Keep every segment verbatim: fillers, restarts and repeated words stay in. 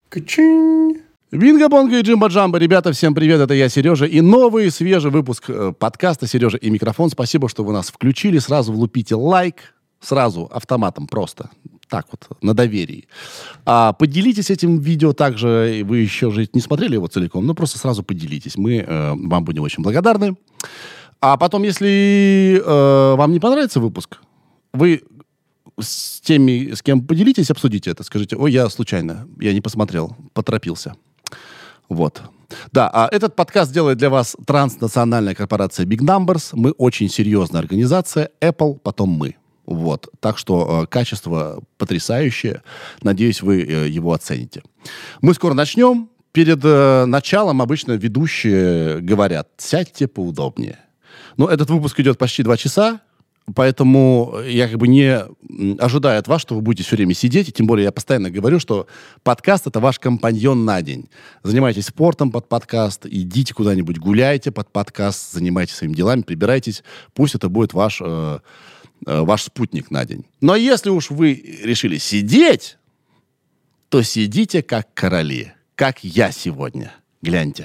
Качинь. Бинго-бонго и джимба-джамба. Ребята, всем привет, это я, Сережа. И новый свежий выпуск э, подкаста «Сережа и микрофон». Спасибо, что вы нас включили. Сразу влупите лайк. Сразу, автоматом просто. Так вот, на доверии. А, поделитесь этим видео также. Вы еще же не смотрели его целиком, но просто сразу поделитесь. Мы э, вам будем очень благодарны. А потом, если э, вам не понравится выпуск, вы с теми, с кем поделитесь, обсудите это. Скажите: ой, я случайно, я не посмотрел, поторопился. Вот. Да, а этот подкаст делает для вас транснациональная корпорация Big Numbers. Мы очень серьезная организация. Apple, потом мы. Вот. Так что э, качество потрясающее. Надеюсь, вы э, его оцените. Мы скоро начнем. Перед э, началом обычно ведущие говорят: сядьте поудобнее. Но этот выпуск идет почти два часа. Поэтому я как бы не ожидаю от вас, что вы будете все время сидеть. И тем более я постоянно говорю, что подкаст — это ваш компаньон на день. Занимайтесь спортом под подкаст, идите куда-нибудь, гуляйте под подкаст, занимайтесь своими делами, прибирайтесь. Пусть это будет ваш, э, э, ваш спутник на день. Но если уж вы решили сидеть, то сидите как короли. Как я сегодня. Гляньте.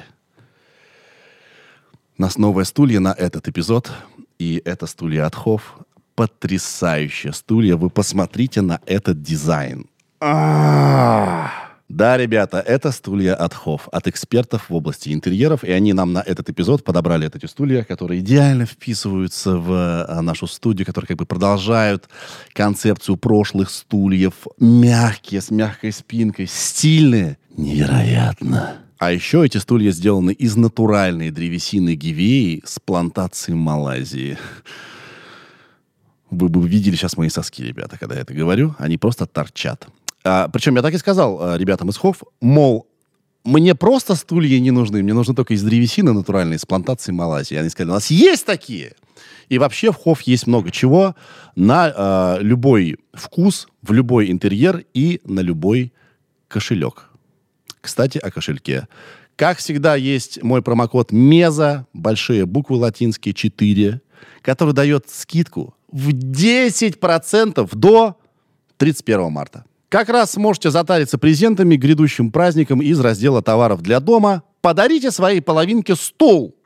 У нас новые стулья на этот эпизод. И это стулья от Хофф. Потрясающие стулья. Вы посмотрите на этот дизайн. А-а-а! Да, ребята, это стулья от Хофф. От экспертов в области интерьеров. И они нам на этот эпизод подобрали эти стулья, которые идеально вписываются в нашу студию, которые как бы продолжают концепцию прошлых стульев. Мягкие, с мягкой спинкой, стильные. Невероятно. А еще эти стулья сделаны из натуральной древесины гивеи с плантации Малайзии. Вы бы видели сейчас мои соски, ребята, когда я это говорю. Они просто торчат. А, причем я так и сказал ребятам из Хофф, мол, мне просто стулья не нужны, мне нужны только из древесины натуральной, из плантации Малайзии. Они сказали: у нас есть такие. И вообще в Хофф есть много чего на э, любой вкус, в любой интерьер и на любой кошелек. Кстати, о кошельке. Как всегда, есть мой промокод МЕЗА, большие буквы латинские, четыре, который дает скидку в десять процентов до тридцать первого марта. Как раз сможете затариться презентами к грядущим праздникам из раздела товаров для дома. Подарите своей половинке стул.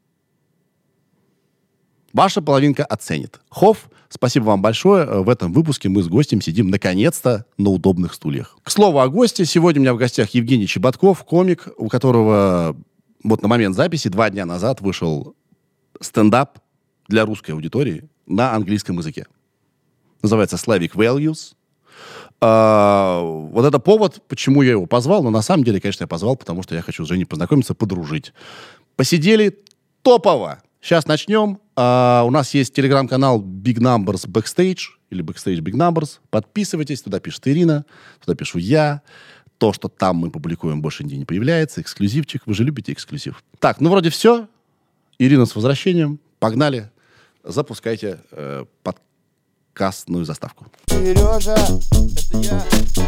Ваша половинка оценит. Хофф, спасибо вам большое. В этом выпуске мы с гостем сидим наконец-то на удобных стульях. К слову о госте. Сегодня у меня в гостях Евгений Чеботков, комик, у которого вот на момент записи два дня назад вышел стендап для русской аудитории на английском языке. Называется Slavic Values. А, вот это повод, почему я его позвал. Но на самом деле, конечно, я позвал, потому что я хочу с Женей познакомиться, подружить. Посидели топово. Сейчас начнем. Uh, у нас есть телеграм-канал Big Numbers Backstage или Backstage Big Numbers. Подписывайтесь. Туда пишет Ирина, туда пишу я. То, что там мы публикуем, больше нигде не появляется. Эксклюзивчик. Вы же любите эксклюзив. Так, ну вроде все. Ирина, с возвращением. Погнали. Запускайте э, подкастную заставку. Сережа, это я.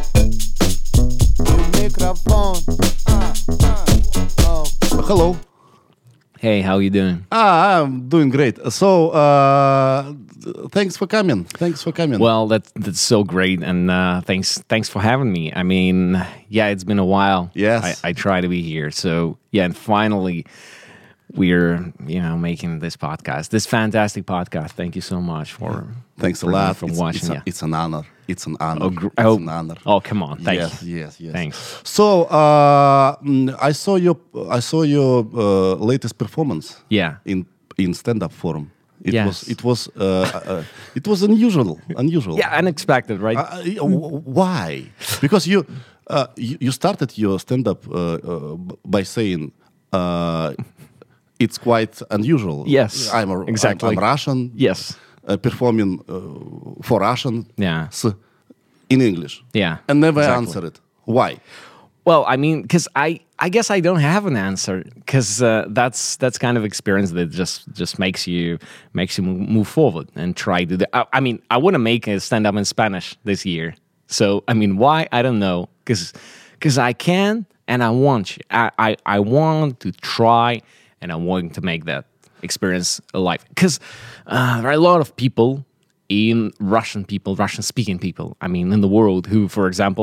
Микрофон. Hello. Hey, how are you doing? Ah, I'm doing great. So, uh, thanks for coming. Thanks for coming. Well, that's that's so great, and uh, thanks thanks for having me. I mean, yeah, it's been a while. Yes, I, I try to be here. So, yeah, and finally, we're you know making this podcast, this fantastic podcast. Thank you so much for thanks for, a lot for it's, watching. It's, a, yeah. it's an honor. It's an honor. Oh, gr- it's oh, an honor. Oh, come on! Thank yes, you. yes, yes. Thanks. So, uh, I saw your I saw your uh, latest performance. Yeah. In in stand-up form. It yes. was it was uh, uh, it was unusual, unusual. Yeah, unexpected, right? Uh, why? Because you uh, you, you started your stand-up uh, uh, by saying. Uh, It's quite unusual. Yes, I'm a, exactly. I'm, I'm Russian. Yes. Uh, performing uh, for Russian. Yeah. In English. Yeah. And never exactly. answer it. Why? Well, I mean, because I, I guess I don't have an answer, because uh, that's that's kind of experience that just just makes you makes you move forward and try to. Do, I, I mean, I want to make a stand up in Spanish this year. So I mean, why? I don't know. Because because I can and I want. I, I I want to try. And I'm wanting to make that experience alive. Because uh, there are a lot of people in Russian people, Russian-speaking people, I mean, in the world who, for example,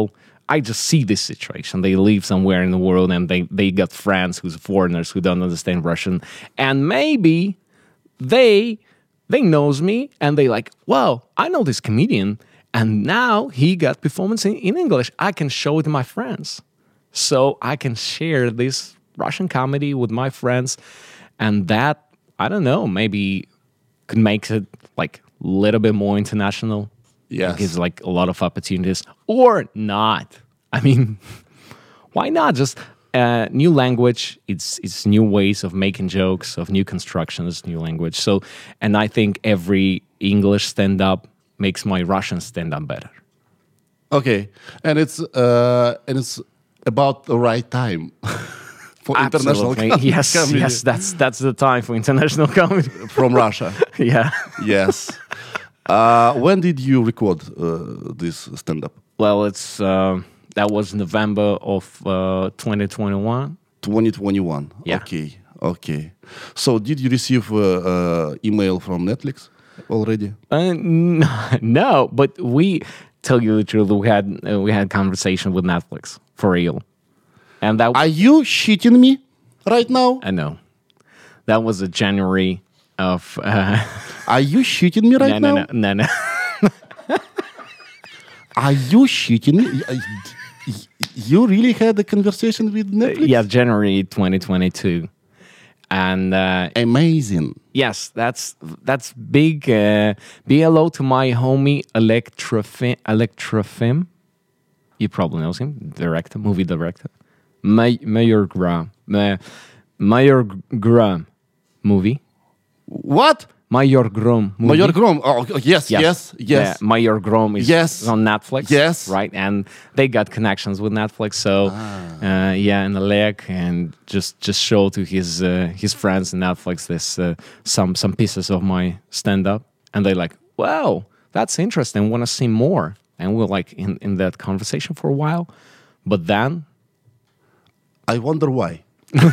I just see this situation. They live somewhere in the world and they, they got friends who's foreigners who don't understand Russian. And maybe they they knows me and they like, wow, I know this comedian and now he got performance in, in English. I can show it to my friends. So I can share this Russian comedy with my friends. And that, I don't know, maybe could make it like a little bit more international. Yes. It gives like a lot of opportunities. Or not. I mean, why not? Just uh, new language. It's it's new ways of making jokes, of new constructions, new language. So, and I think every English stand-up makes my Russian stand-up better. Okay. And it's, uh, and it's about the right time. For international Absolutely. com- Yes, comedy yes, that's that's the time for international comedy. from Russia. Yeah. Yes. Uh, when did you record uh, this stand-up? Well, it's uh, that was November of uh, twenty twenty-one. twenty twenty-one. Yeah. Okay. Okay. So did you receive uh, uh, email from Netflix already? Uh, n- no, but we tell you the truth. We had uh, we had conversation with Netflix for real, and that Are you shitting me right now? I know that was a January of. Uh, Are you shitting me right no, now? no, no, no, no. Are you shitting me? Y- y- You really had a conversation with Netflix? Yeah, January twenty twenty-two, and uh, Amazing. yes, that's that's big. Uh, be hello to my homie Electrofim. Electrofim, you probably know him, director, movie director, May, Mayor Graham, May, Mayor Graham movie. What? Mayor Grom movie. Mayor Grom. Oh, yes, yes, yes. Yeah, Mayor Grom is Yes. on Netflix. Yes. Right. And they got connections with Netflix. So, uh, yeah, and Oleg and just just show to his uh, his friends in Netflix this uh, some some pieces of my stand up, and they like, wow, that's interesting. Want to see more? And we're like in in that conversation for a while, but then I wonder why.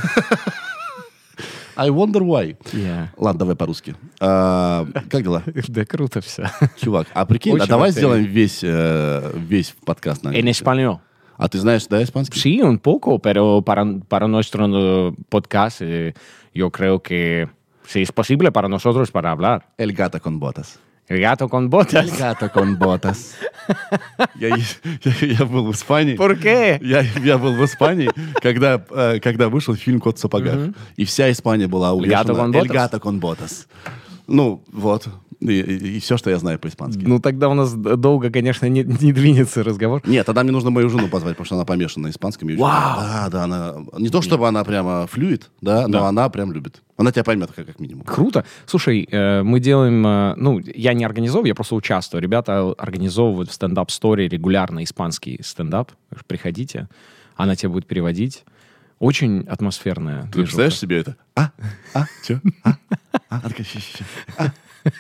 I wonder why. yeah, Ладно, давай по-русски. А, как дела? да круто все. Чувак, а прикинь, Очень а давай крутые. сделаем весь, э, весь подкаст на En английском. español. А ты знаешь, да, испанский? Sí, un poco, pero para, para nuestro uh, podcast eh, yo creo que sí es posible para nosotros para hablar. El gato con botas. El gato con botas. El gato con botas. Я, я, я был в Испании. ¿Por qué? Я, я был в Испании, когда, э, когда вышел фильм «Кот в сапогах». И вся Испания была увешана gato con «El botas». gato con botas». Ну, вот. И, и- и все, что я знаю по-испански. Ну, тогда у нас д- долго, конечно, не, не двинется разговор. Нет, тогда мне нужно мою жену позвать, потому что она помешана на испанском. И очень- Вау! Да, да, она... Не то, чтобы она прямо флюет, да, но Да. она прям любит. Она тебя поймет, как, как минимум. Круто. Слушай, э, мы делаем... э, ну, я не организовываю, я просто участвую. Ребята организовывают в стендап-сторе регулярно испанский стендап. Приходите, она тебя будет переводить. Очень атмосферная Ты движуха. представляешь себе это? А? А? Че? А? А? Она такая, ща, ща, ща. А?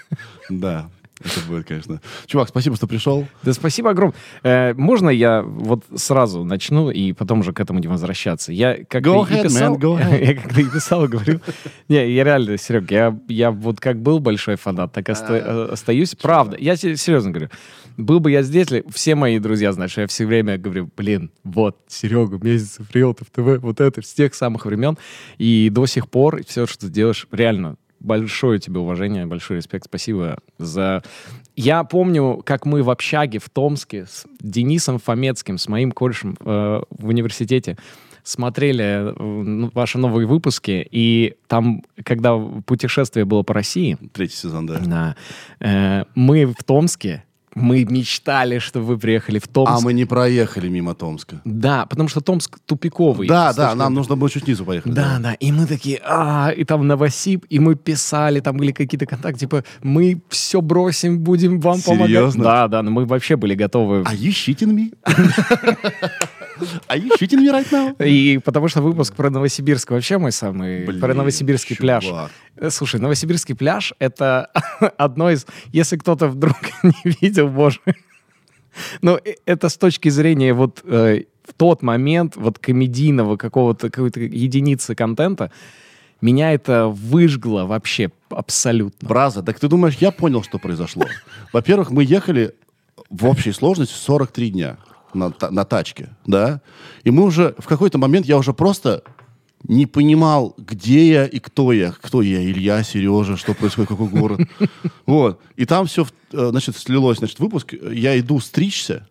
Да, это будет, конечно. Чувак, спасибо, что пришел. Да спасибо огромное. Э, можно я вот сразу начну и потом уже к этому не возвращаться? Я как Go ты и ahead, писал, man, go ahead. я как ты и писал, говорю, не, я реально, Серег, я, я вот как был большой фанат, так и оста- э, остаюсь. Правда, я се- серьезно говорю. Был бы я здесь, ли, все мои друзья знают, что я все время говорю, блин, вот, Серега, Мезенцев, Реутов, ТВ, вот это, с тех самых времен. И до сих пор все, что ты делаешь, реально, большое тебе уважение, большой респект, спасибо за... Я помню, как мы в общаге в Томске с Денисом Фомецким, с моим корешем э, в университете, смотрели э, ваши новые выпуски, и там, когда путешествие было по России, Третий сезон, да. да, э, мы в Томске, мы мечтали, что вы приехали в Томск. А мы не проехали мимо Томска. Да, потому что Томск тупиковый. Да, С да, точки- нам нужно было чуть снизу поехать. Да, да, и мы такие, а, и там Новосиб, и мы писали, там были какие-то контакты, типа, мы все бросим, будем вам помогать. Серьезно? Да, да, но мы вообще были готовы. Are you shitting me? Are you shitting me right now? И потому что выпуск про Новосибирск вообще мой самый, Блин, про Новосибирский чувак. пляж. Э, Слушай, Новосибирский пляж — это одно из, если кто-то вдруг не видел, боже, но э- это с точки зрения вот э, в тот момент вот комедийного какого-то, какой-то единицы контента, меня это выжгло вообще абсолютно. Браза, так ты думаешь, я понял, что произошло? Во-первых, мы ехали в общей сложности сорок три дня. на, та- на тачке, да, и мы уже, в какой-то момент я уже просто не понимал, где я и кто я. Кто я, Илья, Сережа, что происходит, какой город. Вот. И там все, значит, слилось, значит, выпуск. Я иду стричься,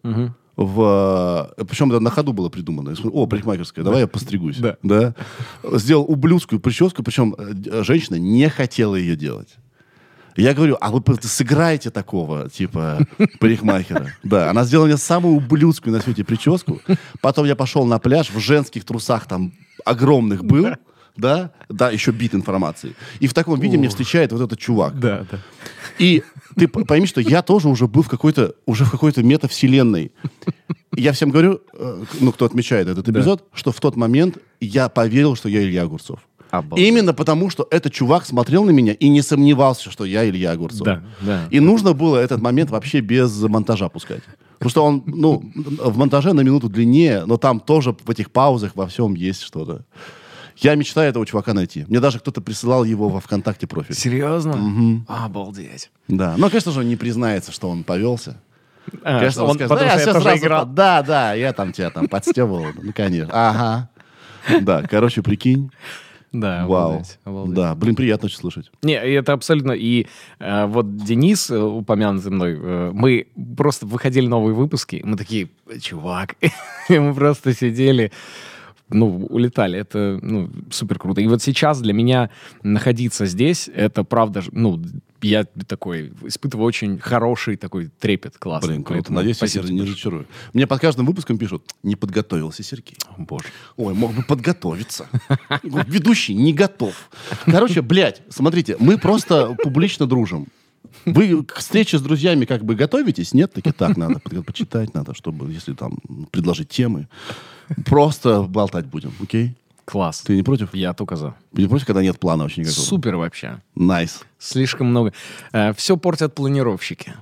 в... причем это на ходу было придумано. Я смотрю, о, парикмахерская, давай я постригусь. Да. Да. Сделал ублюдскую прическу, причем женщина не хотела ее делать. Я говорю, а вы сыграете такого, типа, парикмахера? Да, она сделала мне самую ублюдскую на свете прическу. Потом я пошел на пляж, в женских трусах там огромных был, да, да, еще бит информацией. И в таком виде мне встречает вот этот чувак. Да, да. И ты пойми, что я тоже уже был в какой-то, уже в какой-то метавселенной. Я всем говорю, ну, кто отмечает этот эпизод, что в тот момент я поверил, что я Илья Огурцов. Обалдеть. Именно потому, что этот чувак смотрел на меня и не сомневался, что я Илья Огурцов. Да, да. И нужно было этот момент вообще без монтажа пускать. Потому что он, ну, в монтаже на минуту длиннее, но там тоже в этих паузах во всем есть что-то. Я мечтаю этого чувака найти. Мне даже кто-то присылал его во ВКонтакте профиль. Серьезно? Угу. Обалдеть. Да. Но, конечно же, он не признается, что он повелся. А, Конечно, он, скажет, потому да, что я я всё тоже сразу играл. по- Да, да, я там тебя там подстебывал. Ну, конечно. Ага. Да, короче, прикинь. Да, Вау. обалдеть, обалдеть. Да, блин, приятно очень слышать. Не, это абсолютно. И э, вот Денис, э, упомянутый мной, э, мы просто выходили новые выпуски, мы такие, чувак, и мы просто сидели, ну, улетали. Это, ну, супер круто. И вот сейчас для меня находиться здесь, это правда, ж- ну, я такой испытываю очень хороший такой трепет, классный. Блин, круто. Поэтому Надеюсь, я спасибо тебя не тебе разочарую. Мне под каждым выпуском пишут, не подготовился Сергей. большое. Боже. Ой, мог бы подготовиться. Ведущий не готов. Короче, блядь, смотрите, мы просто публично дружим. Вы к встрече с друзьями как бы готовитесь? Нет? Таки так надо, по- почитать надо, чтобы, если там предложить темы. Просто болтать будем, окей? Класс. Ты не против? Я только за. Ты не против, когда нет плана вообще никакого? Супер вообще. Найс. Слишком много. Все портят планировщики.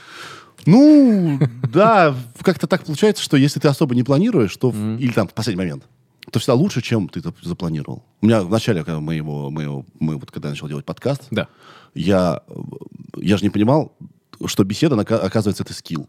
Ну, да, как-то так получается, что если ты особо не планируешь, то в- или там в последний момент, то всегда лучше, чем ты это запланировал. У меня в начале, когда мы его, мы его- мы вот когда я начал делать подкаст, Да. я, я же не понимал, что беседа, нака- оказывается, это скилл.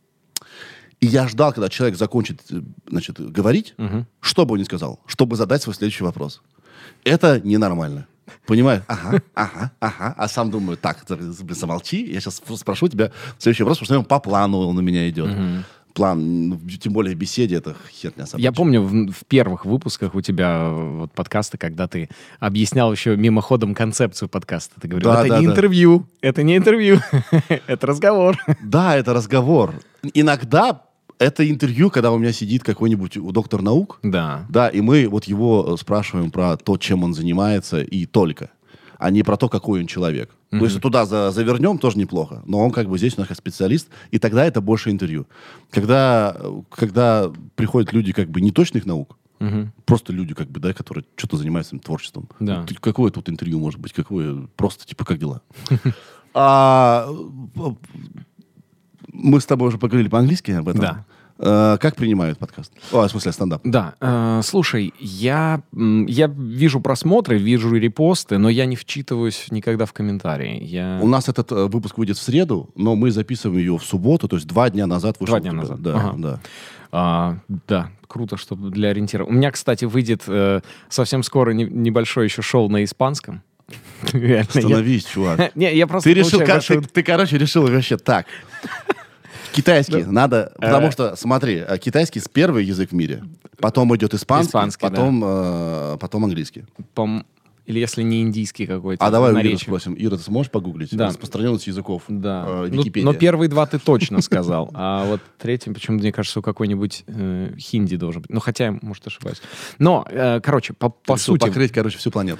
И я ждал, когда человек закончит, э, значит, говорить, что бы он ни сказал, чтобы задать свой следующий вопрос. Это ненормально. Понимаешь? Ага, ага, ага. А сам думаю, так, ты, блин, замолчи, я сейчас спрошу тебя следующий вопрос, потому что по плану он у меня идет. План, ну, тем более в беседе, это херня собачья. Я помню в, в первых выпусках у тебя вот подкаста, когда ты объяснял еще мимоходом концепцию подкаста. Ты говорил, Да, это да, не да. интервью, это не интервью, это разговор. Да, это разговор. Иногда это интервью, когда у меня сидит какой-нибудь доктор наук, Да. да, и мы вот его э, спрашиваем про то, чем он занимается, и только, а не про то, какой он человек. Mm-hmm. То есть туда за, завернем, тоже неплохо, но он как бы здесь у нас как специалист, и тогда это больше интервью. Когда, э, когда приходят люди как бы не точных наук, Мгм. просто люди, как бы, да, которые что-то занимаются своим творчеством. Да. Ну, ты- какое тут интервью может быть? Какое? Просто, типа, как дела? А, э, Мы с тобой уже поговорили по-английски об этом. Да. Э, Как принимают подкаст? О, в смысле, стендап. Да, э, слушай, я, м, я вижу просмотры, вижу репосты, но я не вчитываюсь никогда в комментарии. Я... У нас этот э, выпуск выйдет в среду, но мы записываем ее в субботу, то есть два дня назад вышел. Два дня у тебя. назад. Да, Ага. да. А, да, круто, чтобы для ориентира. У меня, кстати, выйдет э, совсем скоро не- небольшое еще шоу на испанском. Реально, я- Становись, чувак. Не, я просто Ты решил, получаю как- большую- ты, ты, короче, решил вообще так. Китайский надо, Э. потому что, смотри, э, китайский с первый язык в мире, потом идет испанский, Испанский, потом, э, потом английский. Пом- Или если не индийский какой-то. А давай у Иры наречие. спросим. Ира, ты сможешь погуглить? Да. Распространенность языков. Да. э, Ну, Википедия. но первые два ты точно сказал. А вот третьим, почему-то, мне кажется, у какой-нибудь э, хинди должен быть. Ну, хотя, я, может, ошибаюсь. Но, э, короче, по, по Решил сути... покрыть, короче, всю планету.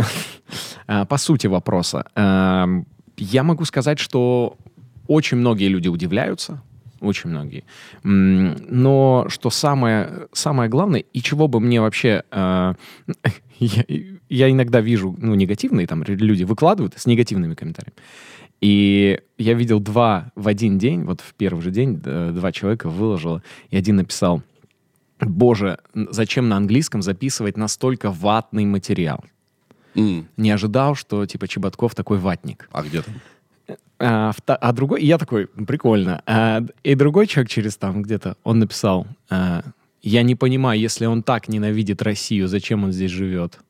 А, По сути вопроса. эм, Я могу сказать, что очень многие люди удивляются, очень многие. М, Но что самое, самое главное, и чего бы мне вообще... э, Я, я иногда вижу, ну, негативные там люди выкладывают с негативными комментариями. И я видел два в один день, вот в первый же день э, два человека выложило, и один написал: «Боже, н- зачем на английском записывать настолько ватный материал?» М. Не ожидал, что, типа, Чеботков такой ватник. А где там? А, вта- а другой, и я такой, прикольно. А, и другой человек через там где-то, он написал, а, я не понимаю, если он так ненавидит Россию, зачем он здесь живет?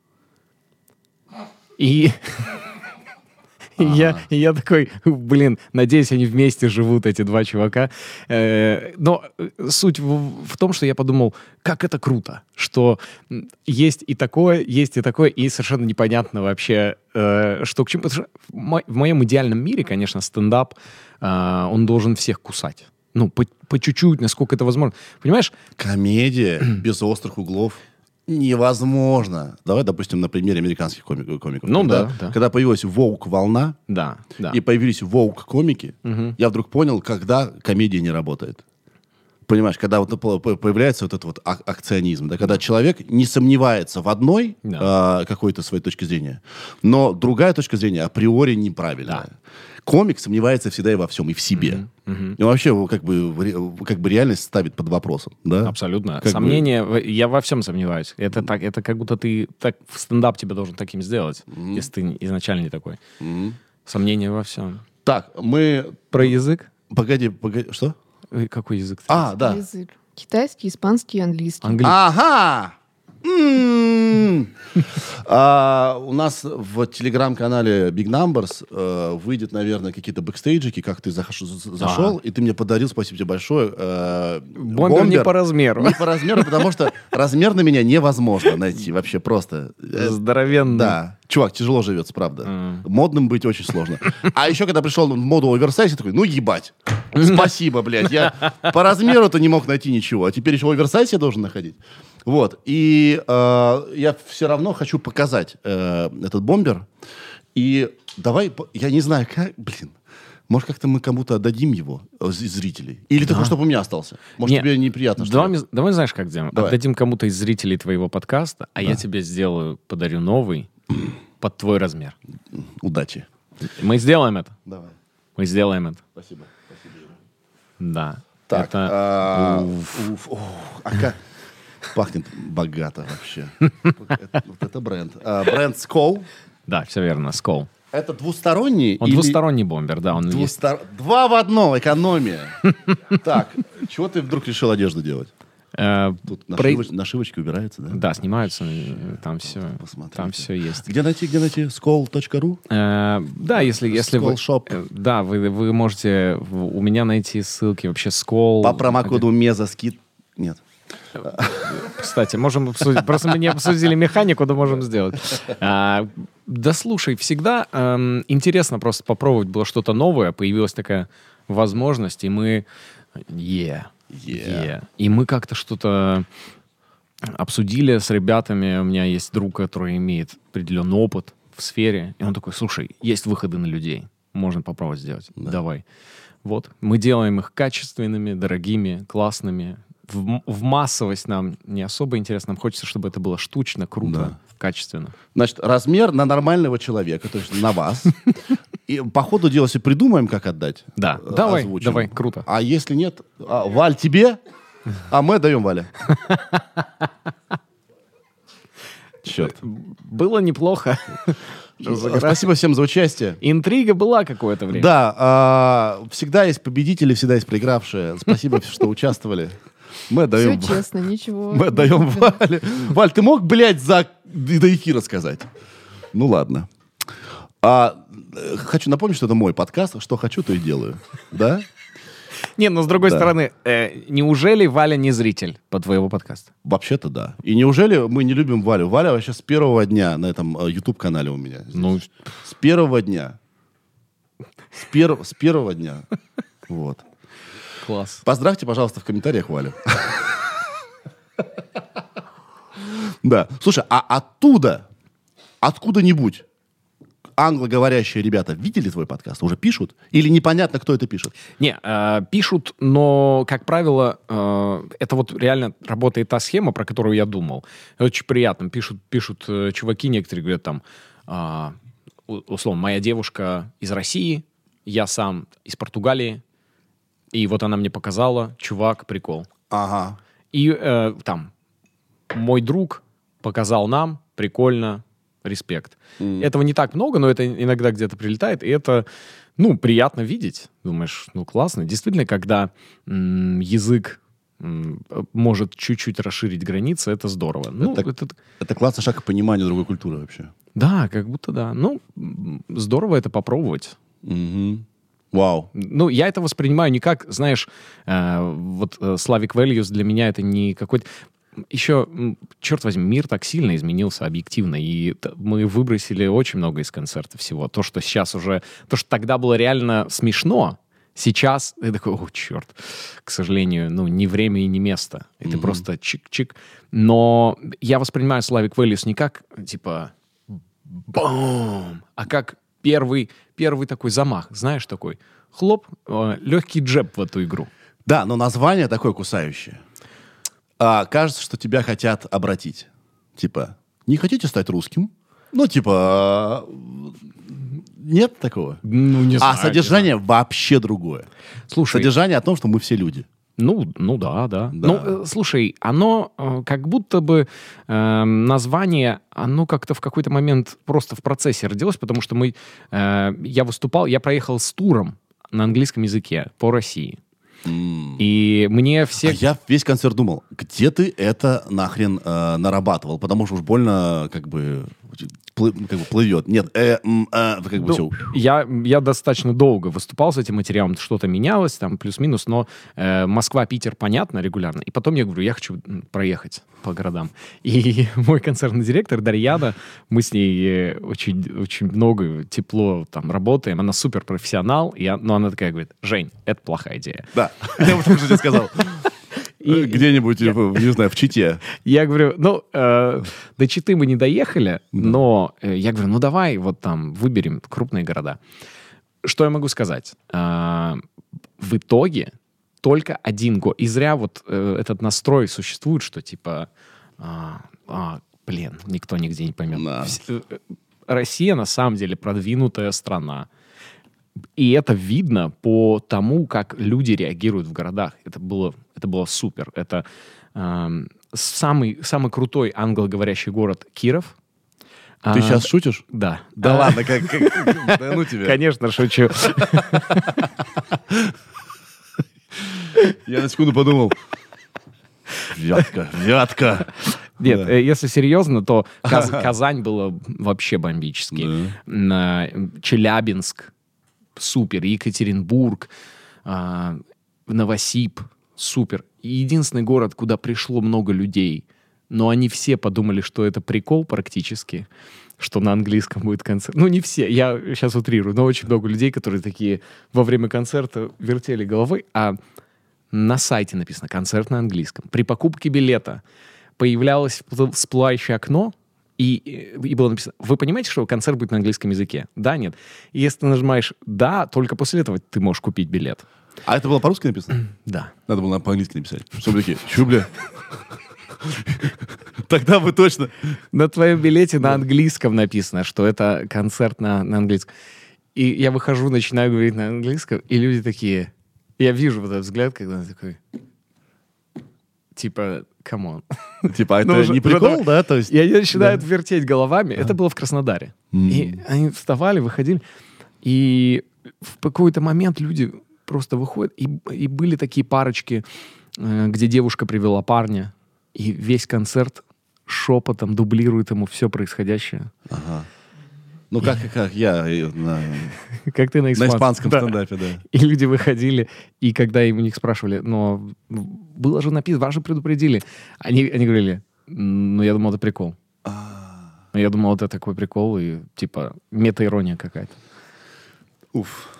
И... И я, и я такой, блин, надеюсь, они вместе живут, эти два чувака. Э, но суть в, в том, что я подумал, как это круто, что есть и такое, есть и такое, и совершенно непонятно вообще, э, что к чему. Потому что в, мо- в моем идеальном мире, конечно, стендап, э, он должен всех кусать. Ну, по, по чуть-чуть, насколько это возможно. Понимаешь? Комедия без острых углов невозможно. Давай, допустим, на примере американских комик- комиков. Ну когда, да, да. Когда появилась воук-волна, Да, да. и появились воук-комики, Мгм. я вдруг понял, когда комедия не работает. Понимаешь, когда вот по- по- появляется вот этот вот ак- акционизм, да, когда человек не сомневается в одной Да. а, какой-то своей точке зрения, но другая точка зрения априори неправильная. Комик сомневается всегда и во всем, и в себе. И вообще его как бы, в ре- как бы реальность ставит под вопросом. Да? Абсолютно. Как Сомнения, в- я во всем сомневаюсь. Это так, это как будто ты так в стендап тебя должен таким сделать, если ты изначально не такой. Мгм. Сомнения во всем. Так, мы... Про язык? Погоди, погоди, что? Э, Какой язык? А, да. Язык. Китайский, испанский, английский. Английский. Ага! М. А, У нас в телеграм-канале Big Numbers э, выйдет, наверное, какие-то бэкстейджики, как ты захош- за- зашел, и ты мне подарил, спасибо тебе большое, э, Бомбер не по размеру. Не по размеру, потому что размер на меня невозможно найти вообще просто. Э, Здоровенный. Да. Чувак, тяжело живется, правда. М. Модным быть очень сложно. А еще, когда пришел в моду оверсайз, я такой, ну ебать. Спасибо, блядь. Я по размеру-то не мог найти ничего. А теперь еще оверсайз я должен находить. Вот. И э, я все равно хочу показать э, этот бомбер. И давай, по- я не знаю, как, блин. Может, как-то мы кому-то отдадим его э, из зрителей? Или только чтобы у меня остался? Может, Не, тебе неприятно, что Давай, ли? мы- давай знаешь, как сделаем? Давай. Отдадим кому-то из зрителей твоего подкаста, а я тебе сделаю, подарю новый под твой размер. Удачи. Мы сделаем это. Давай. Мы сделаем это. Спасибо. Спасибо, Юра. Да. Так, Это... а, Уф. уф, ох, а как- пахнет богато вообще. Это- Вот это бренд. А, Бренд Скол. Да, все верно. Скол. Это двусторонний? Он или- двусторонний бомбер, да. Он есть. Двустор- Два в одном, экономия. Так, чего ты вдруг решил одежду делать? Э, Тут про- нашивоч- нашивочки убираются, да? Да, снимаются, э, там все, Посмотрите. там все есть. Где найти, где найти? скол точка ру? Э, да, если, если вы, Skol Shop. э, да, вы, вы можете в- у меня найти ссылки вообще Скол. По промокоду Меза скид... Нет. Кстати, можем обсудить. Просто мы не обсудили механику, да можем сделать. А, да слушай, всегда эм, интересно просто попробовать было что-то новое. Появилась такая возможность, и мы... Yeah, Yeah. yeah. И мы как-то что-то обсудили с ребятами. У меня есть друг, который имеет определенный опыт в сфере. И он такой, слушай, есть выходы на людей. Можно попробовать сделать. Давай. Вот. Мы делаем их качественными, дорогими, классными. В, м- в массовость нам не особо интересно. Нам хочется, чтобы это было штучно, круто, Да. качественно. Значит, размер на нормального человека, то есть на вас. И по ходу дела, если придумаем, как отдать, Да. э, Давай, озвучим. давай, круто. А если нет, а, Валь тебе, а мы даем Вале. Черт. Было неплохо. Спасибо всем за участие. Интрига была какое-то время. Да, а, всегда есть победители, всегда есть проигравшие. Спасибо, что участвовали. Мы Все отдаем, честно, ничего. мы отдаем Вале. Валь, ты мог, блядь, за до эфира сказать? Ну ладно. А, э, хочу напомнить, что это мой подкаст. Что хочу, то и делаю. Да? Не, но с другой Да. стороны, э, неужели Валя не зритель по твоего подкаста? Вообще-то да. И неужели мы не любим Валю? Валя вообще с первого дня на этом э, YouTube-канале у меня. Ну, С первого дня. С, пер- с первого дня. Вот. класс. Поздравьте, пожалуйста, в комментариях Валю. Да. Слушай, а оттуда, откуда-нибудь, англоговорящие ребята видели твой подкаст? Уже пишут? Или непонятно, кто это пишет? Не, э, пишут, но, как правило, э, это вот реально работает та схема, про которую я думал. Это очень приятно. Пишут, пишут э, чуваки, некоторые говорят там, а, у- условно, моя девушка из России, я сам из Португалии, и вот она мне показала, чувак, прикол. Ага. И э, там, мой друг показал нам, прикольно, респект. Mm. Этого не так много, но это иногда где-то прилетает, и это, ну, приятно видеть. Думаешь, ну, классно. Действительно, когда м- язык м- может чуть-чуть расширить границы, это здорово. Ну, это, это... это классный шаг к пониманию другой культуры вообще. Да, как будто да. Ну, здорово это попробовать. Mm-hmm. Вау. Ну, я это воспринимаю не как, знаешь, э, вот э, Slavic Values для меня это не какой-то... Еще, черт возьми, мир так сильно изменился объективно, и т- мы выбросили очень много из концерта всего. То, что сейчас уже... То, что тогда было реально смешно, сейчас ты такой, о, черт, к сожалению, ну, не время и не место. И mm-hmm. ты просто чик-чик. Но я воспринимаю Slavic Values не как, типа, бам, а как первый, первый такой замах, знаешь, такой хлоп, э, легкий джеб в эту игру. Да, но название такое кусающее. А, кажется, что тебя хотят обратить. Типа, не хотите стать русским? Ну, типа, нет такого? Ну, не знаю. А содержание вообще другое. Слушай, Содержание о том, что мы все люди. Ну, ну да, да. Да. Ну, э, слушай, оно э, как будто бы э, название, оно как-то в какой-то момент просто в процессе родилось, потому что мы, э, я выступал, я проехал с туром на английском языке по России. Mm. И мне все... А я весь концерт думал, где ты это нахрен э, нарабатывал? Потому что уж больно как бы, плы, как бы плывет. Нет, э, м, э, как бы Ну, все. Я, я достаточно долго выступал с этим материалом, что-то менялось, там плюс-минус, но э, Москва, Питер, понятно, регулярно. И потом я говорю, я хочу проехать по городам. И мой концертный директор Дарьяна, мы с ней э, очень, очень много, тепло там работаем, она супер профессионал, и, но она такая говорит, Жень, это плохая идея. Да, я бы тоже тебе сказал. И где-нибудь, я... не знаю, в Чите. Я говорю, ну, э, до Читы мы не доехали, но э, я говорю, ну, давай вот там выберем крупные города. Что я могу сказать? Э, в итоге только один год. И зря вот э, этот настрой существует, что типа, а, а, блин, никто нигде не поймет. Да. Вс- э, Россия на самом деле продвинутая страна. И это видно по тому, как люди реагируют в городах. Это было, это было супер. Это э, самый, самый крутой англоговорящий город Киров. Ты А, сейчас шутишь? Да. Да ладно, как, как- да ну тебя. Конечно, шучу. Я на секунду подумал. Вятка, Вятка. Нет, Да. э, если серьезно, то Каз- Казань была вообще бомбически. На- Челябинск супер, Екатеринбург, а, Новосиб супер. И единственный город, куда пришло много людей, но они все подумали, что это прикол практически, что на английском будет концерт. Ну, не все, я сейчас утрирую, но очень много людей, которые такие во время концерта вертели головой, а на сайте написано «концерт на английском». При покупке билета появлялось всплывающее окно, и, и было написано, вы понимаете, что концерт будет на английском языке? Да, нет? И если ты нажимаешь «да», только после этого ты можешь купить билет. А это было по-русски написано? Да. Надо было по-английски написать. Чтобы такие, чё, бля? Тогда вы точно... На твоем билете на английском написано, что это концерт на, на английском. И я выхожу, начинаю говорить на английском, и люди такие... Я вижу вот этот взгляд, когда он такой... Типа, камон. Типа, а это Ну, уже- не прикол, уже- да? То есть... И они начинают вертеть головами. Это было в Краснодаре. И они вставали, выходили. И в какой-то момент люди просто выходят. И, и были такие парочки, э, где девушка привела парня. И весь концерт шепотом дублирует ему все происходящее. Ага. Ну, как, как я э, на, Как ты на на испанском. испанском Да. стендапе, да. И люди выходили, и когда им у них спрашивали, но было же написано, вас же предупредили. Они, они говорили, ну, я думал, это прикол. Ну, я думал, это такой прикол, и типа мета-ирония какая-то. Уф.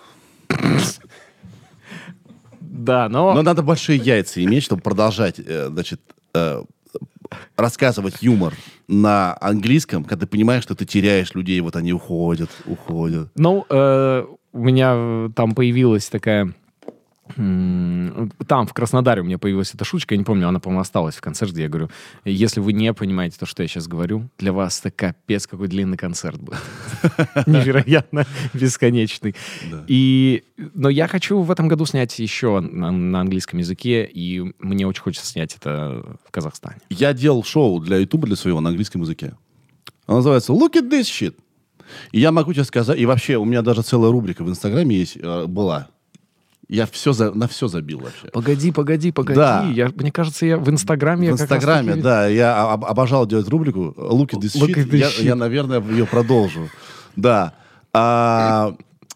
Да, но... Но надо большие яйца иметь, чтобы продолжать, э, значит, э, рассказывать юмор на английском, когда ты понимаешь, что ты теряешь людей, вот они уходят, уходят. Ну, э, у меня э, там появилась такая... м, Там, в Краснодаре у меня появилась эта шутка, я не помню, она, по-моему, осталась в концерте, где я говорю, если вы не понимаете то, что я сейчас говорю, для вас это капец какой длинный концерт будет. Невероятно бесконечный. Да. И, но я хочу в этом году снять еще на, на английском языке, и мне очень хочется снять это в Казахстане. Я делал шоу для Ютуба, для своего, на английском языке. Он называется «Look at this shit». И я могу тебе сказать, и вообще у меня даже целая рубрика в Инстаграме есть, э, была. Я все за, на все забил вообще. Погоди, погоди, погоди. Да. Я, мне кажется, я в Инстаграме... В Инстаграме, таки... да. Я об, обожал делать рубрику «Look at this Look shit». At this я, shit. я, наверное, ее продолжу. Да. А,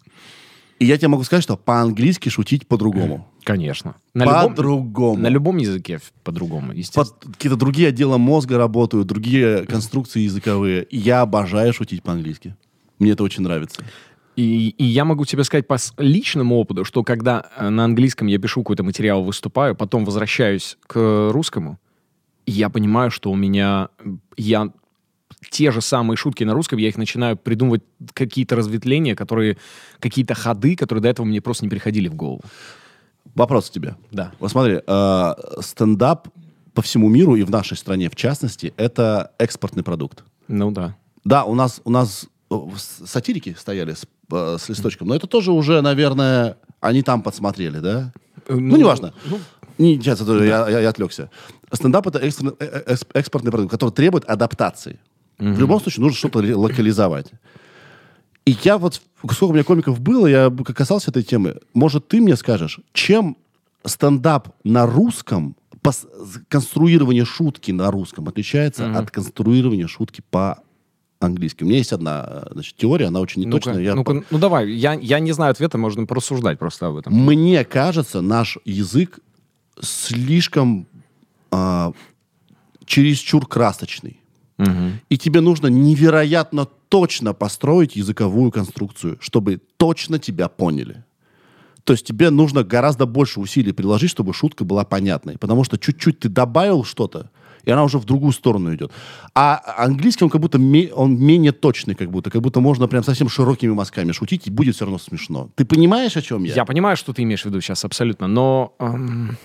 и я тебе могу сказать, что по-английски шутить по-другому. Конечно. На По-другому. Любом, на любом языке по-другому, естественно. Под, какие-то другие отделы мозга работают, другие конструкции языковые. И я обожаю шутить по-английски. Мне это очень нравится. И, и я могу тебе сказать по личному опыту, что когда на английском я пишу какой-то материал, выступаю, потом возвращаюсь к русскому, и я понимаю, что у меня... я те же самые шутки на русском, я их начинаю придумывать, какие-то разветвления, которые, какие-то ходы, которые до этого мне просто не приходили в голову. Вопрос к тебе. Да. Вот смотри, э, стендап по всему миру и в нашей стране, в частности, это экспортный продукт. Ну да. Да, у нас, у нас сатирики стояли с, э, с листочком, но это тоже уже, наверное, они там подсмотрели, да? Ну, ну неважно. Ну, не, сейчас, это, да. я, я, я отвлекся. Стендап — это экспортный, экспортный продукт, который требует адаптации. Mm-hmm. В любом случае нужно что-то локализовать. И я вот, сколько у меня комиков было, я касался этой темы. Может, ты мне скажешь, чем стендап на русском, пос, конструирование шутки на русском отличается mm-hmm. от конструирования шутки по-английски? У меня есть одна, значит, теория, она очень неточная. Ну-ка, я... ну-ка, ну давай, я, я не знаю ответа, можно порассуждать просто об этом. Мне кажется, наш язык слишком а, чересчур красочный. Угу. И тебе нужно невероятно точно построить языковую конструкцию, чтобы точно тебя поняли. То есть тебе нужно гораздо больше усилий приложить, чтобы шутка была понятной. Потому что чуть-чуть ты добавил что-то, и она уже в другую сторону идет. А английский, он как будто ме- он менее точный, как будто. Как будто можно прям совсем широкими мазками шутить, и будет все равно смешно. Ты понимаешь, о чем я? Я понимаю, что ты имеешь в виду сейчас, абсолютно. Но... Эм...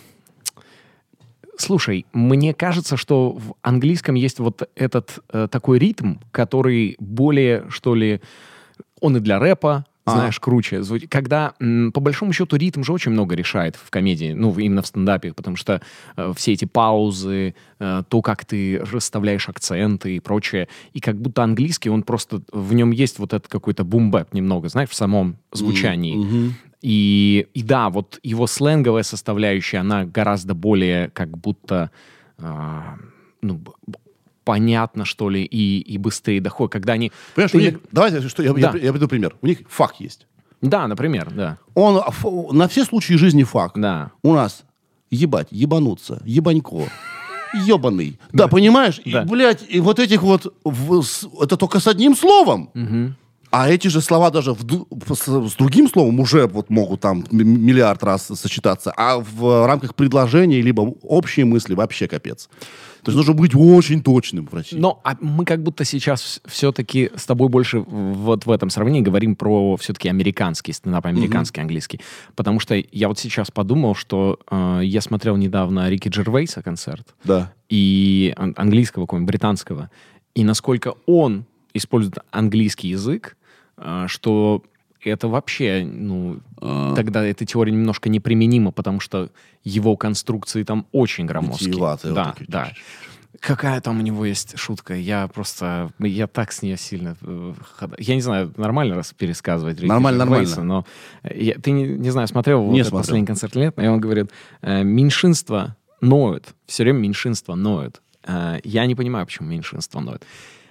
Слушай, мне кажется, что в английском есть вот этот э, такой ритм, который более, что ли, он и для рэпа, а. знаешь, круче. Когда, м, по большому счету, ритм же очень много решает в комедии, ну, именно в стендапе, потому что э, все эти паузы, э, то, как ты расставляешь акценты и прочее, и как будто английский, он просто, в нем есть вот этот какой-то бум-бэп немного, знаешь, в самом звучании. Mm-hmm. И, и да, вот его сленговая составляющая, она гораздо более как будто э, ну, понятно, что ли, и, и быстрее доходит. Когда они... Понимаешь, ты... у них... Давайте, что, я, да. я, я приведу пример. У них фак есть. Да, например, да. Он ф, на все случаи жизни фак. Да. У нас ебать, ебануться, ебанько, ебаный. Да, понимаешь? И, блядь, и вот этих вот... В, с, это только с одним словом. Угу. А эти же слова даже в, с, с другим словом уже вот могут там миллиард раз сочетаться. А в рамках предложений либо общие мысли вообще капец. То есть нужно быть очень точным в России. Но а мы как будто сейчас все-таки с тобой больше вот в этом сравнении говорим про все-таки американский стендап, американский mm-hmm. английский. Потому что я вот сейчас подумал, что э, я смотрел недавно Рики Джервейса концерт. Да. И ан- английского, какого-нибудь британского. И насколько он использует английский язык, э, что... это вообще, ну, а. тогда эта теория немножко неприменима, потому что его конструкции там очень громоздкие. Витиеватые. Да, вот такие. да. Какая там у него есть шутка? Я просто, я так с нее сильно... Я не знаю, нормально раз пересказывать Рики Нормально, Джервейса, нормально. но я, ты, не, не знаю, смотрел не вот этот смотрел. последний концерт лет, и он говорит, меньшинство ноют, все время меньшинство ноют. Я не понимаю, почему меньшинство ноют.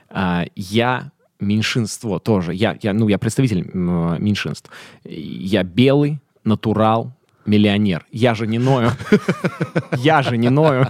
Я... меньшинство тоже. Я, я, ну, я представитель м- меньшинств. Я белый, натурал, миллионер. Я же не ною. Я же не ною.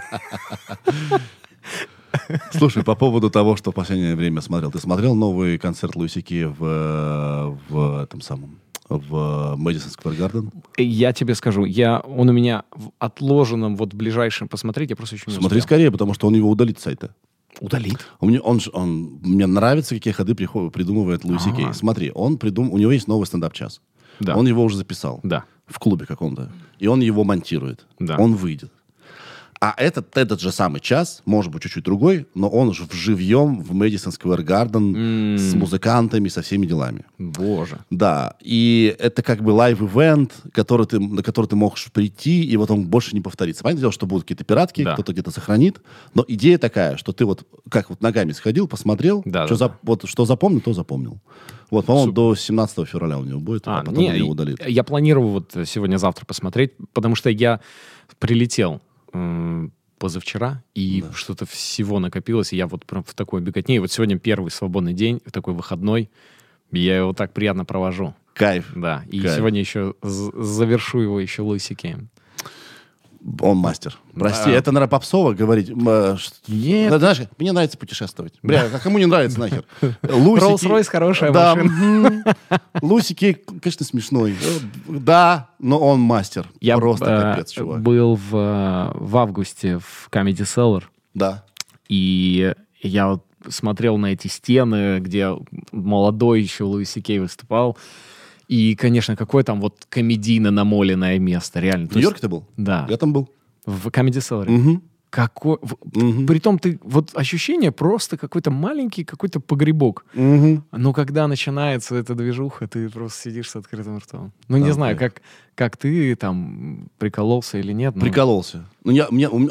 Слушай, по поводу того, что в последнее время смотрел. Ты смотрел новый концерт Луиси Кей в, в этом самом, в Мэдисон Сквер Гарден? Я тебе скажу, я, он у меня в отложенном, вот ближайшем посмотреть, я просто еще не успел. Смотри скорее, потому что он его удалит с сайта. Удалит? Он, мне, он, он, мне нравится, какие ходы приход, придумывает Луиси Кей. Смотри, он придум, у него есть новый стендап-час. Да. Он его уже записал. Да. В клубе каком-то. И он его монтирует. Да. Он выйдет. А этот, этот же самый час, может быть, чуть-чуть другой, но он же живьем в Мэдисон Сквер Гарден М. с музыкантами, со всеми делами. Боже. Да, и это как бы лайв-ивент, который ты, на который ты можешь прийти, и вот он больше не повторится. Понятное дело, что будут какие-то пиратки, Да. кто-то где-то сохранит, но идея такая, что ты вот как вот ногами сходил, посмотрел, Да, что, да, за- да. вот, что запомнил, то запомнил. Вот, по-моему, Супер. до семнадцатого февраля у него будет, а, А, потом не, он его удалит. я планирую вот сегодня-завтра посмотреть, потому что я прилетел м, позавчера, и Да. что-то всего накопилось, и я вот прям в такой беготне. И вот сегодня первый свободный день, такой выходной, и я его так приятно провожу. Кайф. Да, и Кайф. сегодня еще з- завершу его еще Луиси Кейм. Он мастер. Прости, Да. это, наверное, попсово говорить. м, э, ш- Нет. Да, знаешь, мне нравится путешествовать. Бля, а кому не нравится нахер? Лусики- Rolls-Royce хорошая да, машина. мгм. Лусики, конечно, смешной. Да, но он мастер. Я Просто э, капец, чувак. был в, э, в августе в Comedy Cellar, Да. и я вот смотрел на эти стены, где молодой еще Луиси Кей выступал. И, конечно, какое там вот комедийно намоленное место, реально. В То есть- Нью-Йорке ты был? Да. Я там был. В Comedy Cellar. Мгм. Какой... в- Мгм. Притом ты... Вот ощущение просто какой-то маленький какой-то погребок. Мгм. Но когда начинается эта движуха, ты просто сидишь с открытым ртом. Ну, не Да, знаю, кайф. как, как ты там прикололся или нет. но- Прикололся. Ну, я, мне, у меня-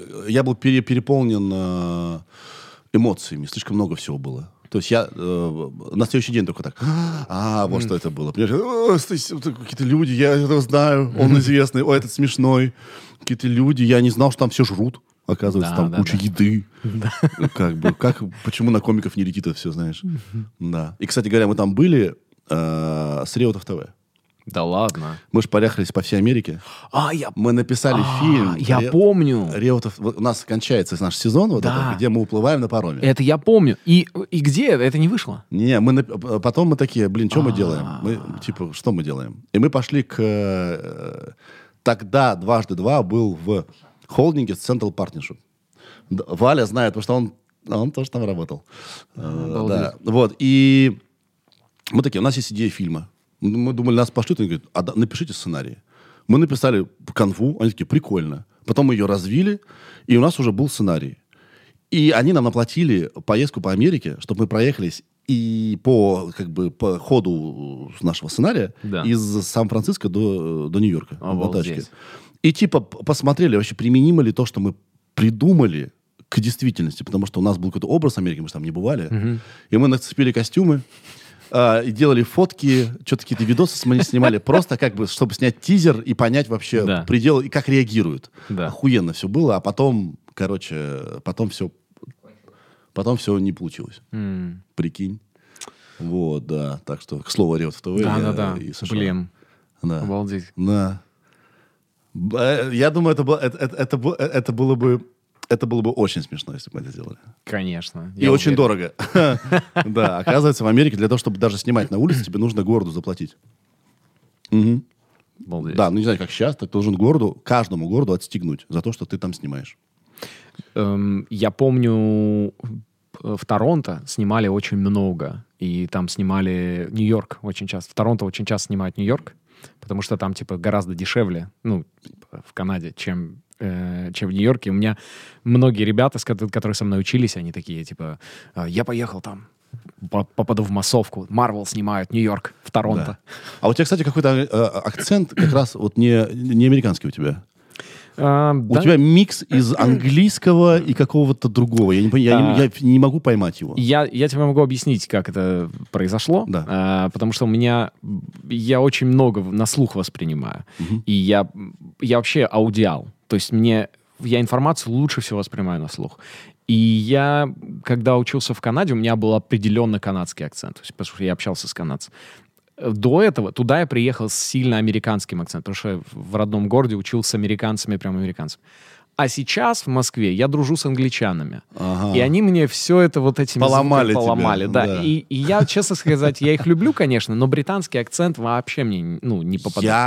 я был пере- переполнен э, эмоциями. Слишком много всего было. То есть я э, на следующий день только так, а, вот что это было. Понимаешь, «О, стой, вот какие-то люди, я этого знаю, он известный, о, этот смешной. Какие-то люди, я не знал, что там все жрут. Оказывается, Да, там да, куча да. еды. Ну, Как бы, как, почему на комиков не летит это все, знаешь? Да. И, кстати говоря, мы там были э, с Реутов ТВ. Да ладно. Мы же поряхались по всей Америке. А, я, Мы написали А, фильм. я Ре- помню. Реутов, вот у нас кончается наш сезон, вот Да. этот, где мы уплываем на пароме. Это я помню. И, и где это? Это не вышло? Не, мы нап- потом мы такие, блин, что мы А. делаем? Мы, типа, что мы делаем? И мы пошли к... э, Тогда дважды два был в холдинге Central Partnership. Д- Валя знает, потому что он, он тоже там работал. Э, Обалдеть. Да. Вот, и мы такие, у нас есть идея фильма. Мы думали, нас пошлют, они говорят, а да, напишите сценарий. Мы написали канву, они такие, прикольно. Потом мы ее развили, и у нас уже был сценарий. И они нам оплатили поездку по Америке, чтобы мы проехались и по, как бы, по ходу нашего сценария Да. из Сан-Франциско до, до Нью-Йорка на Обалдеть. тачке. И типа п- посмотрели, вообще применимо ли то, что мы придумали к действительности, потому что у нас был какой-то образ Америки, мы же там не бывали. И мы нацепили костюмы, а, и делали фотки, что-то какие-то видосы см- снимали, просто как бы, чтобы снять тизер и понять вообще Да. пределы, и как реагируют. Да. Охуенно все было, а потом, короче, потом все, потом все не получилось. М. Прикинь. Вот, да. Так что, к слову, Реутов ТВ Да, я- да, да. и США. Блин, Да. обалдеть. Да. Б- э, Я думаю, это, было, это, это, это, было- это было бы... Это было бы очень смешно, если бы мы это сделали. Конечно. И я очень уверен. дорого. Да, оказывается, в Америке для того, чтобы даже снимать на улице, тебе нужно городу заплатить. Мгм. Обалдеть. Да, ну не знаю, как сейчас, ты должен городу, каждому городу отстегнуть за то, что ты там снимаешь. Эм, я помню, э, в Торонто снимали очень много. И там снимали Нью-Йорк очень часто. В Торонто очень часто снимают Нью-Йорк, потому что там, типа, гораздо дешевле, ну, типа, в Канаде, чем, э, чем в Нью-Йорке. У меня многие ребята, с ко- которые со мной учились, они такие, типа, «А, я поехал там, по- попаду в массовку. Марвел снимают Нью-Йорк в Торонто. Да. А у тебя, кстати, какой-то э, акцент как раз вот не, не американский у тебя. А, У да. тебя микс из английского и какого-то другого. Я не, пон- я не- А. я не могу поймать его. Я, я тебе могу объяснить, как это произошло, Да. А, потому что у меня я очень много в- на слух воспринимаю, и я, я вообще аудиал, то есть мне я информацию лучше всего воспринимаю на слух. И я, когда учился в Канаде, у меня был определенно канадский акцент, то есть, потому что я общался с канадцем. До этого туда я приехал с сильно американским акцентом, потому что я в родном городе учился с американцами, прям американцами. А сейчас в Москве я дружу с англичанами. Ага. И они мне все это вот этими Поломали звуками поломали. тебе, Да. да. И, и я, честно сказать, я их люблю, конечно, но британский акцент вообще мне ну, не попадает. Я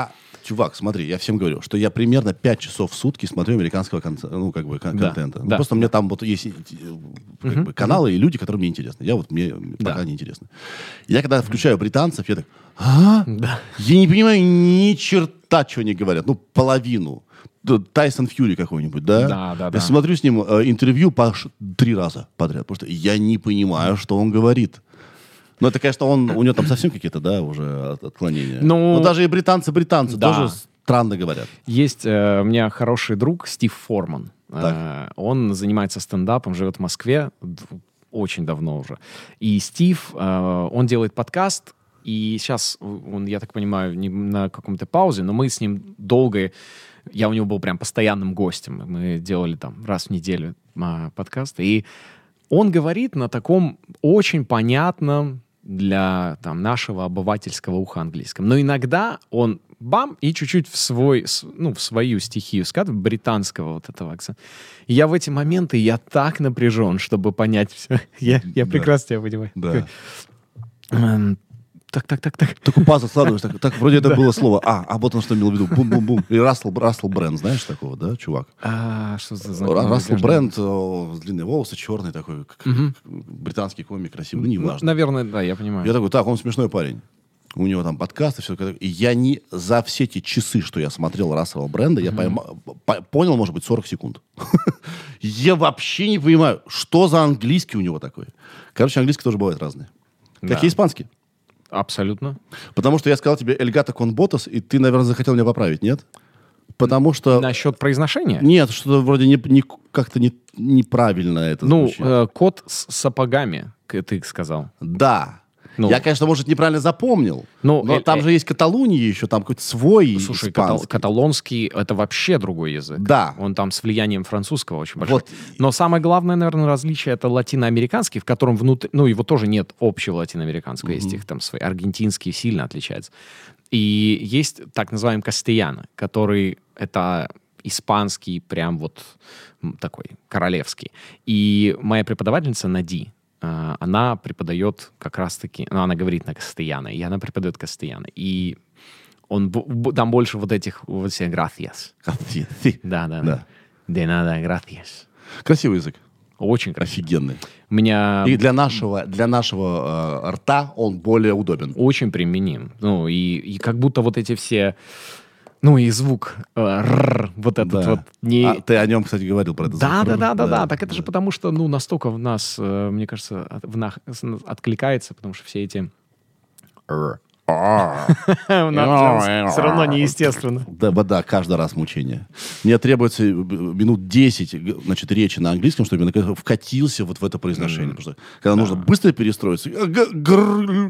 чувак, смотри, я всем говорю, что я примерно пять часов в сутки смотрю американского конце- ну, как бы, кон- Да, контента. Ну, да. просто у меня там вот есть э, как бы, каналы и люди, которые мне интересны. Я вот, мне Да. пока не интересны. Я когда включаю британцев, я так, а? Да. Я не понимаю ни черта, что они говорят. Ну, половину. Т- Тайсон Фьюри какой-нибудь, да? Да, да, Я да. смотрю с ним э, интервью по ш- три раза подряд, потому что я не понимаю, что он говорит. Но это, конечно, он, у него там совсем какие-то, да, уже от- отклонения. Ну, Но даже и британцы-британцы да. тоже странно говорят. Есть э, у меня хороший друг Стив Форман. Так. Э, он занимается стендапом, живет в Москве д- очень давно уже. И Стив, э, он делает подкаст, и сейчас он, я так понимаю, не на каком-то паузе, но мы с ним долго... Я у него был прям постоянным гостем. Мы делали там раз в неделю а, подкаст. И он говорит на таком очень понятном для там, нашего обывательского уха английском. Но иногда он бам, и чуть-чуть в свой, с- ну, в свою стихию скатывает, британского вот этого акцента. И я в эти моменты, я так напряжен, чтобы понять все. Я, я Да. прекрасно тебя понимаю. Да. Эм, Так, так, так, так. Такой пазл складываешь, так, так вроде это было слово. А, а вот он что имел в виду. Бум-бум-бум. И Рассел, Рассел Брэнд, знаешь такого, да, чувак? А, что за Ра- знакомый Рассел гражданин? Брэнд, о, длинные волосы, черный такой, как- Мгм. британский комик, красивый, ну, Ну, неважно. наверное, да, я понимаю. Я такой, так, он смешной парень. У него там подкасты, все. И я не за все те часы, что я смотрел Рассела Брэнда, я пойма- по- понял, может быть, сорок секунд. Я вообще не понимаю, что за английский у него такой. Короче, английский тоже бывает разный. Как Да. и испанский. Абсолютно. Потому что я сказал тебе Эльгата Конботас, и ты, наверное, захотел меня поправить, нет? Потому что... Насчет произношения? Нет, что вроде не, не- как-то не, неправильно это Ну, звучит. э, кот с сапогами, к- ты сказал. Да. Ну. Я, конечно, может, неправильно запомнил, Ну, но э- там э- же есть Каталуния еще, там какой-то свой Слушай, катал- испанский. каталонский — это вообще другой язык. Да. Он там с влиянием французского очень большой. Вот. Но самое главное, наверное, различие — это латиноамериканский, в котором внутри... Ну, его тоже нет общего латиноамериканского. Есть их там свои. Аргентинский сильно отличается. И есть так называемый кастельяно, который — это испанский прям вот м, такой королевский. И моя преподавательница Нади, а, она преподает как раз-таки... Ну, она говорит на кастельяно, и она преподает кастельяно. И он, б- б- там больше вот этих вот всех gracias. Ты. Да, да, Да. да. De nada, gracias. Красивый язык. Очень красиво. Офигенный. У меня И для нашего, для нашего э, рта он более удобен. очень применим. Ну, и, и как будто вот эти все... Ну, и звук э, «рррр», вот этот Да. вот не... А, ты о нем, кстати, говорил про это. Да, да, да, да, да. Да, Так это же да. потому, что, ну, настолько в нас, э, мне кажется, от- в нас откликается, потому что все эти... «рррр». У нас все равно неестественно. Да, ба- да, каждый раз мучение. Мне требуется э, минут десять, г- значит, речи на английском, чтобы я наконец вкатился вот в это произношение. Потому что когда нужно быстро перестроиться... э, г- гр-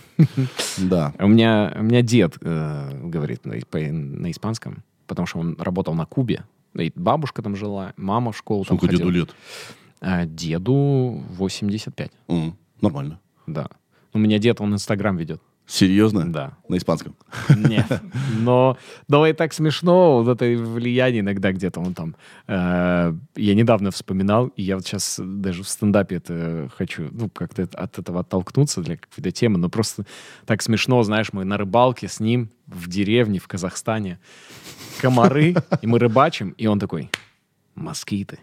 Да. У меня, у меня дед э, говорит на, по- на испанском, потому что он работал на Кубе. И бабушка там жила, мама в школу там Сколько деду ходила. лет? А деду восемьдесят пять, М, Нормально. да. У меня дед, он Инстаграм ведет. Серьезно? Да. На испанском. Нет. Но, но и так смешно, вот это влияние иногда где-то он там. э, я недавно вспоминал, и я вот сейчас даже в стендапе это хочу, ну, как-то это- от этого оттолкнуться для какой-то темы, но просто так смешно, знаешь, мы на рыбалке с ним в деревне в Казахстане, комары, и мы рыбачим, и он такой, москиты.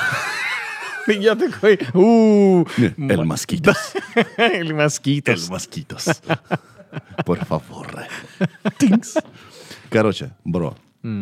Я такой, у Эль Москитос. Эль москитос. Эль Москитос. Por favor. Тинкс. Короче, бро,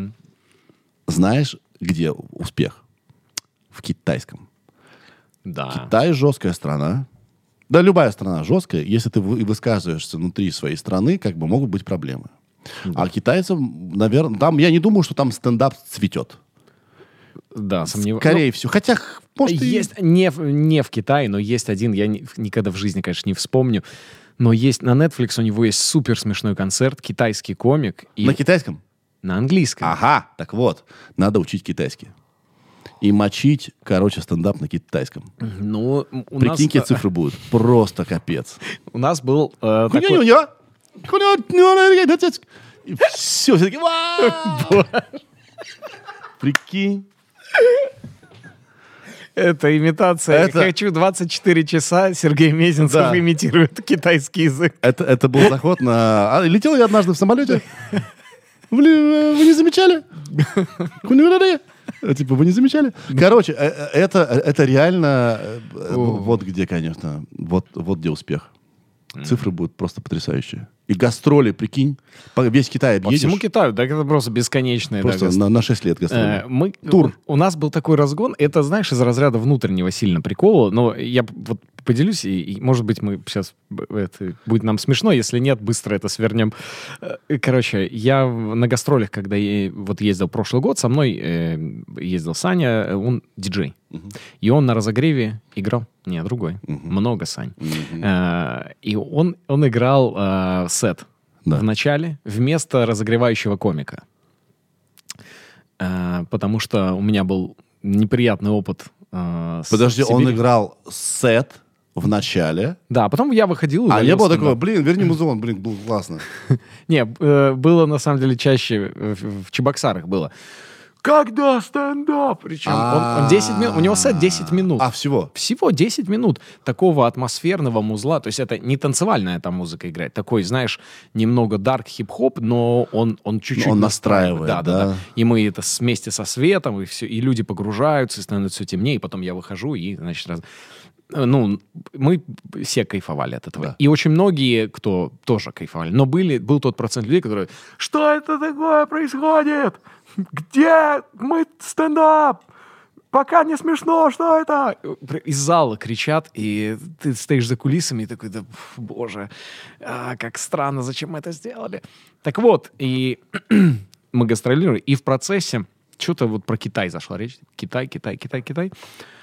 знаешь, где успех? В китайском. Да. Китай жесткая страна. Да, любая страна жесткая. Если ты вы- высказываешься внутри своей страны, как бы могут быть проблемы. А китайцам, наверное, там, я не думаю, что там стендап цветет. Да, сомневаюсь. Скорее всего. Хотя, х- может, и- Есть не, в- не в Китае, но есть один, я ни- никогда в жизни, конечно, не вспомню, но есть на Netflix, у него есть супер смешной концерт, китайский комик, и на китайском? на английском. Ага, так вот, надо учить китайский. И мочить, короче, стендап на китайском. Ну, у нас, Прикинь, какие э, цифры будут. Просто капец. у нас был э, такой- Хуня-нюня. Хуня-нюня. И все, все таки «Вау!» Прикинь. это имитация. Это- Хочу двадцать четыре часа, Сергей Мезенцев Да. имитирует китайский язык. Это, это был заход на... А, летел я однажды в самолете. Блин, вы не замечали? Типа, вы не замечали? Короче, э, э, это, э, это реально э, э, вот где, конечно, вот, вот где успех. Цифры будут просто потрясающие. И гастроли, прикинь, по- весь Китай По объедешь. всему Китаю, так это просто бесконечные. Просто да, на, на шесть лет гастроли. Э, мы, Тур. У, у нас был такой разгон, это, знаешь, из разряда внутреннего сильно прикола, но я вот поделюсь, и, и, может быть, мы сейчас, это будет нам смешно, если нет, быстро это свернем. Э, Короче, я в- на гастролях, когда я вот ездил прошлый год, со мной э, ездил Саня, э, он диджей. И он на разогреве играл, не, другой, много, Сань. Э, И он, он играл э, сет Да. в начале вместо разогревающего комика. Э, Потому что у меня был неприятный опыт. э, с Подожди, он Сибирью. играл сет в начале, Да, потом я выходил. и а не валил было стендап. такого, блин, верни музон, блин, было классно. Не, э, было на самом деле чаще э, в в Чебоксарах было. Когда стендап? Причем он, он десять минут, у него сет десять минут. А, всего? Всего десять минут такого атмосферного музла. То есть это не танцевальная там музыка играет. Такой, знаешь, немного дарк хип-хоп, но он, он чуть-чуть Он настраивает, Да, да, да. да. И мы это с- вместе со светом, и, все, и люди погружаются, и становится все темнее, и потом я выхожу, и, значит, раз... Ну, мы все кайфовали от этого. Да. И очень многие, кто тоже кайфовали. Но были, был тот процент людей, которые: что это такое происходит? Где мы стендап? Пока не смешно, что это? Из зала кричат, и ты стоишь за кулисами и такой: да, пф, боже, а, как странно, зачем мы это сделали? Так вот, и мы гастролировали, и в процессе что-то вот про Китай зашла речь. Китай, Китай, Китай, Китай.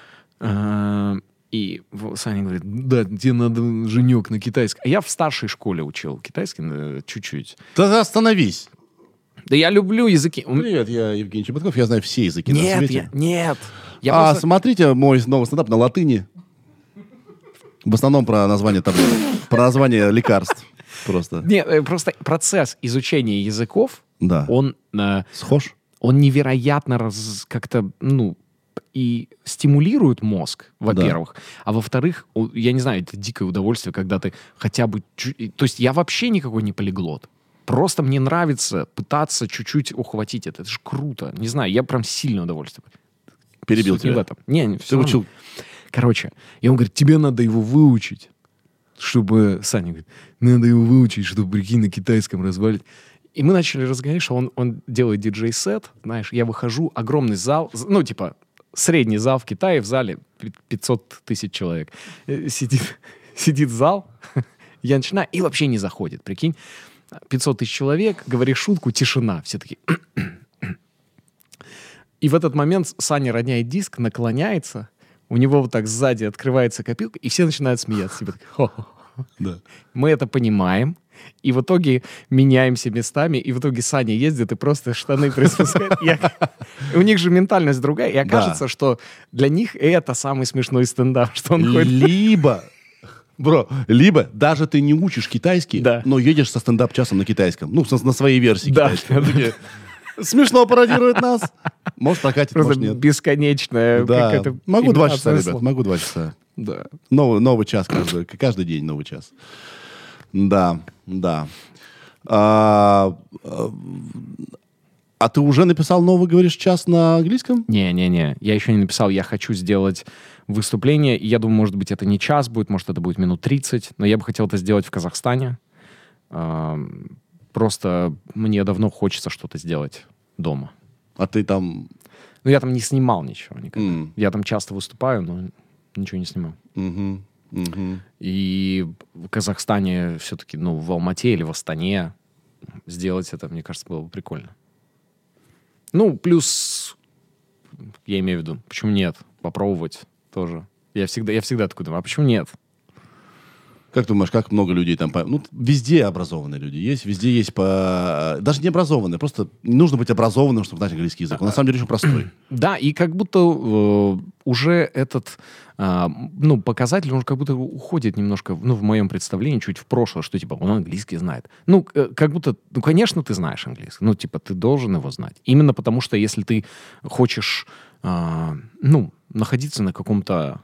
А, И в- Саня говорит: да, тебе надо женек на китайском. А я в старшей школе учил китайский э, чуть-чуть. Тогда остановись. Да я люблю языки. У м- Привет, я Евгений Чеботков, я знаю все языки на Нет, свете. я, нет. Я а просто- смотрите мой новый стендап на латыни. В основном про название таблеток, про название лекарств. Просто. Нет, э, просто процесс изучения языков, Да. он, э, Схож? он невероятно раз- как-то, ну, и стимулирует мозг, во-первых. А во-вторых, у- я не знаю, это дикое удовольствие, когда ты хотя бы... чуть- То есть я вообще никакой не полиглот. Просто мне нравится пытаться чуть-чуть ухватить это. Это же круто. Не знаю, я прям сильное удовольствие. Перебил Суть не тебя. в этом. Не, не, Ты всё равно. учил. Короче, и он говорит: тебе надо его выучить, чтобы... Саня говорит: надо его выучить, чтобы, прикинь, на китайском развалить. И мы начали разгонять, что он, он делает диджей-сет, знаешь, я выхожу, огромный зал, з- ну, типа, средний зал в Китае, в зале пи- пятьсот тысяч человек. Э, Сидит, сидит зал, я начинаю, и вообще не заходит, прикинь. пятьсот тысяч человек, говоришь шутку, тишина, все такие... И в этот момент Саня роняет диск, наклоняется, у него вот так сзади открывается копилка, и все начинают смеяться. Типа, «Хо-хо-хо». Да. Мы это понимаем, и в итоге меняемся местами, и в итоге Саня ездит и просто штаны приспускает. И ока- У них же ментальность другая, и окажется, что для них это самый смешной стендап, что он ходит... Либо, бро, либо даже ты не учишь китайский, Да. но едешь со стендап-часом на китайском. Ну, со- на своей версии Да. китайского. Такие, смешно пародирует нас. Может, прокатит, Просто может, нет. бесконечная Да. какая-то Могу два часа, имитация ребят, слов. могу два часа. Да. Новый, новый час каждый, каждый день новый час. Да, да. А, а, а ты уже написал новый, говоришь, час на английском? Не-не-не, я еще не написал, я хочу сделать выступление, и я думаю, может быть, это не час будет, может, это будет минут тридцать, но я бы хотел это сделать в Казахстане. Ам, Просто мне давно хочется что-то сделать дома. А ты там... Но я там не снимал ничего никогда. М. Я там часто выступаю, но ничего не снимал. Мгм, мгм. И в Казахстане все-таки, ну, в Алмате или в Астане сделать это, мне кажется, было бы прикольно. Ну, плюс, я имею в виду, почему нет? Попробовать тоже. Я всегда, я всегда такой думаю: а почему нет? Как думаешь, как много людей там... по- Ну, везде образованные люди есть, везде есть по... Даже не образованные, просто не нужно быть образованным, чтобы знать английский язык. Он на самом деле очень простой. Да, и как будто э, уже этот, а, ну, показатель, он как будто уходит немножко, ну, в моем представлении, чуть в прошлое, что, типа, он английский знает. Ну, э, как будто, ну, конечно, ты знаешь английский, ну, типа, ты должен его знать. Именно потому, что если ты хочешь, а, ну, находиться на каком-то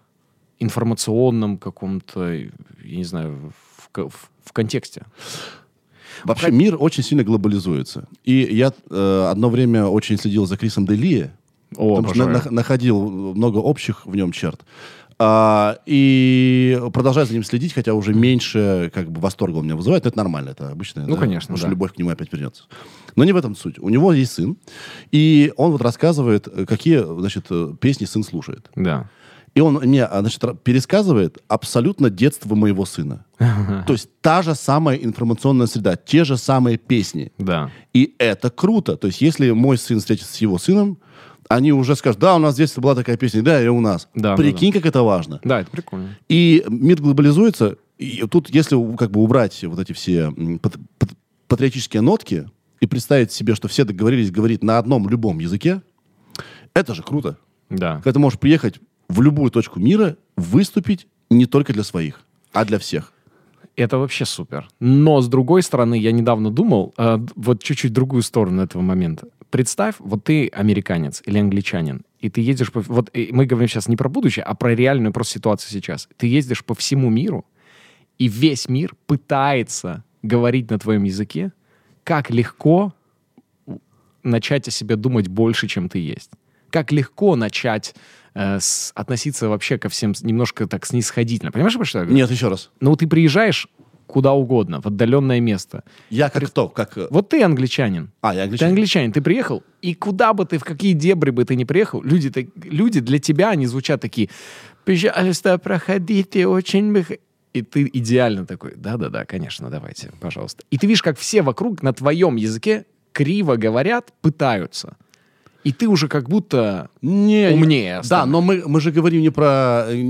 информационном каком-то, я не знаю, в, ко- в- в контексте. Вообще мир очень сильно глобализуется. И я э, одно время очень следил за Крисом Делия, О, потому что на- на- находил много общих в нем черт. А, и продолжаю за ним следить, хотя уже меньше как бы восторга у меня вызывает. Но это нормально, это обычно. Ну, да, конечно, потому что да. любовь к нему опять вернется. Но не в этом суть. У него есть сын, и он вот рассказывает, какие, значит, песни сын слушает. Да. И он мне, значит, ра- пересказывает абсолютно детство моего сына. То есть та же самая информационная среда, те же самые песни. Да. И это круто. То есть если мой сын встретится с его сыном, они уже скажут, да, у нас в детстве была такая песня, да, и у нас. Да, Прикинь, как это важно. Да, это прикольно. И мир глобализуется. И тут, если как бы убрать вот эти все м, пат- пат- патриотические нотки и представить себе, что все договорились говорить на одном любом языке, это же круто. Да. Когда ты можешь приехать в любую точку мира, выступить не только для своих, а для всех. Это вообще супер. Но, с другой стороны, я недавно думал, э, вот чуть-чуть другую сторону этого момента. Представь, вот ты американец или англичанин, и ты едешь по... Вот и мы говорим сейчас не про будущее, а про реальную просто ситуацию сейчас. Ты ездишь по всему миру, и весь мир пытается говорить на твоем языке. Как легко начать о себе думать больше, чем ты есть. Как легко начать э, с- относиться вообще ко всем с- немножко так снисходительно. Понимаешь, про что я говорю? Нет, еще раз. Ну, ты приезжаешь куда угодно, в отдаленное место. Я как кто? Как... э, Вот ты англичанин. А, я Ты англичанин. англичанин, ты приехал, и куда бы ты, в какие дебри бы ты ни приехал, люди, так- люди для тебя, они звучат такие, пожалуйста, проходите, очень... бы х-». И ты идеально такой, да-да-да, конечно, давайте, пожалуйста. И ты видишь, как все вокруг на твоем языке криво говорят, пытаются. И ты уже как будто Не, умнее Да, остальных. но мы, мы же говорим не про, э,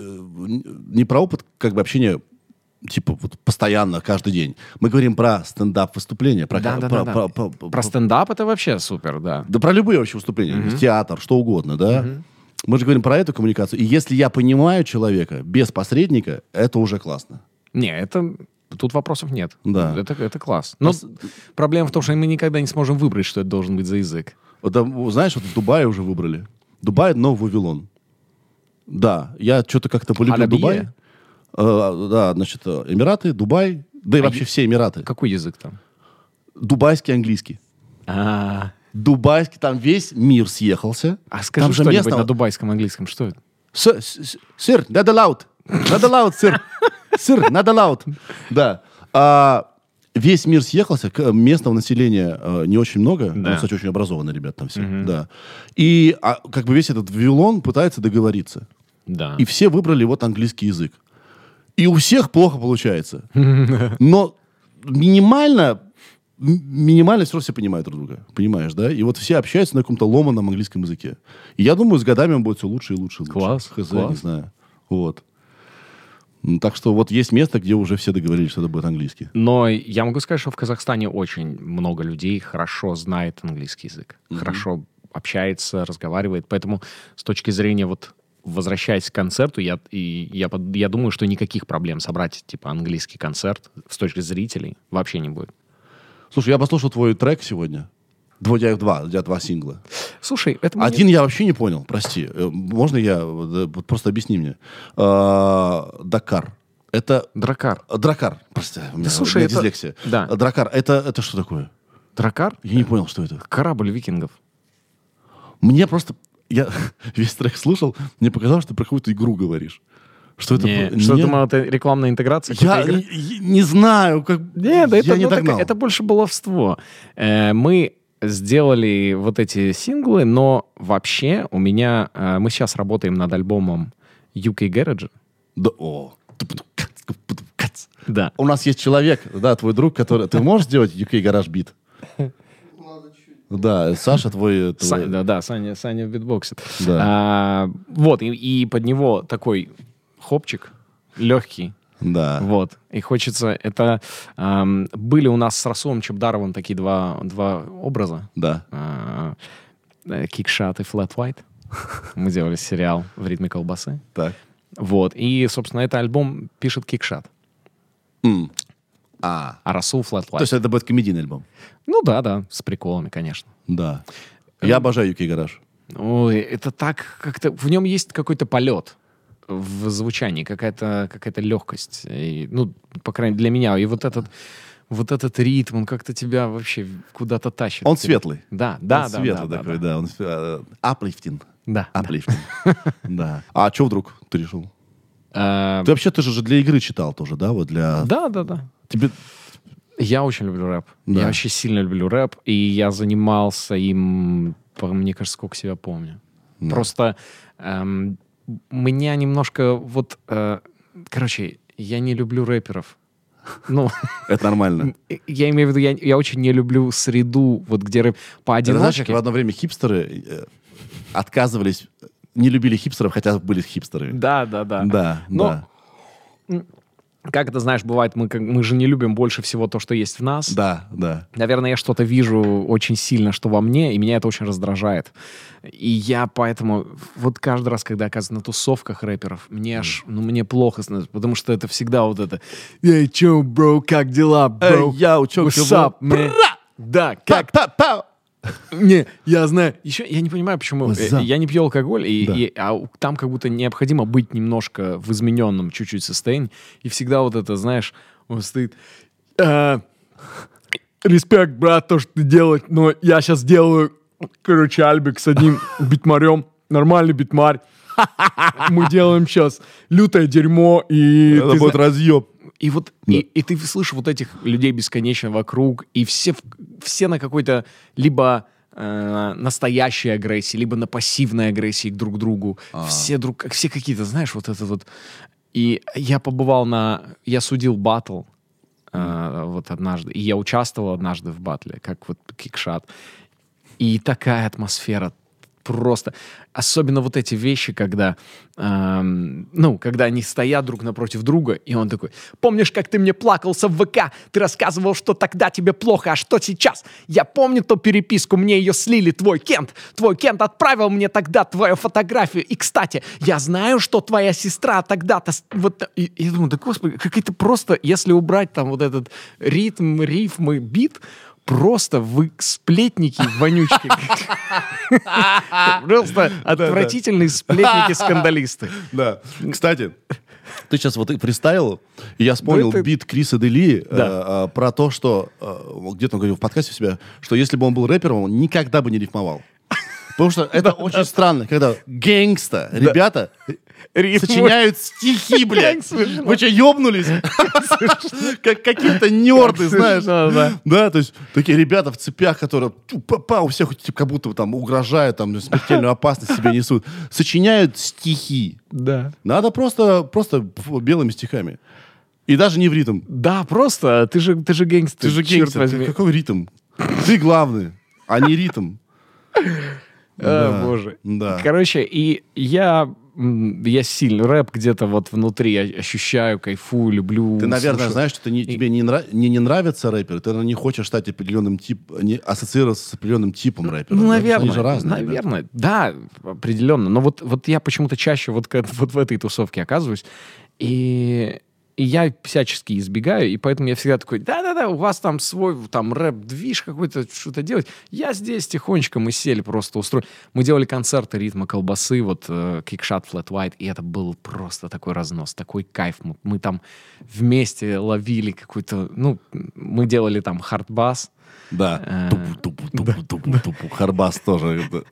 не про опыт как бы общения типа вот постоянно, каждый день. Мы говорим про стендап-выступления. Про, Да, да, про, да, про- да. про- Про про- стендап это вообще супер, да. да про любые вообще выступления. Театр, что угодно, да? Мы же говорим про эту коммуникацию. И если я понимаю человека без посредника, это уже классно. Не, это... Тут вопросов нет. Да. Это, это класс. Но проблема в том, что мы никогда не сможем выбрать, что это должен быть за язык. Вот, там, знаешь, вот в Дубае уже выбрали. Дубай — новый Вавилон. Да, я что-то как-то полюбил Арабия? Дубай. Э, да, значит, э, Эмираты, Дубай, да и А вообще е- все Эмираты. Какой язык там? Дубайский, английский. А, Дубайский, там весь мир съехался. а скажи там же что-нибудь местного- на дубайском английском. Что это? С- с- Сыр, надо лаут. Надо лаут, сыр. Сыр, надо лаут. Да. А, весь мир съехался, к- местного населения э, не очень много. Да. Ну, кстати, очень образованные ребята там все. Да. И а, как бы весь этот Вавилон пытается договориться. Да. И все выбрали вот английский язык. И у всех плохо получается. Но минимально, м- минимально все равно все понимают друг друга. Понимаешь, да? И вот все общаются на каком-то ломаном английском языке. И я думаю, с годами он будет все лучше и лучше. и лучше. Класс, Хз, класс. не знаю. Вот. Ну, так что вот есть место, где уже все договорились, что это будет английский. Но я могу сказать, что в Казахстане очень много людей хорошо знает английский язык. Хорошо общается, разговаривает. Поэтому с точки зрения вот возвращаясь к концерту, я, и, я, под- я думаю, что никаких проблем собрать типа английский концерт с точки зрителей вообще не будет. Слушай, я послушал твой трек сегодня. Два, у тебя два, у тебя два сингла. Слушай, это мне- Один я вообще не понял, прости. Э, Можно я, вот, вот просто объясни мне. А, Дакар. Это... Дракар. а, Дракар, прости, у меня, слушай, у меня это- дислексия. да. А, Дракар, это, это что такое? Дракар? Я не понял, что это. Корабль викингов. Мне просто... Я весь трек слушал, мне показалось, что ты про какую-то игру говоришь. Что это... Не, про- что Нет. думал, это рекламная интеграция? Я какой-то игры? не, не знаю, как... Нет, да я это, не ну, так- догнал. это больше баловство. Э, мы сделали вот эти синглы, но вообще у меня... э, мы сейчас работаем над альбомом ю кей Garage. Да, о. Да. У нас есть человек, да, твой друг, который... Ты можешь сделать ю кей Garage бит? Да, Саша твой... твой- Саня, да, да, Саня, Саня битбоксит. Да. А, вот, и, и под него такой хопчик легкий. Да. Вот. И хочется... Это... ам, были у нас с Расулом Чебдаровым такие два, два образа. Да. А, э, Кикшат и Flat White. Мы делали сериал в ритме колбасы. Так. Вот. И, собственно, этот альбом пишет Кикшат. М. А. А Расул Flat White. То есть это будет комедийный альбом? Ну да, да, с приколами, конечно. Да. Я обожаю ю кей Garage. Ой, это так как-то... В нем есть какой-то полет в звучании, какая-то какая легкость. И, ну, по крайней мере, для меня. И вот этот... вот этот ритм, он как-то тебя вообще куда-то тащит. Он светлый. Да, да, Он да. светлый да, такой, да, да. Он э, uplifting. да. Да. Uplifting. Да. А что вдруг ты решил? Э, Ты вообще, ты же для игры читал тоже, да? Вот для... Да, да, да. Тебе... Я очень люблю рэп. Да. Я вообще сильно люблю рэп, и я занимался им, по- мне кажется, сколько себя помню. Да. Просто эм, меня немножко вот... э, короче, я не люблю рэперов. Ну, Это нормально. я имею в виду, я, я очень не люблю среду, вот где рэп Это знаешь, как поодиночке. в одно время хипстеры э, отказывались, не любили хипстеров, хотя были хипстерами. Да, да, да. Да, Но- да. Как это, знаешь, бывает, мы, как- мы же не любим больше всего то, что есть в нас. Да, да. Наверное, я что-то вижу очень сильно, что во мне, и меня это очень раздражает. И я поэтому вот каждый раз, когда оказываюсь на тусовках рэперов, мне аж, ну, мне плохо становится, потому что это всегда вот это «Эй, чё, бро, как дела, бро? Эй, яу, чё, What's чё, up, man?» Да, как Па-па-па! Не, я знаю. Еще я не понимаю, почему. What's up? Я не пью алкоголь, и, Да. и- а у- там как будто необходимо быть немножко в измененном чуть-чуть состоянии. И всегда вот это, знаешь, он стоит. «А, респект, брат, то, что ты делаешь, но я сейчас делаю, короче, альбик с одним битмарем. Нормальный битмарь. Мы делаем сейчас лютое дерьмо, и... Это ты будет зна- разъеб. и вот и, и ты слышишь вот этих людей бесконечно вокруг, и все, в- все на какой-то либо э, настоящей агрессии, либо на пассивной агрессии друг к другу. Все друг, как все какие-то, знаешь, вот это вот. И я побывал на, я судил батл э, вот однажды, и я участвовал однажды в батле, как вот кикшат. И такая атмосфера. Просто. Особенно вот эти вещи, когда, эм, ну, когда они стоят друг напротив друга, и он такой: «Помнишь, как ты мне плакался в ВК? Ты рассказывал, что тогда тебе плохо, а что сейчас? Я помню ту переписку, мне ее слили твой Кент. Твой Кент отправил мне тогда твою фотографию. И, кстати, я знаю, что твоя сестра тогда-то...» с- Вот, и, и я думаю, да господи, какие-то просто, если убрать там вот этот ритм, рифм и бит, просто вы сплетники вонючки. Просто отвратительные сплетники-скандалисты. Да. Кстати, ты сейчас вот и фристайл, и я вспомнил это- бит Криса Дели э, Да. э, про то, что э, где-то он говорил в подкасте у себя, что если бы он был рэпером, он никогда бы не рифмовал. Потому что это очень странно, когда гэнгста, ребята Рифмуют. сочиняют стихи, блядь. Как смешно. Вы что, ёбнулись? Как какие-то нерды, знаешь. смешно, да. Да, то есть такие ребята в цепях, которые па-па, у всех типа, как будто там угрожают, там смертельную опасность себе несут, сочиняют стихи. Да. Надо просто, просто фу, белыми стихами. И даже не в ритм. Да, просто, ты же, ты же гэнгстер, Ты же черт гангстер. возьми. Какой ритм? Ты главный, а не ритм. А, Да, боже. да. Короче, и я, м, я сильно рэп где-то вот внутри о- ощущаю, кайфую, люблю. Ты, наверное, слушаю. знаешь, что ты не- тебе не, нра- не, не нравятся рэперы, ты наверное, не хочешь стать определенным типом, не ассоциироваться с определенным типом рэпера. Ну, да? наверное, Они же разные. ребята. наверное, да, определенно. Но вот, вот я почему-то чаще вот, к- вот в этой тусовке оказываюсь, и, и я всячески избегаю, и поэтому я всегда такой: да-да-да, у вас там свой там рэп-движ какой-то, что-то делать. Я здесь тихонечко, мы сели просто устроили. Мы делали концерты ритма колбасы, вот э, Kickshot Flat White, и это был просто такой разнос, такой кайф. Мы, мы там вместе ловили какой-то, ну, мы делали там хардбас. Да. Э, Тупу-тупу-тупу-тупу-тупу. Харбас тоже. это-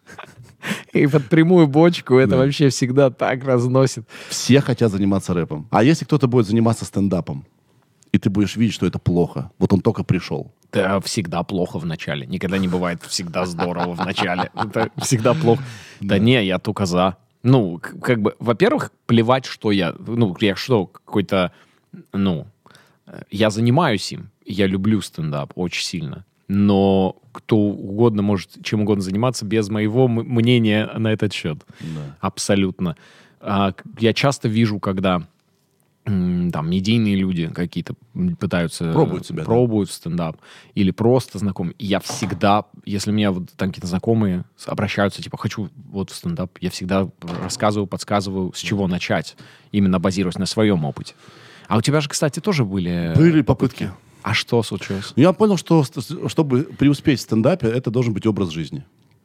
И под прямую бочку это Да. вообще всегда так разносит. Все хотят заниматься рэпом. А если кто-то будет заниматься стендапом, и ты будешь видеть, что это плохо, вот он только пришел. Да, всегда плохо в начале. Никогда не бывает всегда здорово в начале. Это всегда плохо. Да не, я только за. Ну, к- как бы, во-первых, плевать, что я... Ну, я что, какой-то... Ну, э, я занимаюсь им. Я люблю стендап очень сильно. Но кто угодно может чем угодно заниматься без моего м- мнения на этот счет. Да. Абсолютно. А, к- я часто вижу, когда м, там медийные люди какие-то м, пытаются... Пробуют себя, да. Пробуют стендап. Или просто знакомые. И я всегда, если меня вот там какие-то знакомые с- обращаются, типа, хочу вот в стендап, я всегда рассказываю, подсказываю, с чего начать. Именно базируясь на своем опыте. А у тебя же, кстати, тоже были... Были попытки. А что случилось? Я понял, что с- чтобы преуспеть в стендапе, это должен быть образ жизни.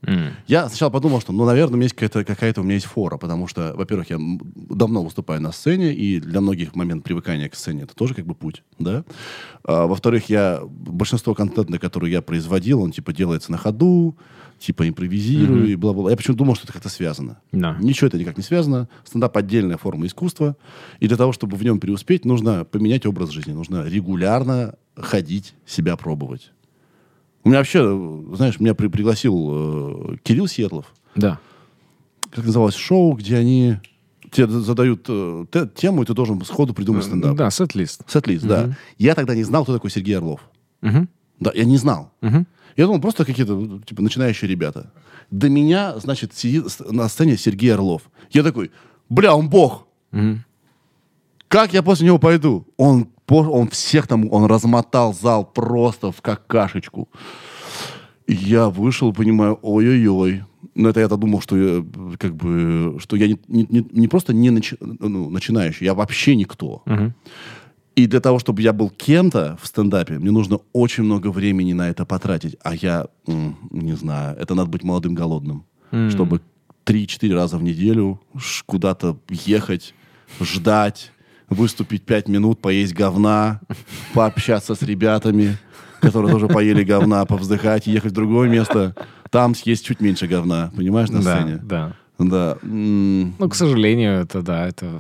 М. Я сначала подумал, что, ну, наверное, у меня есть какая-то, какая-то у меня есть фора, потому что, во-первых, я м, давно выступаю на сцене, и для многих момент привыкания к сцене это тоже как бы путь, да. А, во-вторых, я большинство контента, который я производил, он типа делается на ходу, типа импровизирую и бла-бла. Я почему-то думал, что это как-то связано. Да. Ничего это никак не связано. Стендап отдельная форма искусства, и для того, чтобы в нем преуспеть, нужно поменять образ жизни, нужно регулярно ходить, себя пробовать. У меня вообще, знаешь, меня при- пригласил э, Кирилл Сетлов. Да. Как называлось шоу, где они тебе задают э, те- тему, и ты должен сходу придумать стендап. Да, сет-лист. Сет-лист, да. Я тогда не знал, кто такой Сергей Орлов. Мгм. Да, я не знал. Мгм. Я думал, просто какие-то типа начинающие ребята. До меня, значит, сидит с- на сцене Сергей Орлов. Я такой, бля, он бог. Мгм. Как я после него пойду? Он, по- он всех там, он размотал зал просто в какашечку. И я вышел, понимаю, ой-ой-ой. Но это я-то думал, что я, как бы, что я не, не- не- не просто не начи- ну, начинающий, я вообще никто. Мгм. И для того, чтобы я был кем-то в стендапе, мне нужно очень много времени на это потратить. А я, м, не знаю, это надо быть молодым голодным. Чтобы три-четыре раза в неделю ш- куда-то ехать, ждать, выступить пять минут, поесть говна, пообщаться с ребятами, которые тоже поели говна, повздыхать, ехать в другое место, там съесть чуть меньше говна, понимаешь, на Да, сцене. да. Да. М, Ну, к сожалению, это да, это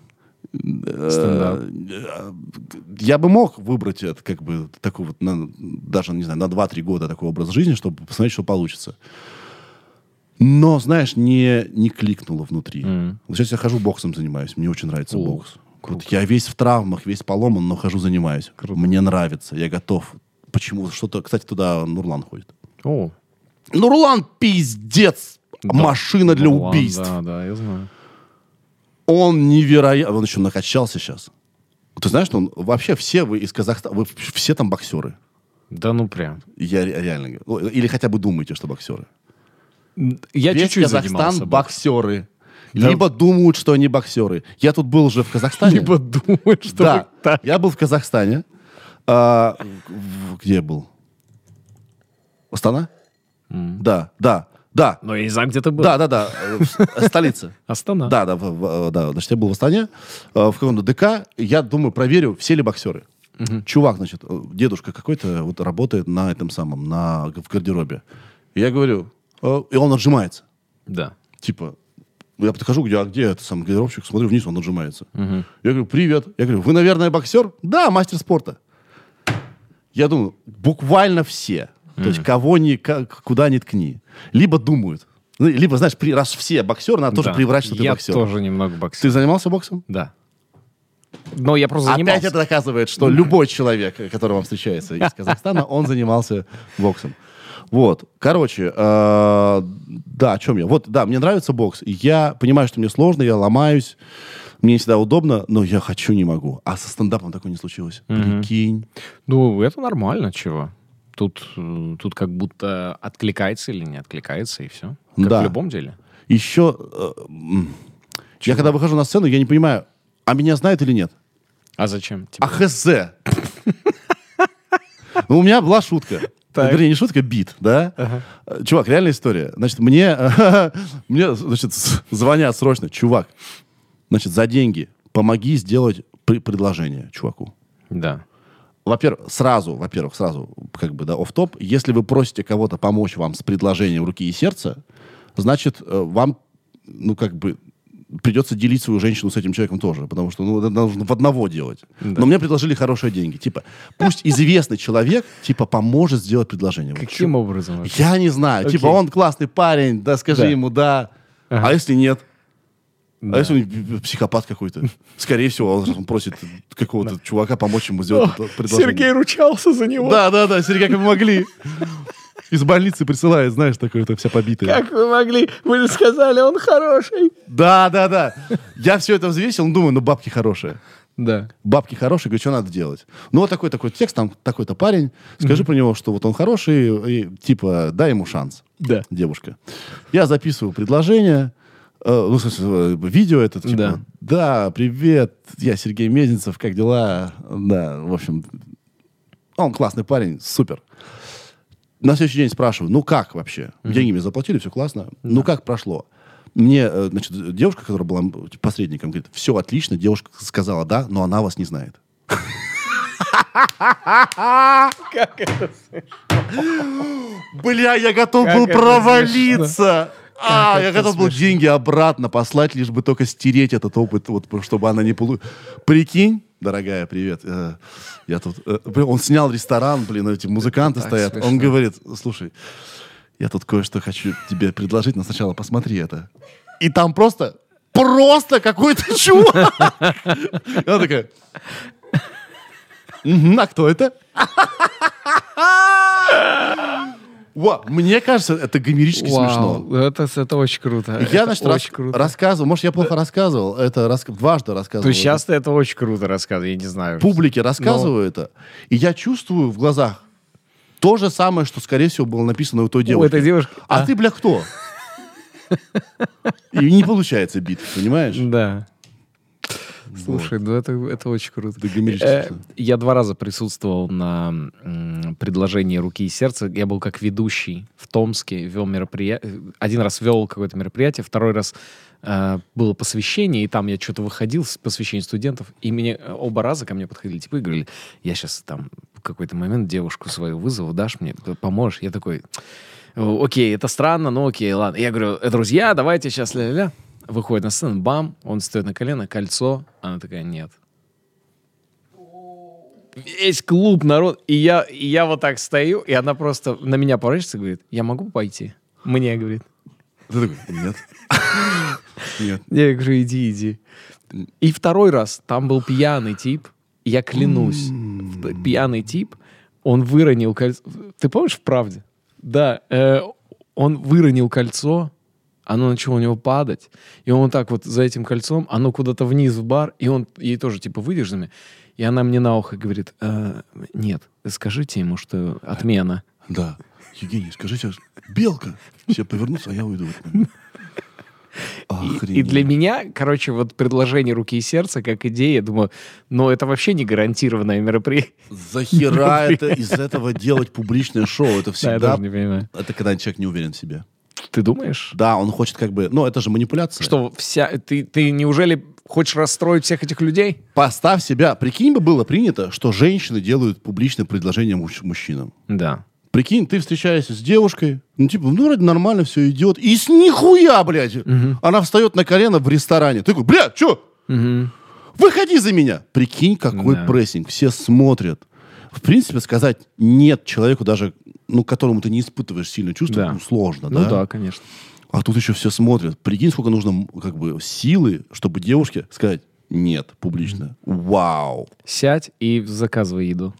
стендап. э, Я бы мог выбрать это, как бы, такой вот, на- даже, не знаю, на два-три года такой образ жизни, чтобы посмотреть, что получится. Но, знаешь, не, не кликнуло внутри. Мгм. Вот сейчас я хожу боксом занимаюсь, мне очень нравится О, бокс. круто. Вот я весь в травмах, весь поломан, но хожу занимаюсь. Круто. Мне нравится, я готов. Почему? Что-то, кстати, туда Нурлан ходит. О, Нурлан пиздец! да. Машина для Нурлан, убийств. Да, да, я знаю. Он невероятно... Он еще накачался сейчас. Ты знаешь, что он... Вообще все вы из Казахстана... Вы все там боксеры. Да ну прям. Я ре- реально говорю. Ну, или хотя бы думаете, что боксеры. Я Весь чуть-чуть Казахстан занимался. боксеры. Да. Либо думают, что они боксеры. Я тут был уже в Казахстане. Либо думают, что Да, вы так. я был в Казахстане. А, в- где я был? Астана? Да, да, да. Но я не знаю, где ты был. Да, да, да. э, в- Столица. Астана. Да, да, в- в- да. Значит, я был в Астане, э, в каком-то ДК. Я думаю, проверю, все ли боксеры. Чувак, значит, э, дедушка какой-то вот работает на этом самом, на, в гардеробе. И я говорю, э, и он отжимается. Да. Типа, я подхожу, где, а где это сам гардеробщик, смотрю вниз, он отжимается. Я говорю, привет. Я говорю, вы, наверное, боксер? Да, мастер спорта. Я думаю, буквально все. То есть кого ни, как, куда ни ткни. Либо думают. Ну, либо, знаешь, при, раз все боксеры, надо тоже Да. приврать, что ты я боксер. тоже немного боксер. Ты занимался боксом? Да. Но я просто занимался. Опять это доказывает, что любой человек, который вам встречается из Казахстана, он занимался боксом. Вот. Короче, э, да, о чем я? Вот, да, мне нравится бокс. И я понимаю, что мне сложно, я ломаюсь. Мне не всегда удобно, но я хочу, не могу. А со стендапом такое не случилось. Прикинь. Ну, это нормально, чего. Тут, э, тут как будто откликается или не откликается, и все. Как Да. в любом деле. Еще... э, м, я когда выхожу на сцену, я не понимаю, а меня знают или нет? А зачем? Типа, А хз. Ну, у меня была шутка. Так. Вернее, не шутка, бит, да? Э, Чувак, реальная история. Значит, мне, мне значит, с- звонят срочно. Чувак, значит, за деньги помоги сделать пр- предложение чуваку. Да. Во-первых, сразу, во-первых, сразу, как бы, да, офф-топ. Если вы просите кого-то помочь вам с предложением руки и сердца, значит, э, вам, ну, как бы, придется делить свою женщину с этим человеком тоже, потому что, ну, это нужно в одного делать. Да. Но мне предложили хорошие деньги. Типа, пусть известный человек, типа, поможет сделать предложение. Вот Каким чё? образом? вообще? Я не знаю. Окей. Типа, он классный парень, да, скажи Да. ему да. Ага. А если нет? Да. А если он психопат какой-то? Скорее всего, он, он просит какого-то чувака помочь ему сделать это предложение. Сергей ручался за него. Да, да, да, Сергей, как вы могли. Из больницы присылает, знаешь, такое, это вся побитая. Как вы могли? Вы же сказали, он хороший. Да, да, да. Я все это взвесил, ну, думаю, ну, бабки хорошие. Да. Бабки хорошие, говорю, что надо делать? Ну, вот такой такой текст, там такой-то парень, скажи про него, что вот он хороший, и, типа, дай ему шанс, Да. девушка. Я записываю предложение, э, ну, в смысле, э, видео это, типа, Да. да, привет, я Сергей Мезенцев, как дела? Да, в общем, он классный парень, супер. На следующий день спрашиваю, ну как вообще? Mm-hmm. Деньги мне заплатили, все классно. Mm-hmm. Ну как прошло? Мне, значит, девушка, которая была посредником, говорит, все отлично, девушка сказала да, но она вас не знает. Как это смешно. Бля, я готов был провалиться. А, я готов был деньги обратно послать, лишь бы только стереть этот опыт, вот, чтобы она не получила. Прикинь, дорогая, привет. э, Я тут... э, блин, Он снял ресторан, блин, эти музыканты Так стоят. смешно. Он говорит, слушай, я тут кое-что хочу тебе предложить, но сначала посмотри это. И там просто, просто какой-то чувак. И она такая... «Мгм, а кто это?» Во, мне кажется, это гомерически Вау, смешно. это, это очень круто. Я, это значит, очень рас- круто. рассказывал, может, я плохо рассказывал, это рас- дважды рассказывал. То есть сейчас ты это очень круто рассказываешь, я не знаю. Публике рассказываю это, и я чувствую в глазах то же самое, что, скорее всего, было написано у той девушки. этой девушки, А а? ты, бля, кто? И не получается бит, понимаешь? Да. Слушай, ну это, это очень круто. Это гомерически Э, смешно. Я два раза присутствовал на м, предложении «Руки и сердца». Я был как ведущий в Томске, вел мероприятие. Один раз вел какое-то мероприятие, второй раз э, было посвящение, и там я что-то выходил с посвящения студентов, и мне э, оба раза ко мне подходили типа и говорили, я сейчас там в какой-то момент девушку свою вызову, дашь мне, поможешь? Я такой, окей, это странно, но окей, ладно. Я говорю, друзья, давайте сейчас ля-ля-ля. Выходит на сцену, бам, он стоит на колено, кольцо. Она такая, нет. Весь клуб, народ. И я, и я вот так стою, и она просто на меня поворачивается и говорит, я могу пойти? Мне, говорит. Ты такой, нет. Нет. Я говорю, иди, иди. И второй раз, там был пьяный тип, и я клянусь, в- пьяный тип, он выронил кольцо. Ты помнишь в «Правде»? Да, э, он выронил кольцо, оно начало у него падать, и он вот так вот за этим кольцом, оно куда-то вниз в бар, и он ей тоже типа, выйдешь за меня? И она мне на ухо говорит, «Э, нет, скажите ему, что отмена. Да. Евгений, скажите, белка. Все повернутся, а я уйду. И, и для меня, короче, вот предложение «Руки и сердца» как идея, я думаю, ну это вообще не гарантированное мероприятие. Захера это из этого делать публичное шоу. Это Да, я всегда... даже не понимаю. Это когда человек не уверен в себе. Ты думаешь? Да, он хочет как бы... Ну, это же манипуляция. Что вся... Ты, ты неужели хочешь расстроить всех этих людей? Поставь себя... Прикинь бы, было принято, что женщины делают публичное предложение муж- мужчинам. Да. Прикинь, ты встречаешься с девушкой, ну, типа, ну, вроде нормально все идет, и с нихуя, блядь, она встает на колено в ресторане. Ты такой, бля, чё? Выходи за меня! Прикинь, какой Да. прессинг. Все смотрят. В принципе, сказать нет человеку, даже, ну, которому ты не испытываешь сильно чувства, Да. ну, сложно, Ну да? да, конечно. А тут еще все смотрят. Прикинь, сколько нужно, м, как бы, силы, чтобы девушке сказать нет публично. Вау! Сядь и заказывай еду.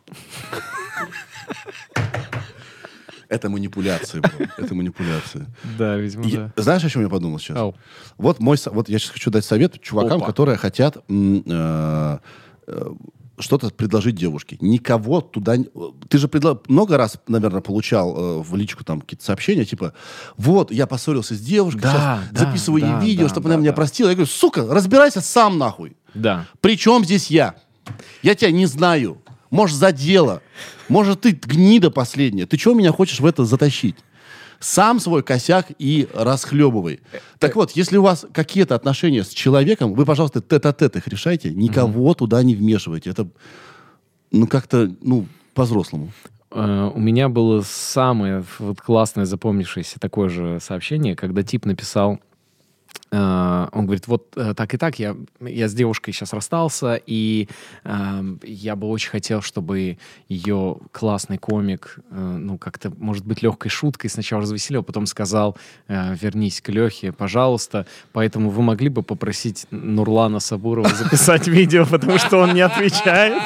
Это манипуляция, бро. Это манипуляция. Да, видимо, Я- Знаешь, о чем я подумал сейчас? Ау. Вот мой, со- вот я сейчас хочу дать совет чувакам, Опа. которые хотят м, э, э, что-то предложить девушке. Никого туда... не- Ты же предла- много раз, наверное, получал э, в личку там какие-то сообщения, типа, вот, я поссорился с девушкой, Да, сейчас да, записываю ей да, видео, да, чтобы да, она меня да. простила. Я говорю, сука, разбирайся сам нахуй. Да. Причем здесь я? Я тебя не знаю. Может, за дело. Может, ты гнида последняя. Ты чего меня хочешь в это затащить? Сам свой косяк и расхлебывай. Так вот, если у вас какие-то отношения с человеком, вы, пожалуйста, тет-а-тет их решайте, никого туда не вмешивайте. Это, ну, как-то, ну, по-взрослому. Э, У меня было самое вот классное запомнившееся такое же сообщение, когда тип написал, э, он говорит, вот э, так и так, я, я с девушкой сейчас расстался, и э, я бы очень хотел, чтобы ее классный комик, э, ну, как-то, может быть, легкой шуткой сначала развеселил, потом сказал, э, вернись к Лехе, пожалуйста, поэтому вы могли бы попросить Нурлана Сабурова записать видео, потому что он не отвечает.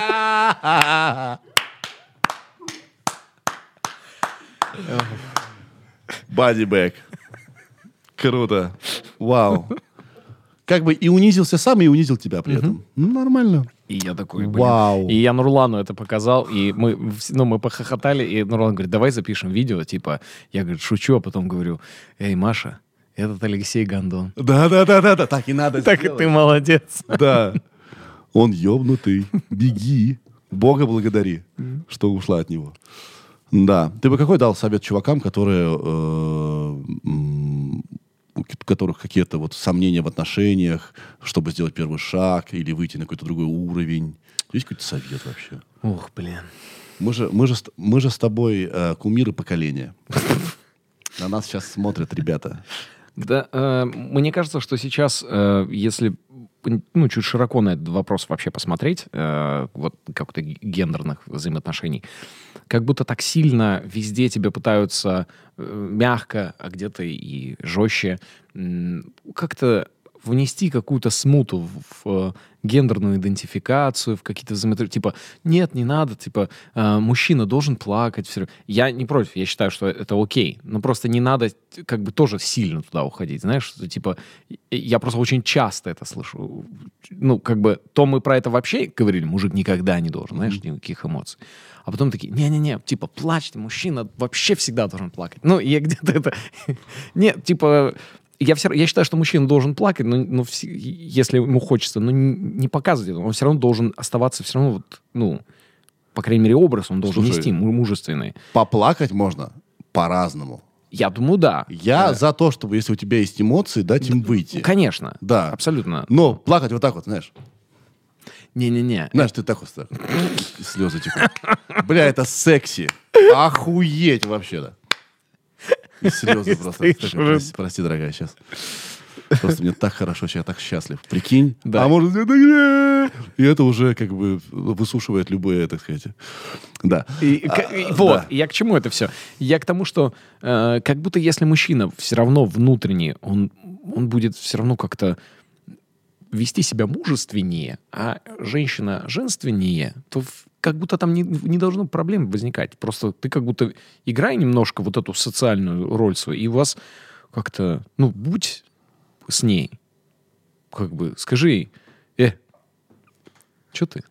Бодибэк. Круто. Вау. Как бы и унизился сам, и унизил тебя при этом. Ну, нормально. И я такой, блин. Вау. И я Нурлану это показал, и мы, вс- ну, мы похохотали, и Нурлан говорит, давай запишем видео, типа, я, говорю, шучу, а потом говорю, эй, Маша, этот Алексей Гондон. Да-да-да-да-да. Так и надо Так и сделать. ты молодец. Да. Он ёбнутый. Беги. Бога благодари, что ушла от него. Да. Ты бы какой дал совет чувакам, которые, э, м, у которых какие-то вот сомнения в отношениях, чтобы сделать первый шаг или выйти на какой-то другой уровень? Есть какой-то совет вообще? Ух, блин. Мы же, мы же, с- мы же с тобой э, кумиры поколения. На нас сейчас смотрят ребята. Да, э, мне кажется, что сейчас, э, если ну, чуть широко на этот вопрос вообще посмотреть, э, вот как-то г- гендерных взаимоотношений, как будто так сильно везде тебя пытаются э, мягко, а где-то и жестче м, как-то внести какую-то смуту в, в гендерную идентификацию, в какие-то взаимоотношения. Типа, нет, не надо, типа, э, мужчина должен плакать. Все. Я не против, я считаю, что это окей. Но просто не надо как бы тоже сильно туда уходить. Знаешь, что, типа, я просто очень часто это слышу. Ну, как бы, то мы про это вообще говорили, мужик никогда не должен, знаешь, никаких эмоций. А потом такие, не-не-не, типа, плачь, мужчина вообще всегда должен плакать. Ну, я где-то это... Нет, типа... Я, все, я считаю, что мужчина должен плакать, но, но все, если ему хочется, но не, не показывать это. Он все равно должен оставаться все равно, вот, ну, по крайней мере, образ он должен Слушай, нести, му- мужественный. Поплакать можно по-разному. Я думаю, да. Я Да. за то, чтобы, если у тебя есть эмоции, дать им выйти. Конечно. Да. Абсолютно. Но плакать вот так вот, знаешь. Не-не-не. Знаешь, ты так вот так. Слезы текут. Бля, это секси. Охуеть вообще-то. И слезы просто. Стоишь Так, уже. Прости, прости, дорогая, сейчас. Просто мне так хорошо, я так счастлив. Прикинь. Да. А может, это... И это уже как бы высушивает любые, так сказать. Да. И, и- А, и вот, да. я к чему это все? Я к тому, что э, как будто если мужчина все равно внутренне, он, он будет все равно как-то вести себя мужественнее, а женщина женственнее, то в- как будто там не, не должно проблем возникать. Просто ты как будто играй немножко вот эту социальную роль свою, и у вас как-то, ну, будь с ней. Как бы скажи ей, э, что ты?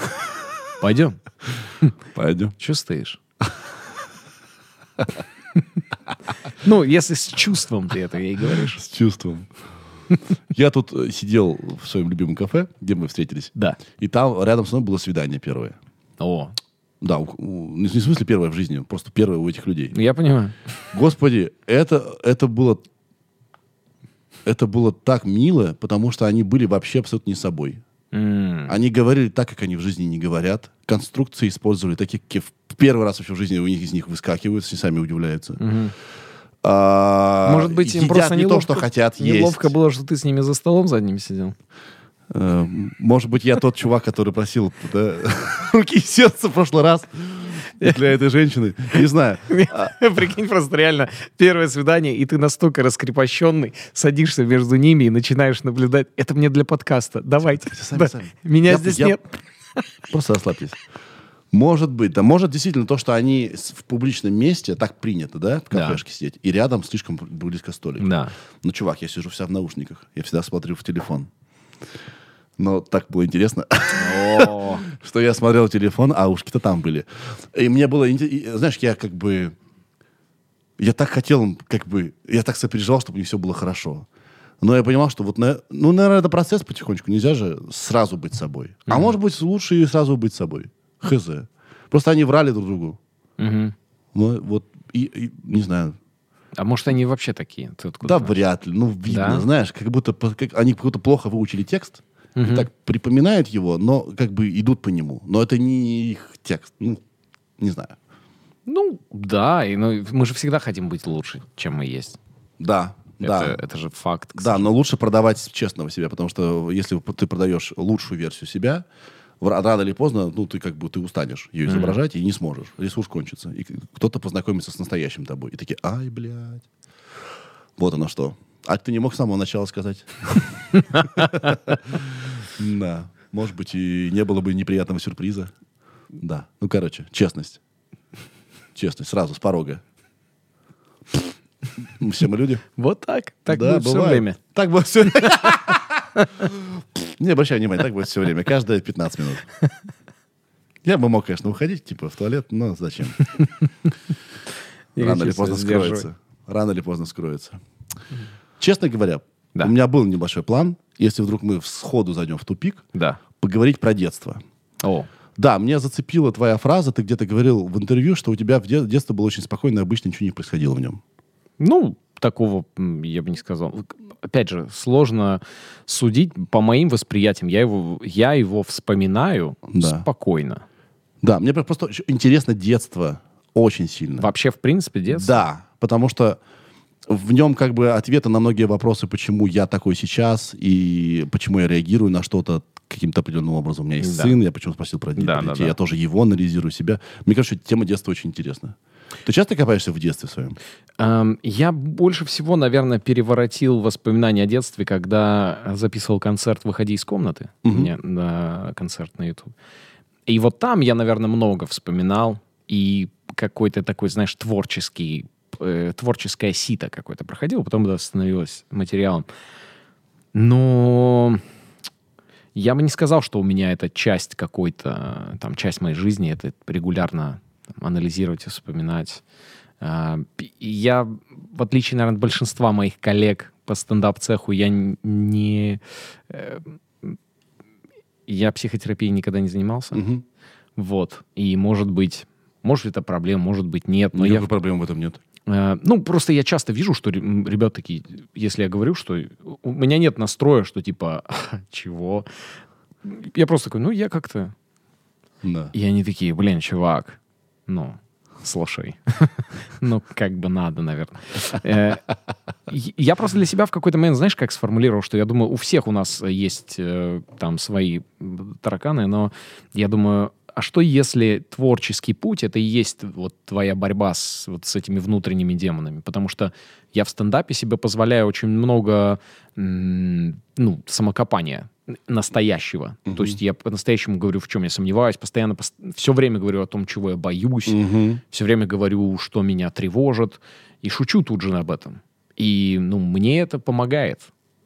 Пойдем. Пойдем. Че стоишь? Ну, если с чувством ты это ей говоришь. С чувством. Я тут э, сидел в своем любимом кафе, где мы встретились. Да. И там рядом со мной было свидание первое. О, Да, у- у- не в смысле первое в жизни, просто первое у этих людей. я понимаю. Господи, это, это было... Это было так мило, потому что они были вообще абсолютно не собой. М, Они говорили так, как они в жизни не говорят. Конструкции использовали такие, какие в первый раз вообще в жизни у них из них выскакивают, все сами удивляются. мгм. А, Может быть, им едят просто не неловко, то, что хотят есть. неловко было, что ты с ними за столом за ними сидел. Э, Может быть, я тот чувак, который просил да, руки и сердце в прошлый раз для этой женщины. Не знаю. Прикинь, просто реально первое свидание, и ты настолько раскрепощенный, садишься между ними и начинаешь наблюдать. Это мне для подкаста. Давайте. Сами, Да. сами. Меня Я- здесь я- нет. Просто расслабьтесь. Может быть, да. Может действительно то, что они с- в публичном месте, так принято, да, в Да. кафешке сидеть, и рядом слишком близко столик. Да. Ну, чувак, я сижу вся в наушниках. Я всегда смотрю в телефон. Но так было интересно, О, что я смотрел телефон, а ушки-то там были. И мне было... инте- и, знаешь, я как бы... Я так хотел, им, как бы... Я так сопереживал, чтобы у них все было хорошо. Но я понимал, что вот... на- Ну, наверное, это процесс потихонечку. Нельзя же сразу быть собой. А может быть, лучше и сразу быть собой. Хз. Просто они врали друг другу. мгм. Ну, вот... И, и не знаю... А может, они вообще такие? Ты откуда Да, знаешь? вряд ли. Ну, видно, Да? знаешь, как будто по- как, они как будто плохо выучили текст, и так припоминают его, но как бы идут по нему. Но это не их текст. Ну, не знаю. Ну, да, и, ну, мы же всегда хотим быть лучше, чем мы есть. Да, да. Это, это же факт. к Да, но лучше продавать честного себя, потому что если ты продаешь лучшую версию себя, в- рано или поздно, ну, ты как бы ты устанешь ее изображать и не сможешь. Ресурс кончится. И кто-то познакомится с настоящим тобой. И такие, ай, блядь. Вот оно что. А ты не мог с самого начала сказать? Да. Может быть, и не было бы неприятного сюрприза. Да. Ну, короче, честность. Честность. Сразу, с порога. Все мы люди. Вот так. Так Да, будет все бывает. время. Так будет все время. Не обращай внимания, так будет все время. Каждые пятнадцать минут. Я бы мог, конечно, уходить, типа, в туалет, но зачем? Я Рано или хочу себя поздно сдерживать. скроется. Рано или поздно скроется. Честно говоря, Да. у меня был небольшой план, если вдруг мы сходу зайдем в тупик, Да. поговорить про детство. О. Да, меня зацепила твоя фраза, ты где-то говорил в интервью, что у тебя в де- детство было очень спокойно, обычно ничего не происходило в нем. Ну, такого м, я бы не сказал. Опять же, сложно судить по моим восприятиям. Я его, я его вспоминаю Да. спокойно. Да, мне просто очень интересно детство очень сильно. Вообще, в принципе, детство. Да, потому что в нем как бы ответы на многие вопросы, почему я такой сейчас и почему я реагирую на что-то каким-то определенным образом. У меня есть Да. сын, я почему спросил про, Да, про да, детей, да. я тоже его анализирую, себя. Мне кажется, что тема детства очень интересна. Ты часто копаешься в детстве своем? Эм, я больше всего, наверное, переворотил воспоминания о детстве, когда записывал концерт «Выходи из комнаты». У меня да, концерт на YouTube. И вот там я, наверное, много вспоминал. И какой-то такой, знаешь, творческий, э, творческое сито какое-то проходило. Потом это становилось материалом. Но я бы не сказал, что у меня это часть какой-то, там, часть моей жизни. Это регулярно там, анализировать и вспоминать. А, и я, в отличие, наверное, от большинства моих коллег по стендап-цеху, я не... э, я психотерапией никогда не занимался. Мгм. Вот. И, может быть, может это проблема, может быть, нет. Но я, Никакой проблемы в этом нет. э, ну, просто я часто вижу, что ре- м, ребят такие, если я говорю, что у меня нет настроя, что типа, чего? Я просто такой, ну, я как-то... Да. И они такие, блин, чувак, ну, слушай, ну, как бы надо, наверное. Э, и- Я просто для себя в какой-то момент, знаешь, как сформулировал, что я думаю, у всех у нас есть э, там свои м, тараканы, но я думаю, а что если творческий путь — это и есть вот твоя борьба с, вот с этими внутренними демонами? Потому что я в стендапе себе позволяю очень много м, ну, самокопания настоящего. То есть я по-настоящему говорю, в чем я сомневаюсь, постоянно, все время говорю о том, чего я боюсь, Мгм. все время говорю, что меня тревожит, и шучу тут же об этом. И, ну, мне это помогает.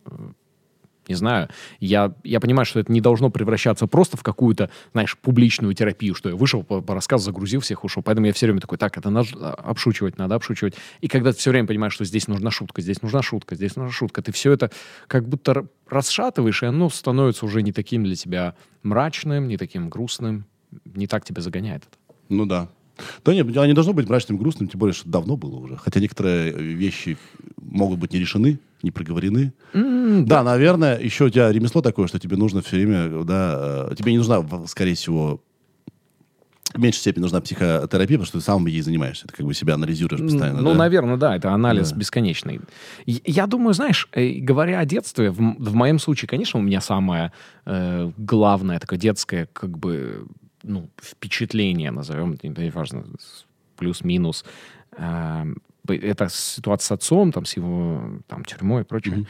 Не знаю, я, я понимаю, что это не должно превращаться просто в какую-то, знаешь, публичную терапию, что я вышел по, по рассказу, загрузил всех, ушел. Поэтому я все время такой, так, это надо обшучивать, надо обшучивать. И когда ты все время понимаешь, что здесь нужна шутка, здесь нужна шутка, здесь нужна шутка, ты все это как будто р- расшатываешь, и оно становится уже не таким для тебя мрачным, не таким грустным, не так тебя загоняет это. Ну да. Да нет, дело не должно быть мрачным, грустным, тем более, что давно было уже. Хотя некоторые вещи могут быть не решены, не проговорены. Да, наверное, еще у тебя ремесло такое, что тебе нужно все время, да, э, тебе не нужна, в- скорее всего, в меньшей степени нужна психотерапия, потому что ты сам ей занимаешься, ты как бы себя анализируешь постоянно. Ну, да? наверное, да, это анализ Да. бесконечный. И- Я думаю, знаешь, э, говоря о детстве, в, м- в моем случае, конечно, у меня самое э, главное такое детское, как бы, ну, впечатление, назовем, это неважно, с- плюс-минус. э, б- это ситуация с отцом, там, с его там, тюрьмой и прочее.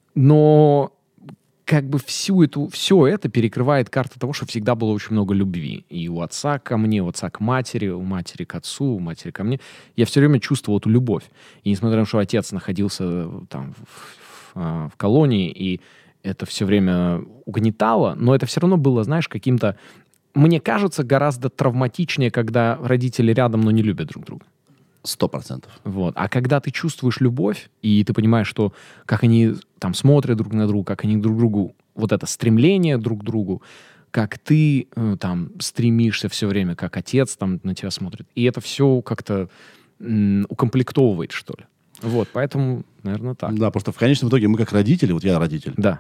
Но как бы всю эту, все это перекрывает карта того, что всегда было очень много любви. И у отца ко мне, у отца к матери, у матери к отцу, у матери ко мне. Я все время чувствовал эту любовь. И несмотря на то, что отец находился э, там в, в, а, в колонии, и это все время угнетало, но это все равно было, знаешь, каким-то, мне кажется, гораздо травматичнее, когда родители рядом, но не любят друг друга. Сто процентов. Вот. А когда ты чувствуешь любовь, и ты понимаешь, что как они там смотрят друг на друга, как они друг другу, вот это стремление друг к другу, как ты э, там стремишься все время, как отец там на тебя смотрит. И это все как-то м, укомплектовывает, что ли. Вот, поэтому, наверное, так. Да, просто в конечном итоге мы как родители, вот я родитель, Да,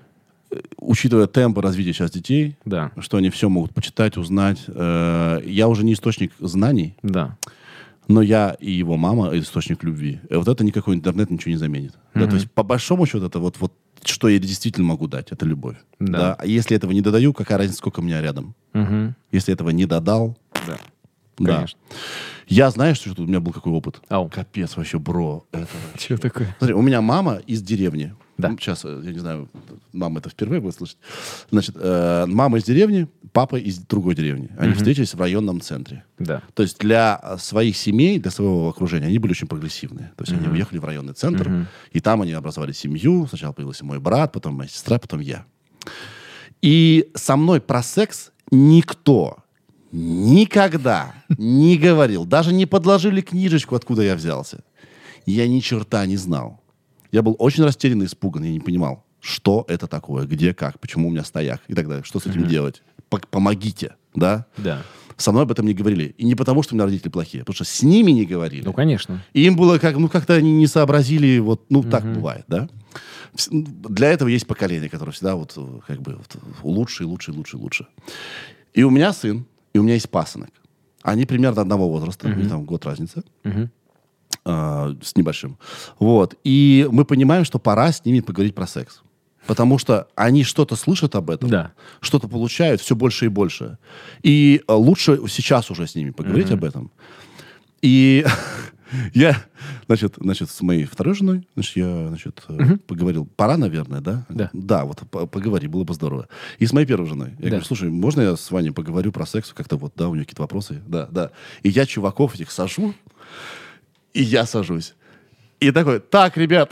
учитывая темпы развития сейчас детей, да, что они все могут почитать, узнать, э, я уже не источник знаний, да. но я и его мама источник любви. И вот это никакой интернет ничего не заменит. Да, то есть, по большому счету, это вот, вот что я действительно могу дать, это любовь. Да. Да. А если этого не додаю, какая разница, сколько у меня рядом? Мгм. Если этого не додал, Да. да. Конечно. Я, знаешь, что тут у меня был какой опыт? Ау. Капец вообще, бро. Это... Что такое? Смотри, у меня мама из деревни. Да. Ну, сейчас, э, я не знаю, мама это впервые будет слышать. Значит, э, мама из деревни, папа из другой деревни. Они встретились в районном центре. Да. То есть для э, своих семей, для своего окружения, они были очень прогрессивные. То есть они уехали в районный центр, и там они образовали семью. Сначала появился мой брат, потом моя сестра, потом я. И со мной про секс никто никогда не говорил. Даже не подложили книжечку, откуда я взялся. Я ни черта не знал. Я был очень растерян и испуган. Я не понимал, что это такое, где, как, почему у меня стояк и так далее. Что с этим делать? П- Помогите. да? Да. Со мной об этом не говорили. И не потому, что у меня родители плохие, а потому что с ними не говорили. Ну, конечно. И им было как, ну, как-то они не сообразили, вот, ну, так бывает, да? Для этого есть поколение, которое всегда вот, как бы, вот, лучше, лучше, лучше, лучше. И у меня сын, и у меня есть пасынок. Они примерно одного возраста, у них там год разница. Uh, с небольшим. Вот. И мы понимаем, что пора с ними поговорить про секс. Потому что они что-то слышат об этом, Да. что-то получают все больше и больше. И uh, лучше сейчас уже с ними поговорить mm-hmm. об этом. И я, значит, значит, с моей второй женой, значит, я, значит, mm-hmm. поговорил. Пора, наверное, да? Да. Да, вот поговори, было бы здорово. И с моей первой женой. Я да. говорю, слушай, можно я с Ваней поговорю про секс? Как-то вот, да, у нее какие-то вопросы. Да, да. И я чуваков этих сажу, и я сажусь. И такой, так, ребят,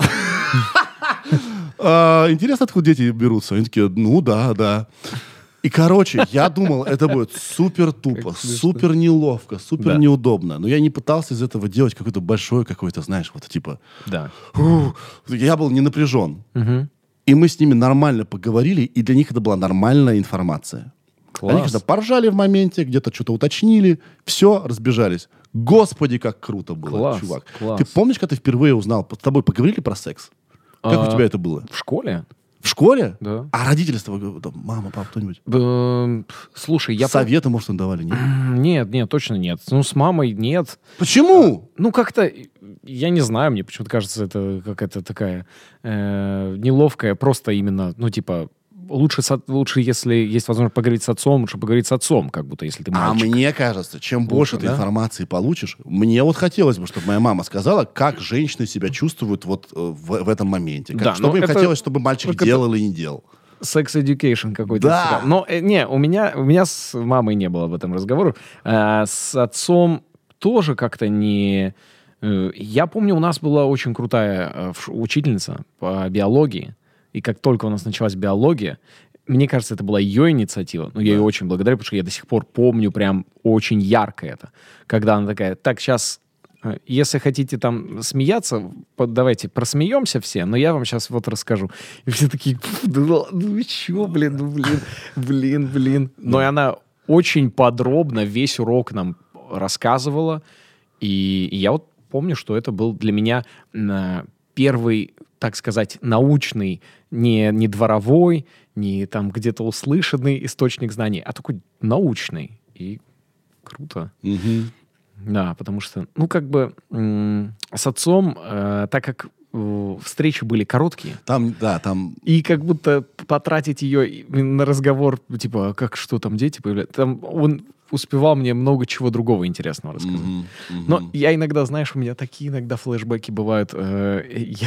интересно, откуда дети берутся? Они такие, ну да, да. И, короче, я думал, это будет супер тупо, супер неловко, супер неудобно. Но я не пытался из этого делать какой-то большой, какой-то, знаешь, вот типа... Да. Я был не напряжен. И мы с ними нормально поговорили, и для них это была нормальная информация. Класс. Они когда поржали в моменте, где-то что-то уточнили, все, разбежались. Господи, как круто было, класс, чувак. Класс. Ты помнишь, когда ты впервые узнал, с тобой поговорили про секс? Как а, у тебя это было? В школе. В школе? Да. А родители с тобой, там, мама, папа, кто-нибудь? Б- слушай, я... Советы, может, им давали, нет? Нет, нет, точно нет. Ну, с мамой нет. Почему? А, ну, как-то, я не знаю, мне почему-то кажется, это какая-то такая э, неловкая, просто именно, ну, типа... Лучше, лучше, если есть возможность поговорить с отцом, лучше поговорить с отцом, как будто, если ты мальчик. А мне кажется, чем больше лучше, ты да? информации получишь, мне вот хотелось бы, чтобы моя мама сказала, как женщины себя чувствуют вот в, в этом моменте. Как, да, чтобы им это, хотелось, чтобы мальчик делал это... или не делал. Sex education какой-то. Да. Но э, не, у меня, у меня с мамой не было об этом разговора. А, с отцом тоже как-то не... Я помню, у нас была очень крутая учительница по биологии. И как только у нас началась биология, мне кажется, это была ее инициатива. Но я да. ее очень благодарю, потому что я до сих пор помню прям очень ярко это. Когда она такая, так, сейчас, если хотите там смеяться, давайте просмеемся все, но я вам сейчас вот расскажу. И все такие, ну, ну что, блин, ну блин, блин, блин. Но и она очень подробно весь урок нам рассказывала. И, и я вот помню, что это был для меня первый, так сказать, научный, не, не дворовой, не там где-то услышанный источник знаний, а такой научный. И круто. Угу. Да, потому что, ну, как бы м- с отцом, э, так как э, встречи были короткие. Там, да, там... И как будто потратить ее на разговор, типа, как, что там дети появляются. Там он успевал мне много чего другого интересного рассказать. Mm-hmm, mm-hmm. Но я иногда, знаешь, у меня такие иногда флешбеки бывают. Э, я...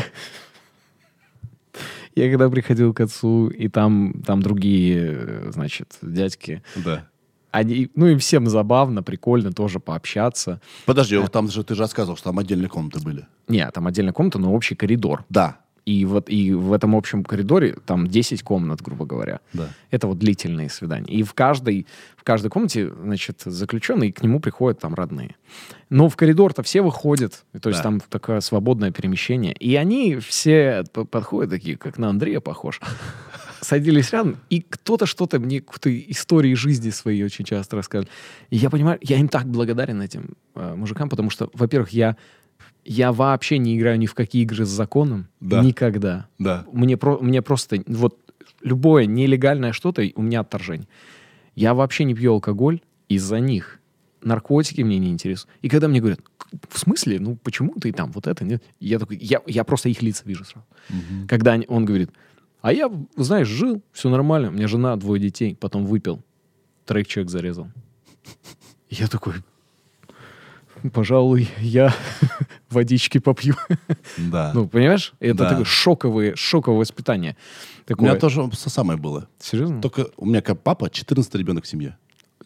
я когда приходил к отцу, и там, там другие, значит, дядьки. Да. Они, ну, им всем забавно, прикольно тоже пообщаться. Подожди, а... там же ты же рассказывал, что там отдельные комнаты были. Нет, там отдельная комната, но общий коридор. Да. И вот и в этом общем коридоре там десять комнат, грубо говоря. Да. Это вот длительные свидания. И в каждой, в каждой комнате, значит, заключенный, и к нему приходят там родные. Но в коридор-то все выходят. То есть да. там такое свободное перемещение. И они все подходят такие, как на Андрея похож. Садились рядом, и кто-то что-то мне, какие-то истории жизни свои очень часто рассказывали. И я понимаю, я им так благодарен этим э, мужикам, потому что, во-первых, я Я вообще не играю ни в какие игры с законом. Да. Никогда. Да. Мне, про, мне просто... Вот любое нелегальное что-то, у меня отторжение. Я вообще не пью алкоголь из-за них. Наркотики мне не интересуют. И когда мне говорят, в смысле? Ну, почему ты там вот это? Нет? Я такой... Я, я просто их лица вижу сразу. Угу. Когда они, он говорит, а я, знаешь, жил, все нормально. У меня жена, двое детей. Потом выпил. Троих человек зарезал. Я такой... Пожалуй, я водички попью. Да. Ну, понимаешь? Это да. такое шоковое, шоковое воспитание. Такое... У меня тоже самое было. Серьезно? Только у меня как папа, четырнадцатый ребенок в семье.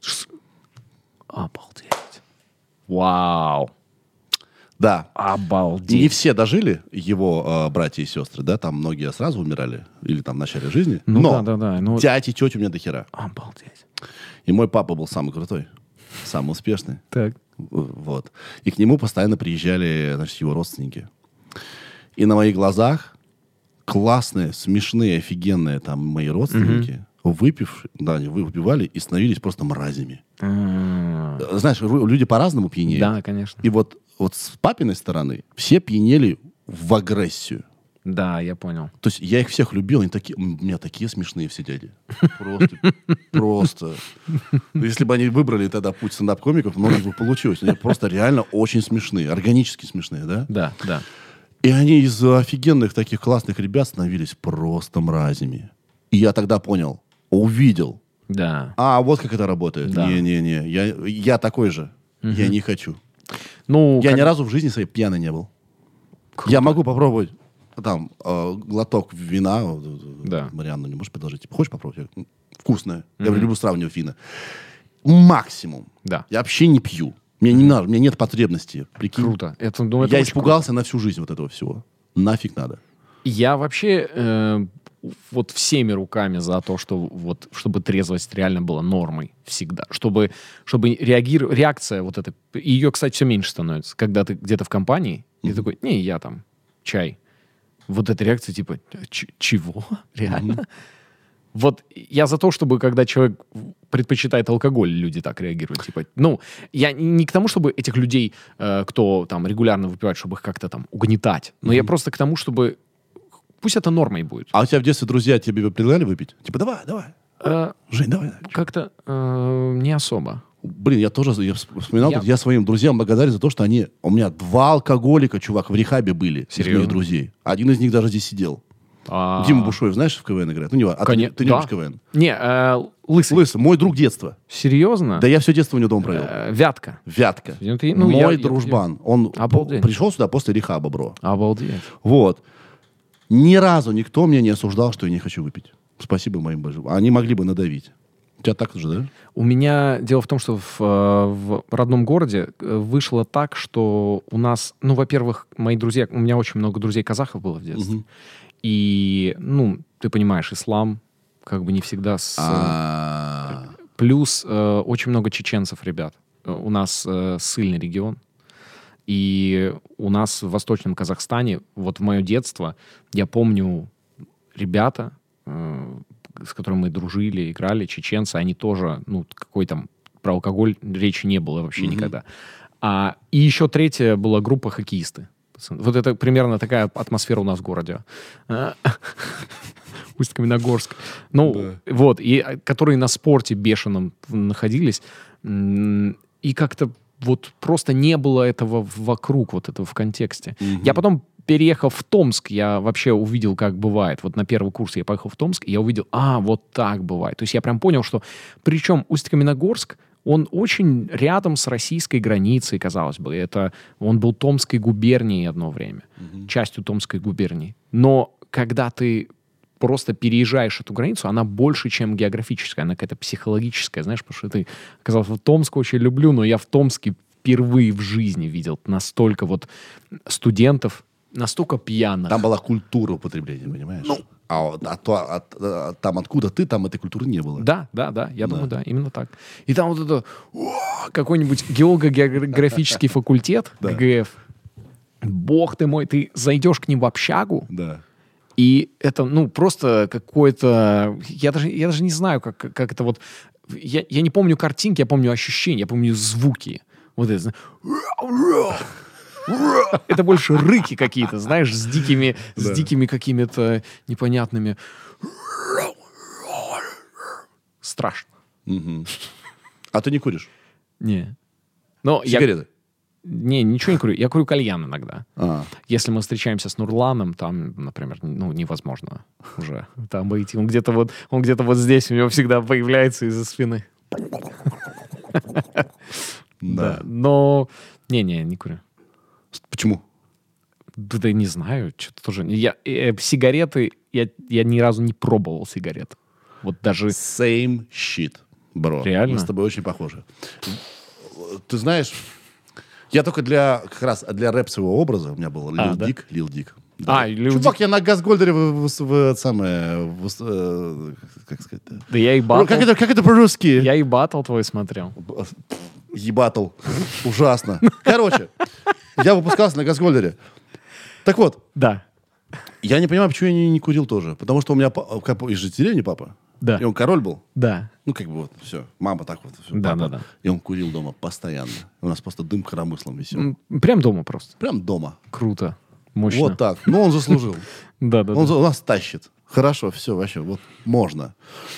Обалдеть. Вау. Да. Обалдеть. Не все дожили, его э, братья и сестры, да, там многие сразу умирали, или там в начале жизни. Ну, но да, да, да. Но... дядь и тетя у меня дохера. Обалдеть. И мой папа был самый крутой, самый успешный. Так. Вот. И к нему постоянно приезжали, значит, его родственники. И на моих глазах классные, смешные, офигенные там мои родственники, выпив, да, они выпивали и становились просто мразями. М, Знаешь, ру- люди по-разному пьянеют. Да, конечно. И вот, вот с папиной стороны все пьянели в агрессию. Да, я понял. То есть я их всех любил, они такие, м, у меня такие смешные все дяди. Просто, просто. Если бы они выбрали тогда путь стендап-комиков, многих бы получилось. Они просто реально очень смешные, органически смешные, да? Да, да. И они из офигенных таких классных ребят становились просто мразями. И я тогда понял, увидел. Да. А, вот как это работает. Да. Не-не-не, я, я такой же. Я не хочу. Ну, Я как- ни разу в жизни своей пьяный не был. Я могу попробовать там э, глоток вина. Да. Марианна, не можешь предложить? Типа, хочешь попробовать? Я, «М, вкусное. Я люблю сравнивать вина. Максимум. Да. Я вообще не пью. Мне не надо, у меня нет потребности. Прикинь. Круто. Это, ну, это Я очень испугался на всю жизнь вот этого всего. Нафиг надо. Я вообще э, вот всеми руками за то, что вот, чтобы трезвость реально была нормой всегда. Чтобы, чтобы реагир... реакция вот эта... Ее, кстати, все меньше становится. Когда ты где-то в компании, и такой, не, я там, чай. Вот эта реакция типа, «Ч- чего? Реально? Вот я за то, чтобы когда человек предпочитает алкоголь, люди так реагируют. Типа, ну, я не не к тому, чтобы этих людей, э, кто там регулярно выпивает, чтобы их как-то там угнетать. Но я просто к тому, чтобы... Пусть это нормой будет. А у тебя в детстве друзья тебе предлагали выпить? Типа, давай, давай. Э, Жень, давай. как-то э, не особо. Блин, я тоже я вс- вспоминал, Я- я... я своим друзьям благодарен за то, что они... У меня два алкоголика, чувак, в рехабе были. Из Серьезно? моих друзей. Один из них даже здесь сидел. А, Дима Бушоев, знаешь, в КВН играет? Ну, не важно. А ты, не- коне- ты не да. любишь КВН? Не, э, лысый. Лысый, мой друг детства. Серьезно? Да я все детство у него дома провел. Э, Вятка. Вятка. Ну, ты- ну, мой я- я- дружбан. Он Обалдеть. пришел сюда после рехаба, бро. Обалдеть. Вот. Ни разу никто меня не осуждал, что я не хочу выпить. Спасибо моим большим. Они могли бы надавить. У тебя так же, да? У меня дело в том, что в, э, в родном городе э, вышло так, что у нас, ну, во-первых, мои друзья, у меня очень много друзей казахов было в детстве. Мгм. И, ну, ты понимаешь, ислам как бы не всегда с... А, Плюс э, очень много чеченцев, ребят. Э, У нас э, ссыльный регион. И у нас в Восточном Казахстане, вот в мое детство, я помню ребята, э, с которыми мы дружили, играли, чеченцы, они тоже, ну, какой там про алкоголь речи не было вообще Мгм. никогда. А, и еще третья была группа хоккеисты. Пацаны. Вот это примерно такая атмосфера у нас в городе. А, Усть-Каменогорск. Ну, вот, и а, которые на спорте бешеном находились. М, И как-то вот просто не было этого вокруг, вот этого в контексте. Я потом, переехав в Томск, я вообще увидел, как бывает. Вот на первый курс я поехал в Томск, и я увидел, а, вот так бывает. То есть я прям понял, что... Причем Усть-Каменогорск, он очень рядом с российской границей, казалось бы. Это, он был Томской губернией одно время, частью Томской губернии. Но когда ты просто переезжаешь эту границу, она больше, чем географическая, она какая-то психологическая, знаешь, потому что ты, оказалось, вот Томск очень люблю, но я в Томске впервые в жизни видел настолько вот студентов, настолько пьяных. там была культура употребления, понимаешь? А, вот- а то, от- а там, откуда ты, там этой культуры не было. Да, да, да, я думаю, да, именно так. И там вот это о, какой-нибудь геолого-географический факультет, Да. ГГФ, бог ты мой, ты зайдешь к ним в общагу, Да. и это, ну, просто какое-то... Я даже, я даже не знаю, как, как это вот... Я, я не помню картинки, я помню ощущения, я помню звуки. Вот это. Это больше рыки какие-то, знаешь, с дикими, с Да. дикими какими-то непонятными... Страшно. Мгм. А ты не куришь? Не. Но я... Сигареты? Не, ничего не курю. Я курю кальян иногда. А. Если мы встречаемся с Нурланом, там, например, ну, невозможно уже там выйти. Он где-то вот, он где-то вот здесь, у него всегда появляется из-за спины. Да. Но... Не-не, не курю. Почему? Да не знаю, что-то тоже... Я, э, сигареты... Я, я ни разу не пробовал сигарет. Вот даже... Same shit, бро. Реально? Мы с тобой очень похожи. Ты знаешь, я только для, как раз для рэп своего образа, у меня был Лил А, да? Дик, Лил Дик. А, Лил Чувак, я на Газгольдере в, в- в- в- самое, в- э, как сказать, Да я и ну, батл... как это, как это по-русски? Я и батл твой смотрел. Ебатл. Ужасно. Короче, я выпускался на Газгольдере. Так вот, Да. я не понимаю, почему я не, не курил тоже. Потому что у меня па- как- из же деревни папа. Да. И он король был? Да. Ну, как бы вот, все. Мама так вот. Всё, Да, папа. да, да. И он курил дома постоянно. У нас просто дым коромыслом висел. М, Прям дома просто. Прям дома. Круто. Мощно. Вот так. Ну, он заслужил. Да, да, Он да. за- у нас тащит. Хорошо, все, вообще, вот можно.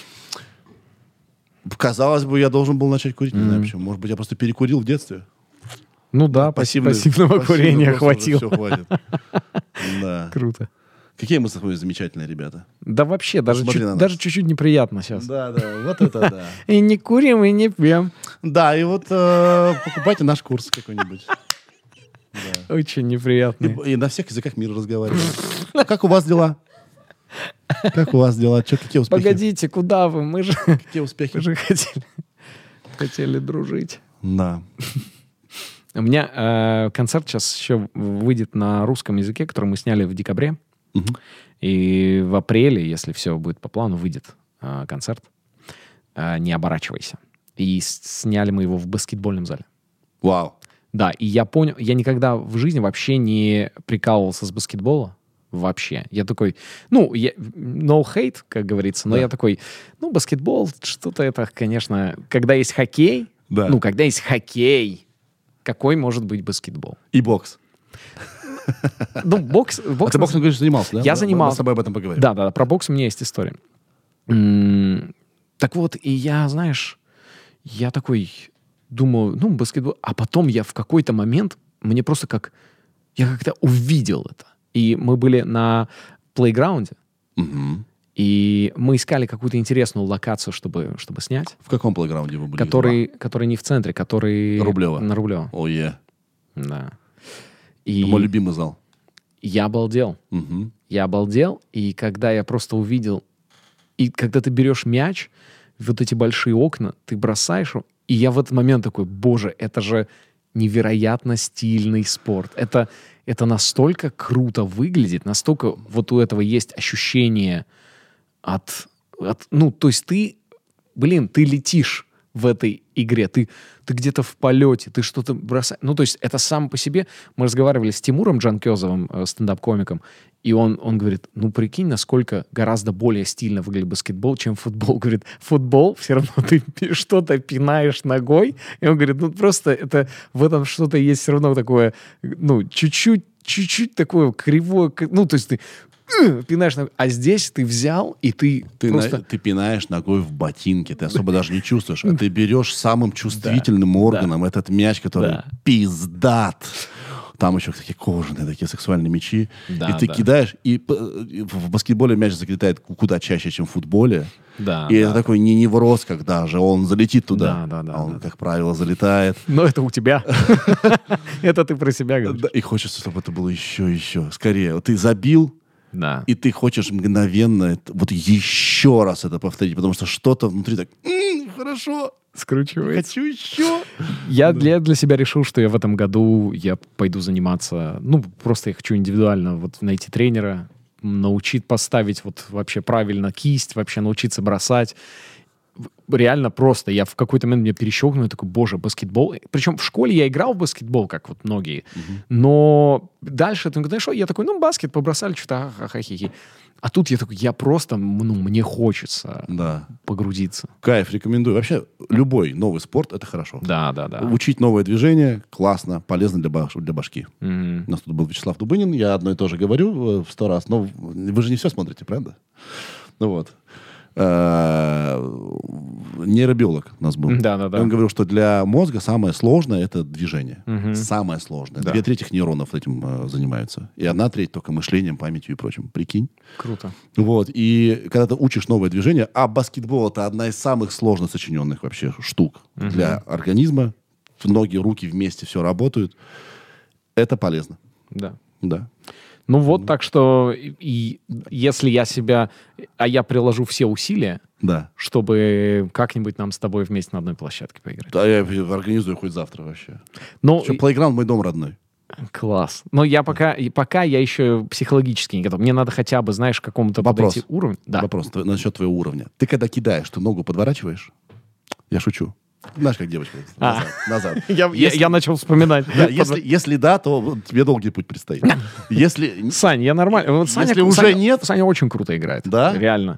Казалось бы, я должен был начать курить, не знаю почему. Может быть, я просто перекурил в детстве. Ну да, Пассивный- пассивного пассивный курения просто уже хватило. всё хватит. Да. Круто. Какие мы с тобой замечательные ребята. Да вообще, даже, Смотри чуть- на нас. даже чуть-чуть неприятно сейчас. Да, да, вот это да. И не курим, и не пьем. Да, и вот э, покупайте наш курс какой-нибудь. Очень неприятно. И, и на всех языках мира разговариваем. Как у вас дела? Как у вас дела? Че, какие успехи? Погодите, куда вы? Мы же, Какие успехи? мы же хотели, хотели дружить. Да. У меня э, концерт сейчас еще выйдет на русском языке, который мы сняли в декабре. Мгм. И в апреле, если все будет по плану, выйдет э, концерт э, «Не оборачивайся». И с- сняли мы его в баскетбольном зале. Вау. Да, и я понял, я никогда в жизни вообще не прикалывался с баскетбола. Вообще. Я такой, ну, я, no hate, как говорится, но Да. я такой, ну, баскетбол, что-то это, конечно, когда есть хоккей, Да. ну, когда есть хоккей, какой может быть баскетбол? И бокс. Ну, бокс... А бокс ты боксом, говоришь, занимался, да? Я Да, занимался. Мы с тобой об этом поговорим. Да, да, да, про бокс у меня есть история. М, Так вот, и я, знаешь, я такой думаю, ну, баскетбол... А потом я в какой-то момент, мне просто как... Я как-то увидел это. И мы были на плейграунде, Мгм. и мы искали какую-то интересную локацию, чтобы, чтобы снять, В каком плейграунде вы были? который, который не в центре, который... Рублево. На Рублево, Ой, е. да. И Мой любимый зал. я обалдел. Мгм. Я обалдел, и когда я просто увидел... И когда ты берешь мяч, вот эти большие окна, ты бросаешь его, и я в этот момент такой, боже, это же невероятно стильный спорт. Это, это настолько круто выглядит, настолько вот у этого есть ощущение от, от... Ну, то есть ты, блин, ты летишь в этой игре, ты, ты где-то в полете, ты что-то бросаешь. Ну, то есть это сам по себе... Мы разговаривали с Тимуром Джанкезовым, э, стендап-комиком, и он, он говорит, ну, прикинь, насколько гораздо более стильно выглядит баскетбол, чем футбол. Говорит, футбол, все равно ты пи- что-то пинаешь ногой. И он говорит, ну, просто это в этом что-то есть все равно такое, ну, чуть-чуть, чуть-чуть такое кривое, к- ну, то есть ты э, пинаешь ногой. А здесь ты взял, и ты, Ты, просто... на- ты пинаешь ногой в ботинке, ты особо даже не чувствуешь, а ты берешь самым чувствительным органом этот мяч, который Да. пиздат. Там еще такие кожаные, такие сексуальные мячи. Да, и ты да. кидаешь, и п- и в баскетболе мяч залетает куда чаще, чем в футболе. Да, и да. это такой не невроз, когда же он залетит туда. Да, да, да, а он, да. как правило, залетает. Но это у тебя. Это ты про себя говоришь. Да, и хочется, чтобы это было еще, еще. Скорее. Вот ты забил, Да. и ты хочешь мгновенно это- вот еще раз это повторить, потому что что-то внутри так, «М, хорошо, Скручивается. хочу еще. Я для, для себя решил, что я в этом году я пойду заниматься, ну, просто я хочу индивидуально вот найти тренера, научить поставить вот вообще правильно кисть, вообще научиться бросать. В- Реально просто. Я в какой-то момент меня перещелкнул, я такой, боже, баскетбол. Причем в школе я играл в баскетбол, как вот многие. Но дальше, ты знаешь, что? Я такой, ну, баскет побросали, что-то ха-ха-хи-хи. А тут я такой, я просто, ну, мне хочется Да. погрузиться. Кайф, рекомендую. Вообще, любой новый спорт — это хорошо. Да, да, да. Учить новое движение классно, полезно для, баш- для башки. Мгм. У нас тут был Вячеслав Дубынин, я одно и то же говорю э, в сто раз, но вы же не все смотрите, правда? Ну вот. Э, Нейробиолог у нас был. Да-да-да. И он говорил, что для мозга самое сложное — это движение. Мгм. Самое сложное. Да. Две трети нейронов этим э, занимаются. И одна треть только мышлением, памятью и прочим. Прикинь. Круто. Вот. И когда ты учишь новое движение, а баскетбол — это одна из самых сложно сочиненных вообще штук для организма. Ноги, руки вместе все работают. Это полезно. Да. Да. Ну вот, так что и, и если я себя, а я приложу все усилия, Да. чтобы как-нибудь нам с тобой вместе на одной площадке поиграть. Да, я организую хоть завтра вообще. Ну, Что, плейграунд мой дом родной. класс. Но я пока, и пока я еще психологически не готов. Мне надо хотя бы, знаешь, к какому-то Вопрос. подойти уровню. Да. Вопрос тв- насчет твоего уровня. Ты когда кидаешь, ты ногу подворачиваешь? Я шучу. Знаешь, как девочка. А. Назад. назад. Я, я- Если- я начал вспоминать. Да, если, если да, то тебе долгий путь предстоит. Если... Сань, я нормально. Вот Саня, Если уже Саня- нет- Саня очень круто играет. Да? Реально.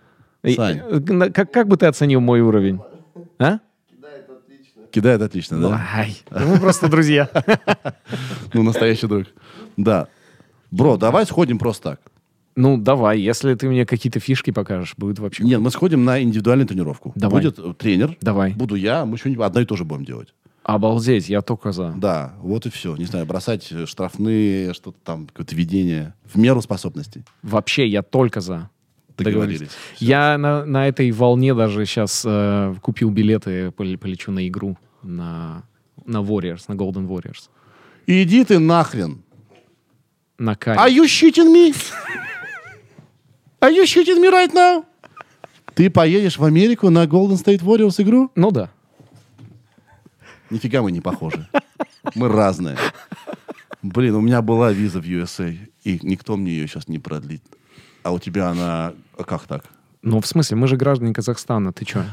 И, Сань. э, на- Как, как бы ты оценил мой уровень? А? Кидает отлично, да? Ай, мы просто друзья. Ну, настоящий друг. Да. Бро, давай сходим просто так. Ну, давай, если ты мне какие-то фишки покажешь, будет вообще... Нет, мы сходим на индивидуальную тренировку. Давай. Будет э, тренер. Давай. Буду я, мы что-нибудь одно и то же будем делать. Обалдеть, я только за. Да, вот и все. Не знаю, бросать э, штрафные, что-то там, какое-то ведение в меру способностей. Вообще, я только за. Договорились. Всё. Я на, на этой волне даже сейчас э, купил билеты, пол- полечу на игру, на, на Warriors, на Golden Warriors. Иди ты нахрен. На Каре. Are you shitting me? Are you shitting me right now? Ты поедешь в Америку на Golden State Warriors игру? Ну да. Нифига мы не похожи. Мы разные. Блин, у меня была виза в ю эс эй, и никто мне ее сейчас не продлит. А у тебя она... а как так? Ну, в смысле, мы же граждане Казахстана, ты чё?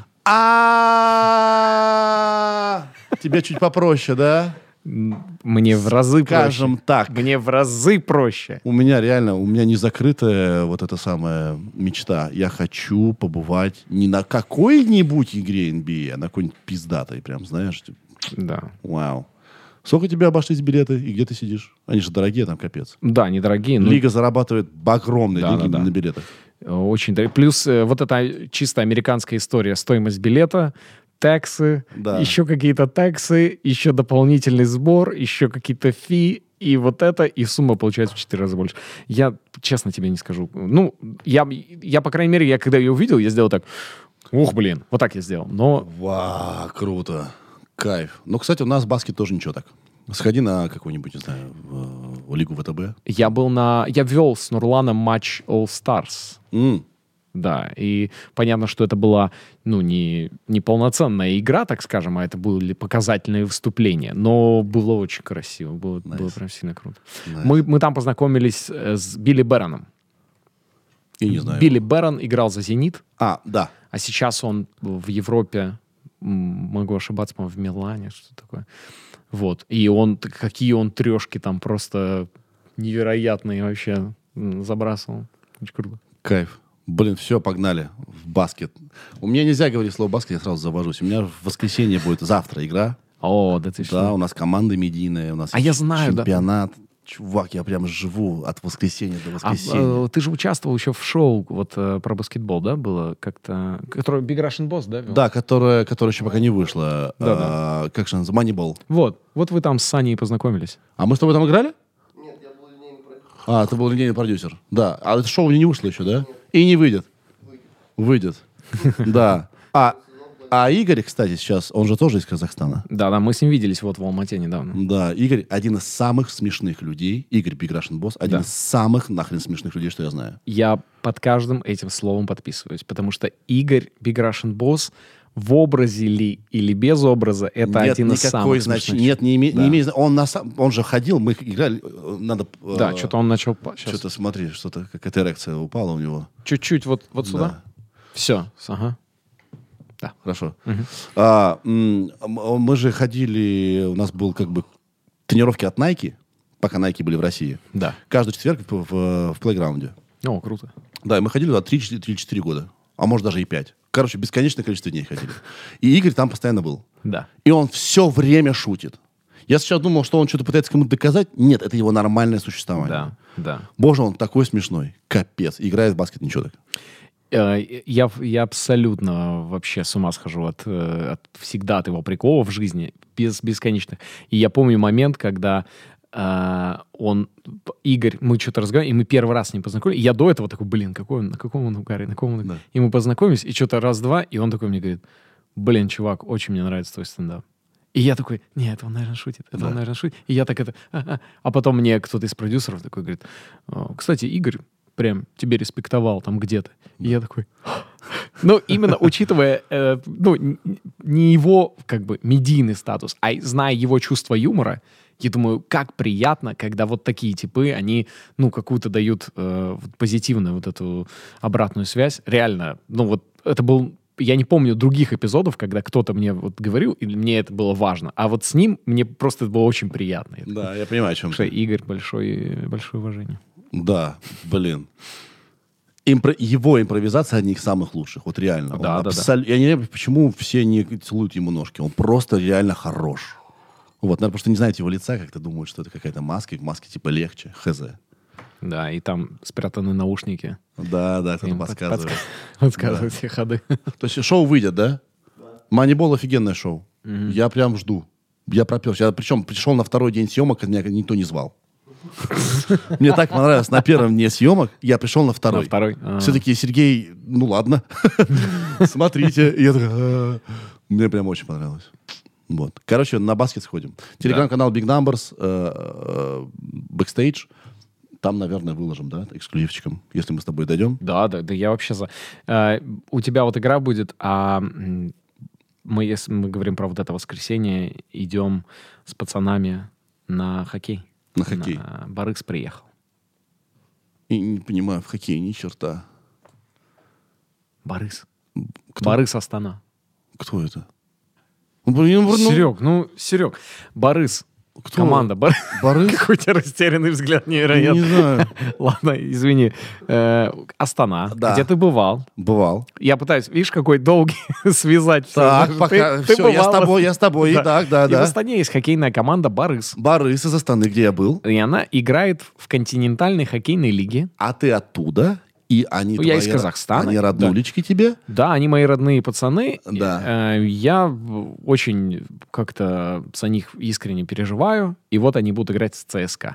А тебе чуть попроще, да? Мне в разы Скажем проще. так. Мне в разы проще. У меня реально, у меня не закрытая вот эта самая мечта. Я хочу побывать не на какой-нибудь игре эн би эй, а на какой-нибудь пиздатой, прям, знаешь. типа, Да. Вау. Сколько тебе обошлись билеты и где ты сидишь? Они же дорогие, там капец. Да, недорогие, но Лига зарабатывает огромные Да, деньги да, да. на билетах. очень дорогие. Плюс э, вот эта чисто американская история. Стоимость билета, таксы, Да. еще какие-то таксы, еще дополнительный сбор, еще какие-то фи, и вот это, и сумма получается в четыре раза больше. Я честно тебе не скажу. Ну, я, я по крайней мере, я когда ее увидел, я сделал так. Ух, блин, вот так я сделал. Но Вау, круто. Кайф. Ну, кстати, у нас баскет тоже ничего так. Сходи на какую-нибудь, не знаю, в, в Лигу вэ тэ бэ. я был на... Я вел с Нурланом матч All Stars. М, Да, и понятно, что это была, ну, не, не полноценная игра, так скажем, а это были показательные выступления. Но было очень красиво, было, Nice. было прям сильно круто. Nice. Мы, мы там познакомились э, с Билли Бэроном. Я не знаю. Билли Бэрон играл за «Зенит», А, да. а сейчас он в Европе, м, могу ошибаться, по-моему, в Милане, что такое. Вот, и он, какие он трешки там просто невероятные вообще м, забрасывал. Очень круто. Кайф. Блин, все, погнали в баскет. У меня нельзя говорить слово баскет, я сразу завожусь. У меня в воскресенье будет завтра игра. О, да ты что? Да, у нас команда медийная, у нас А я знаю, да. чемпионат. Чувак, я прям живу от воскресенья до А, воскресенья. э, ты же участвовал еще в шоу вот э, про баскетбол, да, было как-то, которое Big Russian Boss, да, вел? Да, которая, которая еще пока не вышла. Да, А, как же она называется? Moneyball. Вот, вот вы там с Саней познакомились. А мы с тобой там играли? Нет, я был линейный продюсер. А, ты был линейный продюсер. Да. А это шоу не вышло еще, да? И не выйдет. Выйдет. Да. А, а Игорь, кстати, сейчас, он же тоже из Казахстана. Да-да, мы с ним виделись вот в Алмате недавно. Да, Игорь один из самых смешных людей. Игорь Big Russian Boss, один Да. из самых нахрен смешных людей, что я знаю. Я под каждым этим словом подписываюсь, потому что Игорь Big Russian Boss в образе ли или без образа, это нет один из никакой самых значения. смешных. Нет, не, име, Да. не имеет. Он, на, сам- он же ходил, мы играли. э, Надо. э, Да, что-то он начал... Сейчас. Что-то смотри, что-то какая-то эрекция упала у него. Чуть-чуть вот, вот сюда. Да. Все, ага. Хорошо. А, м, м, мы же ходили, у нас был как бы тренировки от Nike, пока Nike были в России. Да. Каждый четверг в, в, в плейграунде. О, круто. Да, и мы ходили туда три-четыре года. А может даже и пять. Короче, бесконечное количество дней ходили. И Игорь там постоянно был. Да. И он все время шутит. Я сейчас думал, что он что-то пытается кому-то доказать. Нет, это его нормальное существование. Да, да. Боже, он такой смешной. Капец. Играет в баскет ничего так. Э, Я, я абсолютно вообще с ума схожу от, э, от всегда от его приколов в жизни, без бесконечных. И я помню момент, когда э, он, Игорь, мы что-то разговаривали, и мы первый раз с ним познакомились. И я до этого такой, блин, какой он, на каком он угаре, на каком он... Да. И мы познакомились, и что-то раз-два, и он такой мне говорит, блин, чувак, очень мне нравится твой стендап. И я такой, нет, это он, наверное, шутит, это Да. он, наверное, шутит. И я так это... А, а потом мне кто-то из продюсеров такой говорит, кстати, Игорь прям тебе респектовал там где-то. И я такой... Ну, именно учитывая, э, ну, н- не его, как бы, медийный статус, а зная его чувство юмора, я думаю, как приятно, когда вот такие типы, они, ну, какую-то дают э, вот позитивную вот эту обратную связь. Реально, ну, вот это был... Я не помню других эпизодов, когда кто-то мне вот говорил, и мне это было важно. А вот с ним мне просто это было очень приятно. Я такой, Да, я понимаю, о чем что ты. Игорь, большое, большое уважение. Да, блин. Импро- его импровизация одни из самых лучших, вот реально. Он Да, да, абсол- Я не знаю, почему все не целуют ему ножки. Он просто реально хорош. Вот, наверное, потому что не знаете его лица, как-то думают, что это какая-то маска, в маске типа легче, хз. Да, и там спрятаны наушники. Да, да, кто-то Им под- подсказывает. подска- Подсказывают все ходы. То есть шоу выйдет, да? Манибол офигенное шоу. Я прям жду. Я проперся. Я причем пришел на второй день съемок, меня никто не звал. Мне так понравилось. На первом дне съемок я пришел на второй. На второй? А. Все-таки Сергей, ну ладно. Смотрите. И я такой, «А». Мне прям очень понравилось. Вот. Короче, на баскет сходим. Телеграм-канал Big Numbers, э, э, Backstage. Там, наверное, выложим, да, эксклюзивчиком, если мы с тобой дойдем. Да, да, да, я вообще за. Э, у тебя вот игра будет, а м, мы, если мы говорим про вот это воскресенье, идем с пацанами на хоккей. На хоккей. На- Барыкс приехал. И не понимаю, в хоккее ни черта. Барыкс. Кто? Барыкс Астана. Кто это? Ну, блин, ну, Серег, ну, Серег, Барыс. Кто? Команда. Бар... Барыс? Какой у тебя растерянный взгляд, Не невероятно. знаю. Ладно, извини. Э, Астана, Да. где ты бывал? Бывал. Я пытаюсь, видишь, какой долгий связать. всё. Так, Ты- пока. ты Все, я с бывал в тобой, я с тобой. Да. Так, да, И в да. Астане есть хоккейная команда Барыс. Барыс из Астаны, где я был. И она играет в континентальной хоккейной лиге. А ты оттуда, и они Ну, я из твои- Казахстана. Они роднулечки тебе. Да, они мои родные пацаны. Да. Э, Я в- очень как-то за них искренне переживаю. И вот они будут играть с ЦСКА.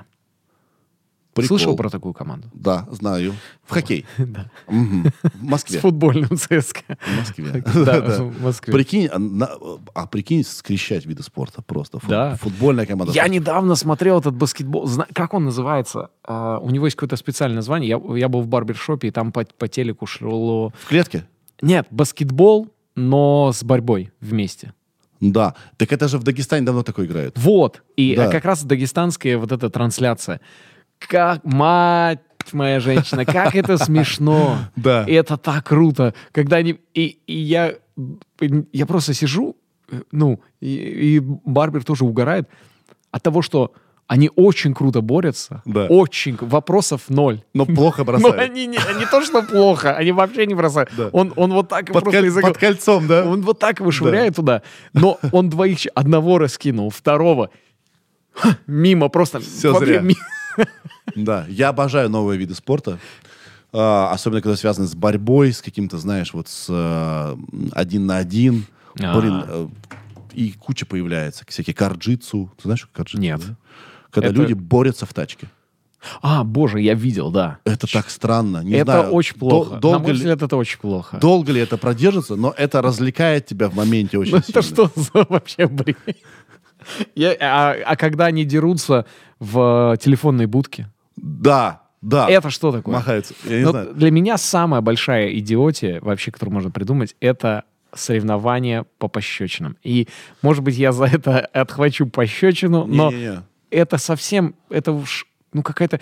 Прикол. Слышал про такую команду? Да, знаю. В хоккей. Да. Мгм. В С Москве. футбольным ЦСКА. В Москве. Да, Да. в Москве. Прикинь, а, на- а прикинь, скрещать виды спорта просто. Фут- Да. Футбольная команда. Я недавно смотрел этот баскетбол. Зна- Как он называется? А, у него есть какое-то специальное название. Я, я был в барбершопе, и там по, по телеку шло... В клетке? Нет, баскетбол, но с борьбой вместе. Да. Так это же в Дагестане давно такое играют. Вот. И Да. э, как раз дагестанская вот эта трансляция. Как, мать моя женщина, как это смешно. Да. И это так круто. Когда они... И, и я, я просто сижу, э, ну, и, и Барбер тоже угорает от того, что они очень круто борются. Да. Очень. Вопросов ноль. Но плохо Но бросают. они не, не то, что плохо, они вообще не бросают. Да. Он, он вот так Под, просто коль- из-за- под кольцом, да? он вот так его швыряет туда. Но он двоих... ч- Одного раскинул, второго ха, мимо просто. Всё вообще зря. ми- Да, я обожаю новые виды спорта. А, особенно, когда связаны с борьбой, с каким-то, знаешь, вот с э, один на один. А. Блин, э, и куча появляется. Всякие карджитсу. Ты знаешь, что карджитсу? Нет. да? Когда Это- люди борются в тачке. А, боже, я видел, да. Это так странно. Не это знаю, очень дол- плохо. На долго, мой ли, взгляд, это очень плохо. долго ли это продержится, но это развлекает тебя в моменте очень Ну, сильно. это что за вообще бред? Я- а, а когда они дерутся в телефонной будке, Да, да. это что такое? Махается. Я не Ну, знаю. для меня самая большая идиотия, вообще, которую можно придумать, это соревнования по пощечинам. И, может быть, я за это отхвачу пощечину, но Не-не-не. это совсем, это уж, ну, какая-то...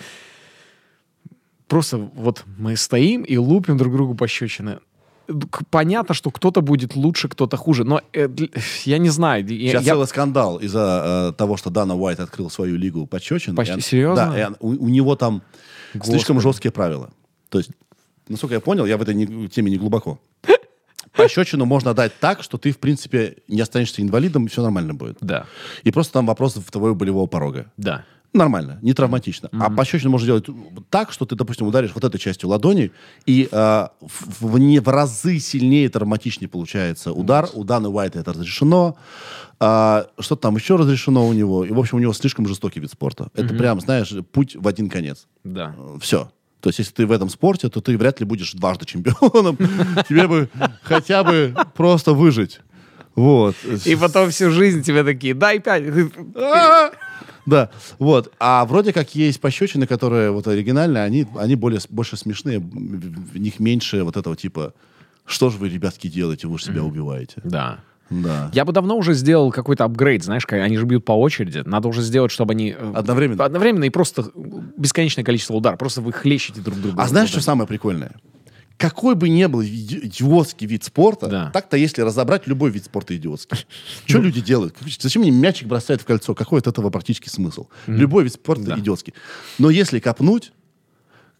Просто вот мы стоим и лупим друг другу пощечины. К- Понятно, что кто-то будет лучше, кто-то хуже, но э, дл- я не знаю. я- Сейчас я- целый скандал из-за э, того, что Дана Уайт открыл свою лигу пощечин. Почти- И он- серьезно? Да, и он- у, у него там слишком Господи. жесткие правила. То есть, насколько я понял, я в этой не- теме не глубоко. Пощечину можно дать так, что ты, в принципе, не останешься инвалидом, и все нормально будет. Да, И просто там вопрос твоего болевого порога. да. Нормально, не травматично. А пощечину можно делать так, что ты, допустим, ударишь вот этой частью ладони, и э, в, в, не в разы сильнее, травматичнее получается удар. У Даны Уайта это разрешено. А, что там еще разрешено у него? И, в общем, у него слишком жестокий вид спорта. Это прям, знаешь, путь в один конец. Да. Все. То есть, если ты в этом спорте, то ты вряд ли будешь дважды чемпионом. Тебе бы хотя бы просто выжить. Вот. И потом всю жизнь тебе такие, дай пять. А! Да, вот. А вроде как есть пощечины, которые вот оригинальные, они, они более, больше смешные, в в них меньше вот этого типа, что же вы, ребятки, делаете, вы же себя убиваете. Да. Да. Я бы давно уже сделал какой-то апгрейд, знаешь, как они же бьют по очереди. Надо уже сделать, чтобы они... э, Одновременно. Одновременно и просто бесконечное количество ударов. Просто вы хлещете друг друга. А знаешь, что самое прикольное? Какой бы ни был иди- идиотский вид спорта, Да. так-то, если разобрать, любой вид спорта идиотский. Что люди делают? Как- Зачем мне мячик бросают в кольцо? Какой от этого практически смысл? Любой вид спорта Да. идиотский. Но если копнуть,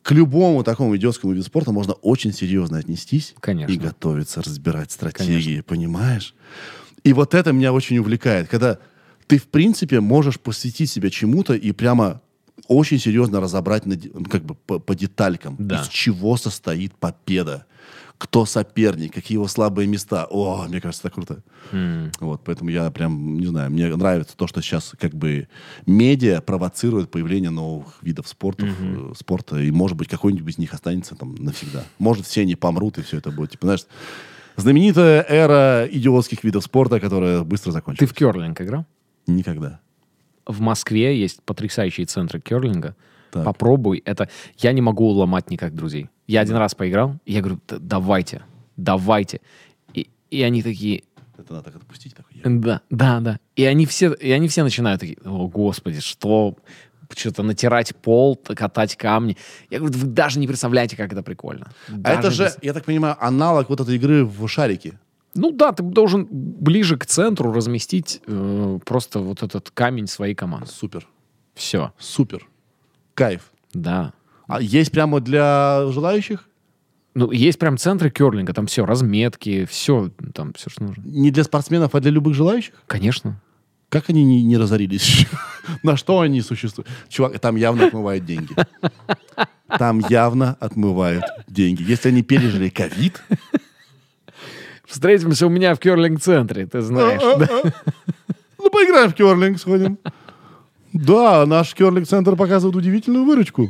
к любому такому идиотскому виду спорта можно очень серьезно отнестись. Конечно. И готовиться, разбирать стратегии, понимаешь? И вот это меня очень увлекает, когда ты, в принципе, можешь посвятить себя чему-то и прямо очень серьезно разобрать на, как бы по, по деталькам, Да. из чего состоит победа, кто соперник, какие его слабые места. О, мне кажется, это круто. М. Вот, поэтому я прям, не знаю, мне нравится то, что сейчас как бы медиа провоцирует появление новых видов спорта, э, спорта, и, может быть, какой-нибудь из них останется там навсегда. Может, все они помрут, и все это будет, типа, знаешь, знаменитая эра идиотских видов спорта, которая быстро Ты закончится. в керлинг играл? Никогда. В Москве есть потрясающие центры керлинга. Так. Попробуй. Это я не могу ломать никак друзей. Я один раз поиграл, и я говорю, «Да- давайте, давайте. И, и они такие, Это надо так отпустить. Такой, я- да, да, да. И они все, и они все начинают такие, о, господи, что, что-то натирать пол, т- катать камни. Я говорю, вы даже не представляете, как это прикольно. А Даже это не же, пред- я так понимаю, аналог вот этой игры в шарики. Ну да, ты должен ближе к центру разместить э, просто вот этот камень своей команды. Супер. Все, Супер. Кайф. да. А есть прямо для желающих? Ну, есть прям центры керлинга, там все, разметки, все, там все, что нужно. Не для спортсменов, а для любых желающих? Конечно. Как они не, не разорились? На что они существуют? Чувак, там явно отмывают деньги. Там явно отмывают деньги. Если они пережили ковид... Встретимся у меня в керлинг-центре, ты знаешь. да. Ну, поиграем в керлинг, сходим. Да, наш керлинг-центр показывает удивительную выручку.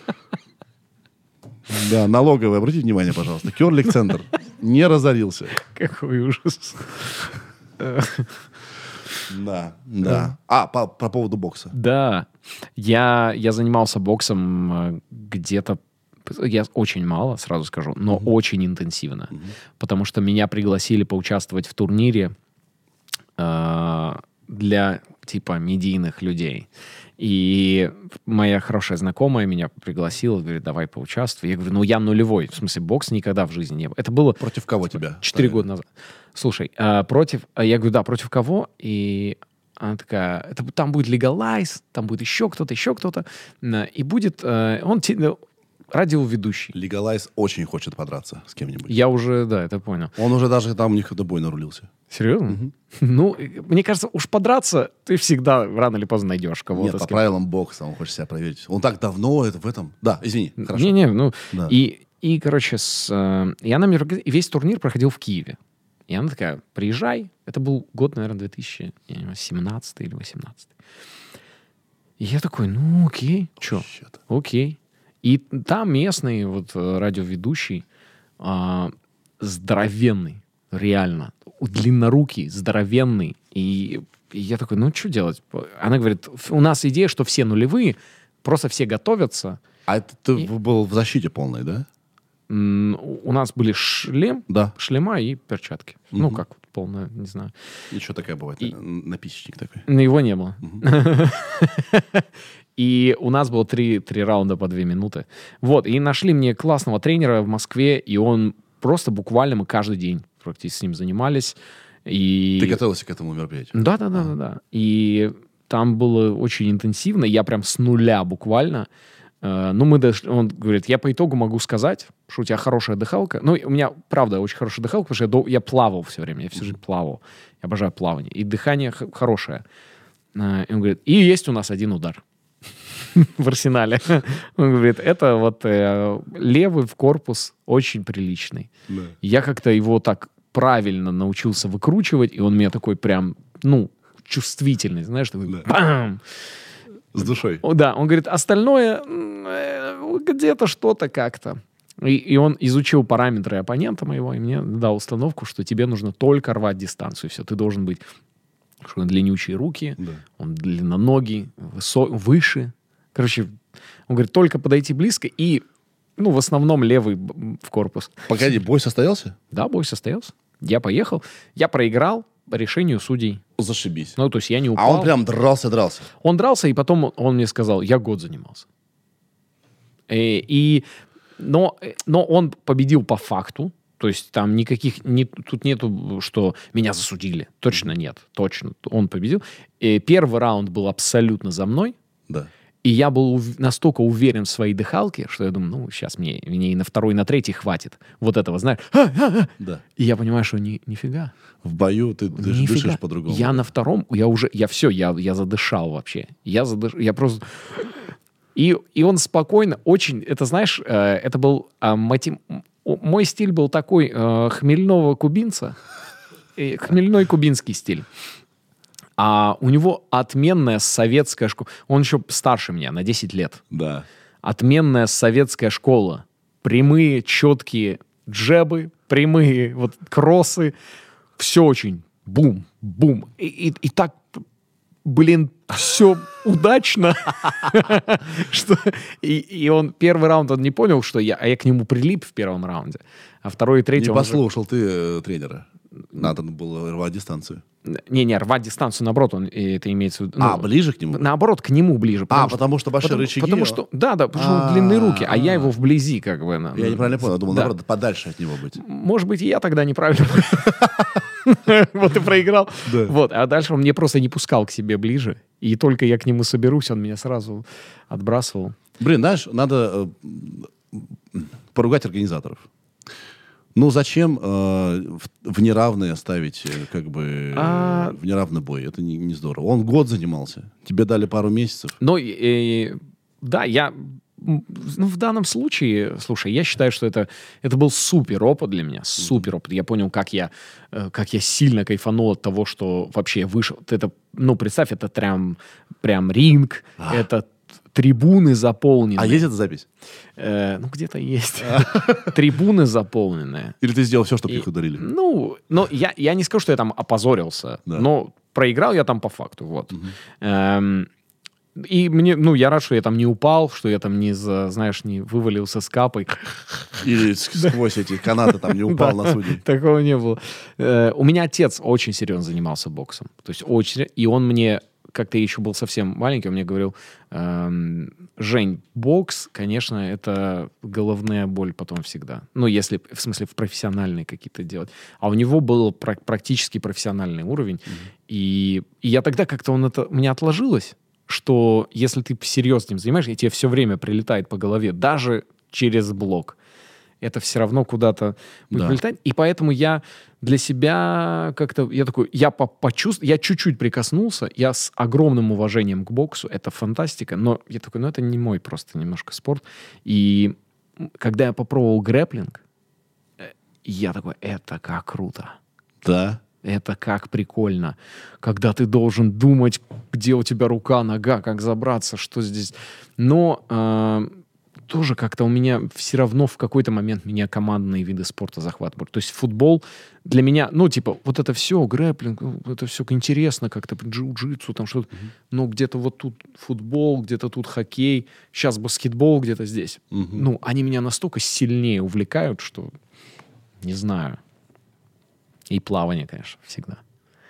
Да, налоговый, обратите внимание, пожалуйста. Керлинг-центр не разорился. Какой ужас. Да, да. А, по, по поводу бокса. Да, я, я занимался боксом э, где-то, я очень мало, сразу скажу, но очень интенсивно. Потому что меня пригласили поучаствовать в турнире э, для типа медийных людей. И моя хорошая знакомая меня пригласила, говорит, давай поучаствуй. Я говорю, ну я нулевой, в смысле бокс никогда в жизни не был. Это было Против кого тебя? четыре ставили? года назад. Слушай, а, против... а я говорю, да, против кого? И она такая, это, там будет Legalize, там будет еще кто-то, еще кто-то. М, И будет... э, он те- ну, радиоведущий. Legalize очень хочет подраться с кем-нибудь. Я уже, да, это понял. Он уже даже там у них до боя нарулился. Серьезно? Ну, э, мне кажется, уж подраться ты всегда рано или поздно найдешь кого-то. Нет, с по кем- правилам бокса он хочет себя проверить. Он так давно это, в этом... Да, извини, хорошо. Не-не, ну, Да. и, и, короче, с, э, и она мне, орг- и весь турнир проходил в Киеве. И она такая, приезжай. Это был год, наверное, две тысячи семнадцатый или восемнадцатый. И я такой, ну, окей, что? Щет. Окей. И там местный вот э, радиоведущий, а, здоровенный, реально, длиннорукий, здоровенный. И, и я такой, ну, что делать? Она говорит, «Ф- у нас идея, что все нулевые, просто все готовятся. А это ты И- был в защите полной, да? М, У у нас были шлем, Да. шлема и перчатки. Ну, Мгм. как вот полная, не знаю. Еще такая бывает. И- э, Написечник такой. Но его не было. И у нас было три, три раунда по две минуты. Вот, и нашли мне классного тренера в Москве, и он просто буквально, мы каждый день практически с ним занимались. И... Ты готовился к этому мероприятию? Да, да, да, да, да. И там было очень интенсивно. Я прям с нуля буквально. Э, Ну, мы дошли, он говорит, я по итогу могу сказать, что у тебя хорошая дыхалка. Ну, и у меня, правда, очень хорошая дыхалка, потому что я, до- я плавал все время, я всю жизнь плавал. Я обожаю плавание. И дыхание х- хорошее. Э, И он говорит, и есть у нас один удар в арсенале. Он говорит, это вот э, левый в корпус очень приличный. Да. Я как-то его так правильно научился выкручивать, и он меня такой прям, ну, чувствительный, знаешь, такой Да. бам! С душой. О, да, он говорит, остальное м, э, где-то что-то как-то. И, и он изучил параметры оппонента моего, и мне дал установку, что тебе нужно только рвать дистанцию. Все, ты должен быть, что он длиннючие руки, Да. он длинноногий, высо- выше. Короче, он говорит, только подойти близко и, ну, в основном левый б- в корпус. Погоди, бой состоялся? Да, бой состоялся. Я поехал, я проиграл по решению судей. Зашибись. Ну, то есть я не А упал. он прям дрался-дрался. Он дрался, и потом он мне сказал, я год занимался. И, и- но, но он победил по факту. То есть там никаких... Не, тут нету, что меня засудили. Точно нет. Точно. Он победил. И первый раунд был абсолютно за мной. Да. И я был ув- настолько уверен в своей дыхалке, что я думаю, ну, сейчас мне, мне и на второй, и на третий хватит. Вот этого, знаешь. Да. И я понимаю, что ни, нифига. В бою ты дыш- Нифига. дышишь по-другому. Я на втором, я уже, я все, я, я задышал вообще. Я задышал, я просто... И, и он спокойно, очень, это знаешь, э, это был э, мотив... Мой стиль был такой э, хмельного кубинца, э, хмельной кубинский стиль. А у него отменная советская школа. Он еще старше меня на десять лет. Да. Отменная советская школа. Прямые, четкие джебы, прямые вот кроссы. Все очень бум, бум. И, и, и так, блин, все удачно. что и, и он первый раунд он не понял, что я, а я к нему прилип в первом раунде. А второй и третий Не он уже- послушал ты э, тренера. Надо было рвать дистанцию. Не-не, рвать дистанцию, наоборот, он, и это имеется в виду... а, ну, ближе к нему? Наоборот, к нему ближе. А, потому что большие потому, рычаги, Потому а? что, да, да, потому что у него длинные руки, а я А. его вблизи как бы... на- Я неправильно понял. Я думал, Да. наоборот, подальше от него быть. Может быть, и я тогда неправильно вот и проиграл. Да. Вот, а дальше он мне просто не пускал к себе ближе. И только я к нему соберусь, он меня сразу отбрасывал. Блин, знаешь, надо э, поругать организаторов. Ну, зачем э, в, в неравное ставить, э, как бы, А- в неравный бой? Это не, не здорово. Он год занимался. Тебе дали пару месяцев. Но, э, да, я... м, Ну, в данном случае, слушай, я считаю, что это, это был супер опыт для меня, супер опыт. Я понял, как я, э, как я сильно кайфанул от того, что вообще я вышел. Это, ну, представь, это прям, прям ринг, это трибуны заполнены. А есть эта запись? Э, ну, где-то есть. Трибуны заполненные. Или ты сделал все, чтобы И- их ударили? Ну, но я, я не скажу, что я там опозорился, Да. но проиграл я там по факту, вот. Эм, и мне, ну, я рад, что я там не упал, что я там не, за, знаешь, не вывалился с капой. Или с- сквозь эти канаты там не упал Да, на судей? Такого не было. Э, У меня отец очень серьезно занимался боксом. То есть очень... И он мне, как-то я еще был совсем маленький, он мне говорил, эм, Жень, бокс, конечно, это головная боль потом всегда. Ну, если, в смысле, в профессиональные какие-то делать. А у него был пра- практически профессиональный уровень. И, и я тогда как-то он это... У меня отложилось, что если ты всерьез этим занимаешься, и тебе все время прилетает по голове, даже через блок, это все равно куда-то будет Да. прилетать. И поэтому я для себя как-то... Я такой... Я по- почувствовал... Я чуть-чуть прикоснулся. Я с огромным уважением к боксу. Это фантастика. Но я такой, ну это не мой просто немножко спорт. И когда я попробовал грэпплинг, э, я такой, это как круто. Да. Это как прикольно, когда ты должен думать, где у тебя рука, нога, как забраться, что здесь. Но э, тоже как-то у меня все равно в какой-то момент меня командные виды спорта захватывают. То есть футбол для меня, ну, типа, вот это все, грэпплинг, ну, это все интересно, как-то джиу-джитсу, там что-то. Но где-то вот тут футбол, где-то тут хоккей, сейчас баскетбол где-то здесь. Мгм. Ну, они меня настолько сильнее увлекают, что не знаю. И плавание, конечно, всегда.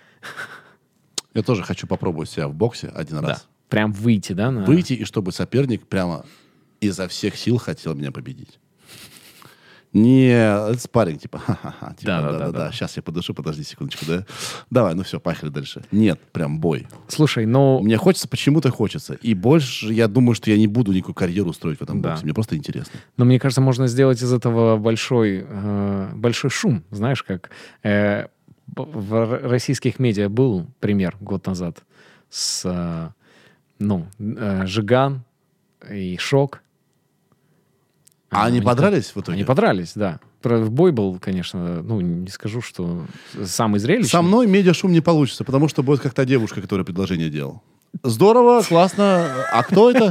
Я тоже хочу попробовать себя в боксе один Да. раз. Прям выйти, да? На... Выйти, и чтобы соперник прямо изо всех сил хотел меня победить. Не это спарринг, типа, ха-ха-ха, типа, Да, да, да, да-да-да, да. сейчас я подышу, подожди секундочку, да? Давай, ну все, поехали дальше. Нет, прям бой. Слушай, ну... Мне хочется, почему-то хочется. И больше я думаю, что я не буду никакую карьеру строить в этом Да. боксе. Мне просто интересно. Но мне кажется, можно сделать из этого большой, э, большой шум. Знаешь, как э, б- в р- российских медиа был пример год назад с э, ну, э, Жиган и Шок. А они они подрались в итоге? Они подрались, да. Про- Бой был, конечно, ну, не скажу, что самый зрелищный. Со мной медиашум не получится, потому что будет как та девушка, которая предложение делала. Здорово, классно. А кто это?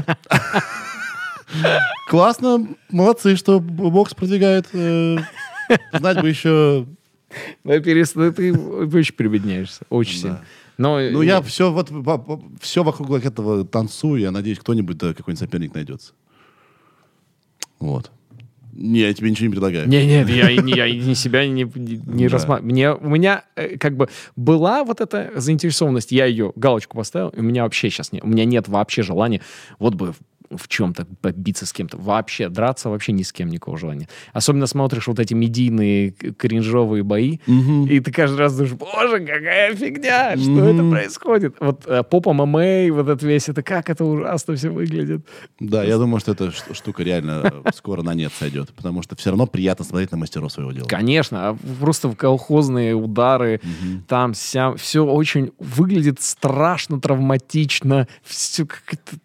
Классно, молодцы, что бокс продвигает. Э, Знать бы еще... Ну, перестань, ты очень прибедняешься, очень Да. сильно. Но, Ну, я все, вот, все вокруг этого танцую. Я надеюсь, кто-нибудь, да, какой-нибудь соперник найдется. Вот. Не, я тебе ничего не предлагаю. Не, нет, я, и не- я и ни себя не, не, не Да. рассматриваю. Мне, у меня э, как бы была вот эта заинтересованность, я ее галочку поставил, и у меня вообще сейчас нет, у меня нет вообще желания, вот бы в чем-то побиться с кем-то. Вообще, драться вообще ни с кем никакого желания. Особенно смотришь вот эти медийные к- кринжовые бои, и ты каждый раз думаешь, боже, какая фигня, что это происходит? Вот э, поп эм эм а, вот это весь, это как это ужасно все выглядит. Да, я думаю, что эта ш- штука реально э, скоро на нет сойдет, потому что все равно приятно смотреть на мастеров своего дела. Конечно, а просто в колхозные удары, там вся, все очень выглядит страшно, травматично, все как-то...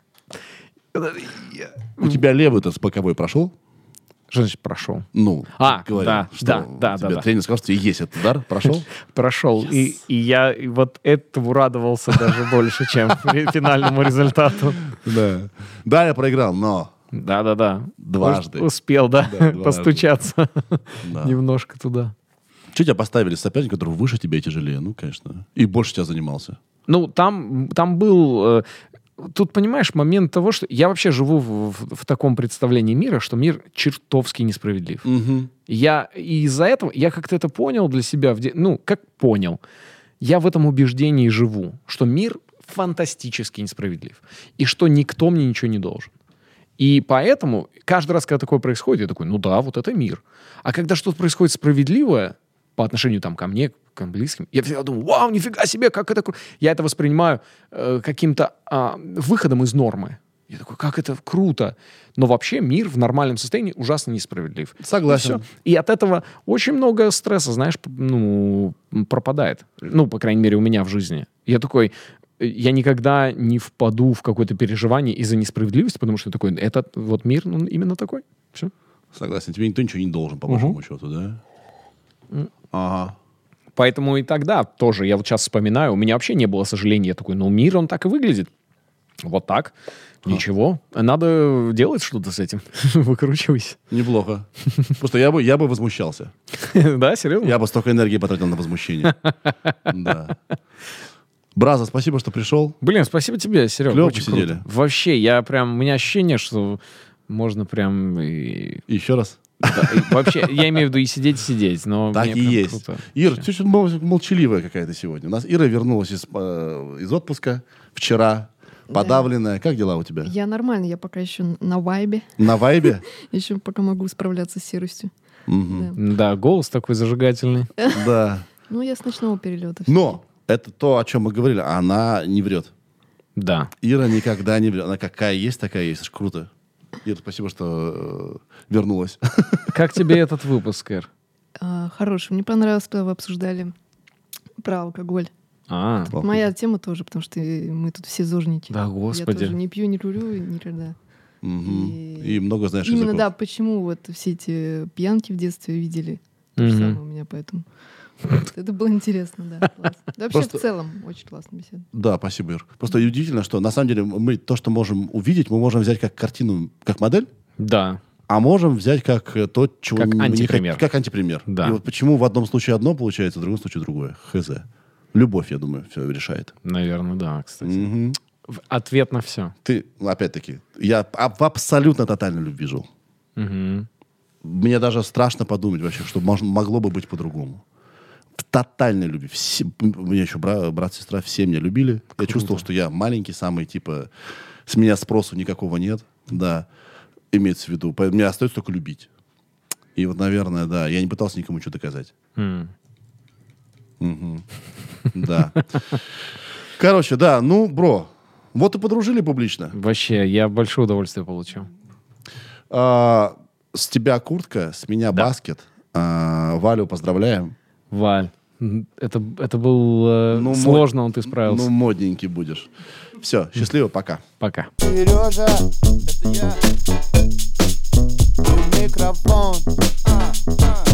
У тебя левый-то с боковой прошел? Что значит прошел? Ну, А, говорю, да, что да, да, тебе да, да. тренер сказал, что есть этот удар, прошел? Прошел. И, и я и вот этому радовался даже больше, чем фи- финальному результату. Да. Да, я проиграл, но... Да-да-да. Дважды. Уж успел, да, Да, дважды. постучаться Да. немножко туда. Что тебя поставили соперник, который выше тебя и тяжелее? Ну, конечно. И больше тебя занимался. Ну, там, там был... э, Тут, понимаешь, момент того, что я вообще живу в, в- в таком представлении мира, что мир чертовски несправедлив. Угу. Я и из-за этого, я как-то это понял для себя, в де- ну, как понял. Я в этом убеждении живу, что мир фантастически несправедлив. И что никто мне ничего не должен. И поэтому каждый раз, когда такое происходит, я такой, ну да, вот это мир. А когда что-то происходит справедливое по отношению там, ко мне, к близким, я всегда думаю, вау, нифига себе, как это круто. Я это воспринимаю э, каким-то а, выходом из нормы. Я такой, как это круто. Но вообще мир в нормальном состоянии ужасно несправедлив. Согласен. И всё. И от этого очень много стресса, знаешь, п- ну, пропадает. Ну, по крайней мере, у меня в жизни. Я такой, э, я никогда не впаду в какое-то переживание из-за несправедливости, потому что я такой, этот вот мир, ну, именно такой. Все. Согласен. Тебе никто ничего не должен, по большому счету, да? Ага. Поэтому и тогда тоже, я вот сейчас вспоминаю, у меня вообще не было сожаления. Я такой, ну, мир, он так и выглядит. Вот так. Ничего. Надо делать что-то с этим. Выкручивайся. Неплохо. Просто я бы, я бы возмущался. Да, серьезно? Я бы столько энергии потратил на возмущение. Да. Браза, спасибо, что пришел. Блин, спасибо тебе, Серега. Клево очень посидели. круто. Вообще, я прям, у меня ощущение, что можно прям и... И еще раз. да, и вообще, я имею в виду и сидеть, и сидеть, но Так мне и прям есть. круто. Ир, ты что-то мол- молчаливая какая-то сегодня. У нас Ира вернулась из, э, из отпуска вчера, подавленная. Как дела у тебя? Я нормально, я пока еще на вайбе. На вайбе? Еще пока могу справляться с серостью. Мгм. Да. Да, голос такой зажигательный. Да. Ну, я с ночного перелета. Но это то, о чем мы говорили. Она не врет. Да. Ира никогда не врет. Она какая есть, такая есть. Это ж круто. Ира, спасибо, что э, вернулась. Как тебе этот выпуск, Эр? А, хороший. Мне понравилось, когда вы обсуждали про алкоголь. А, Ох, Моя тема тоже, потому что мы тут все зожники. да, Я господи. тоже не пью, не курю никогда. Мгм. И- И много знаешь Именно, языков. да, почему вот все эти пьянки в детстве видели. То же Мгм. самое у меня, поэтому... Это было интересно, да. классно. Да, вообще Просто- в целом очень классная беседа. Да, спасибо, Ир. Просто удивительно, что на самом деле мы то, что можем увидеть, мы можем взять как картину, как модель, Да. а можем взять как э, то, чего Как мы не антипример. хот- как антипример. Да. И вот почему в одном случае одно получается, в другом случае другое. Хз. Любовь, я думаю, все решает. Наверное, да, кстати. Мгм. В- Ответ на все. Ты, ну, опять-таки, я а- в абсолютно тотальной любви жил. Мне даже страшно подумать вообще, что мож- могло бы быть по-другому. В тотальной любви. Все, у меня еще бра- брат, сестра, все меня любили. Я чувствовал, что я маленький, самый, типа, с меня спросу никакого нет. Да, имеется в виду. Поэтому мне остается только любить. И вот, наверное, да, я не пытался никому что доказать. М. Мгм. Да. Короче, да, ну, бро, вот и подружили публично. Вообще, я большое удовольствие получил. А, с тебя куртка, с меня Да. баскет. А, Валю поздравляем. Валь, м, это, это был э, Ну, сложно, мод- он ты справился. Ну, модненький будешь. Все, счастливо, пока. Пока. Сережа, это я. И микрофон. А, а.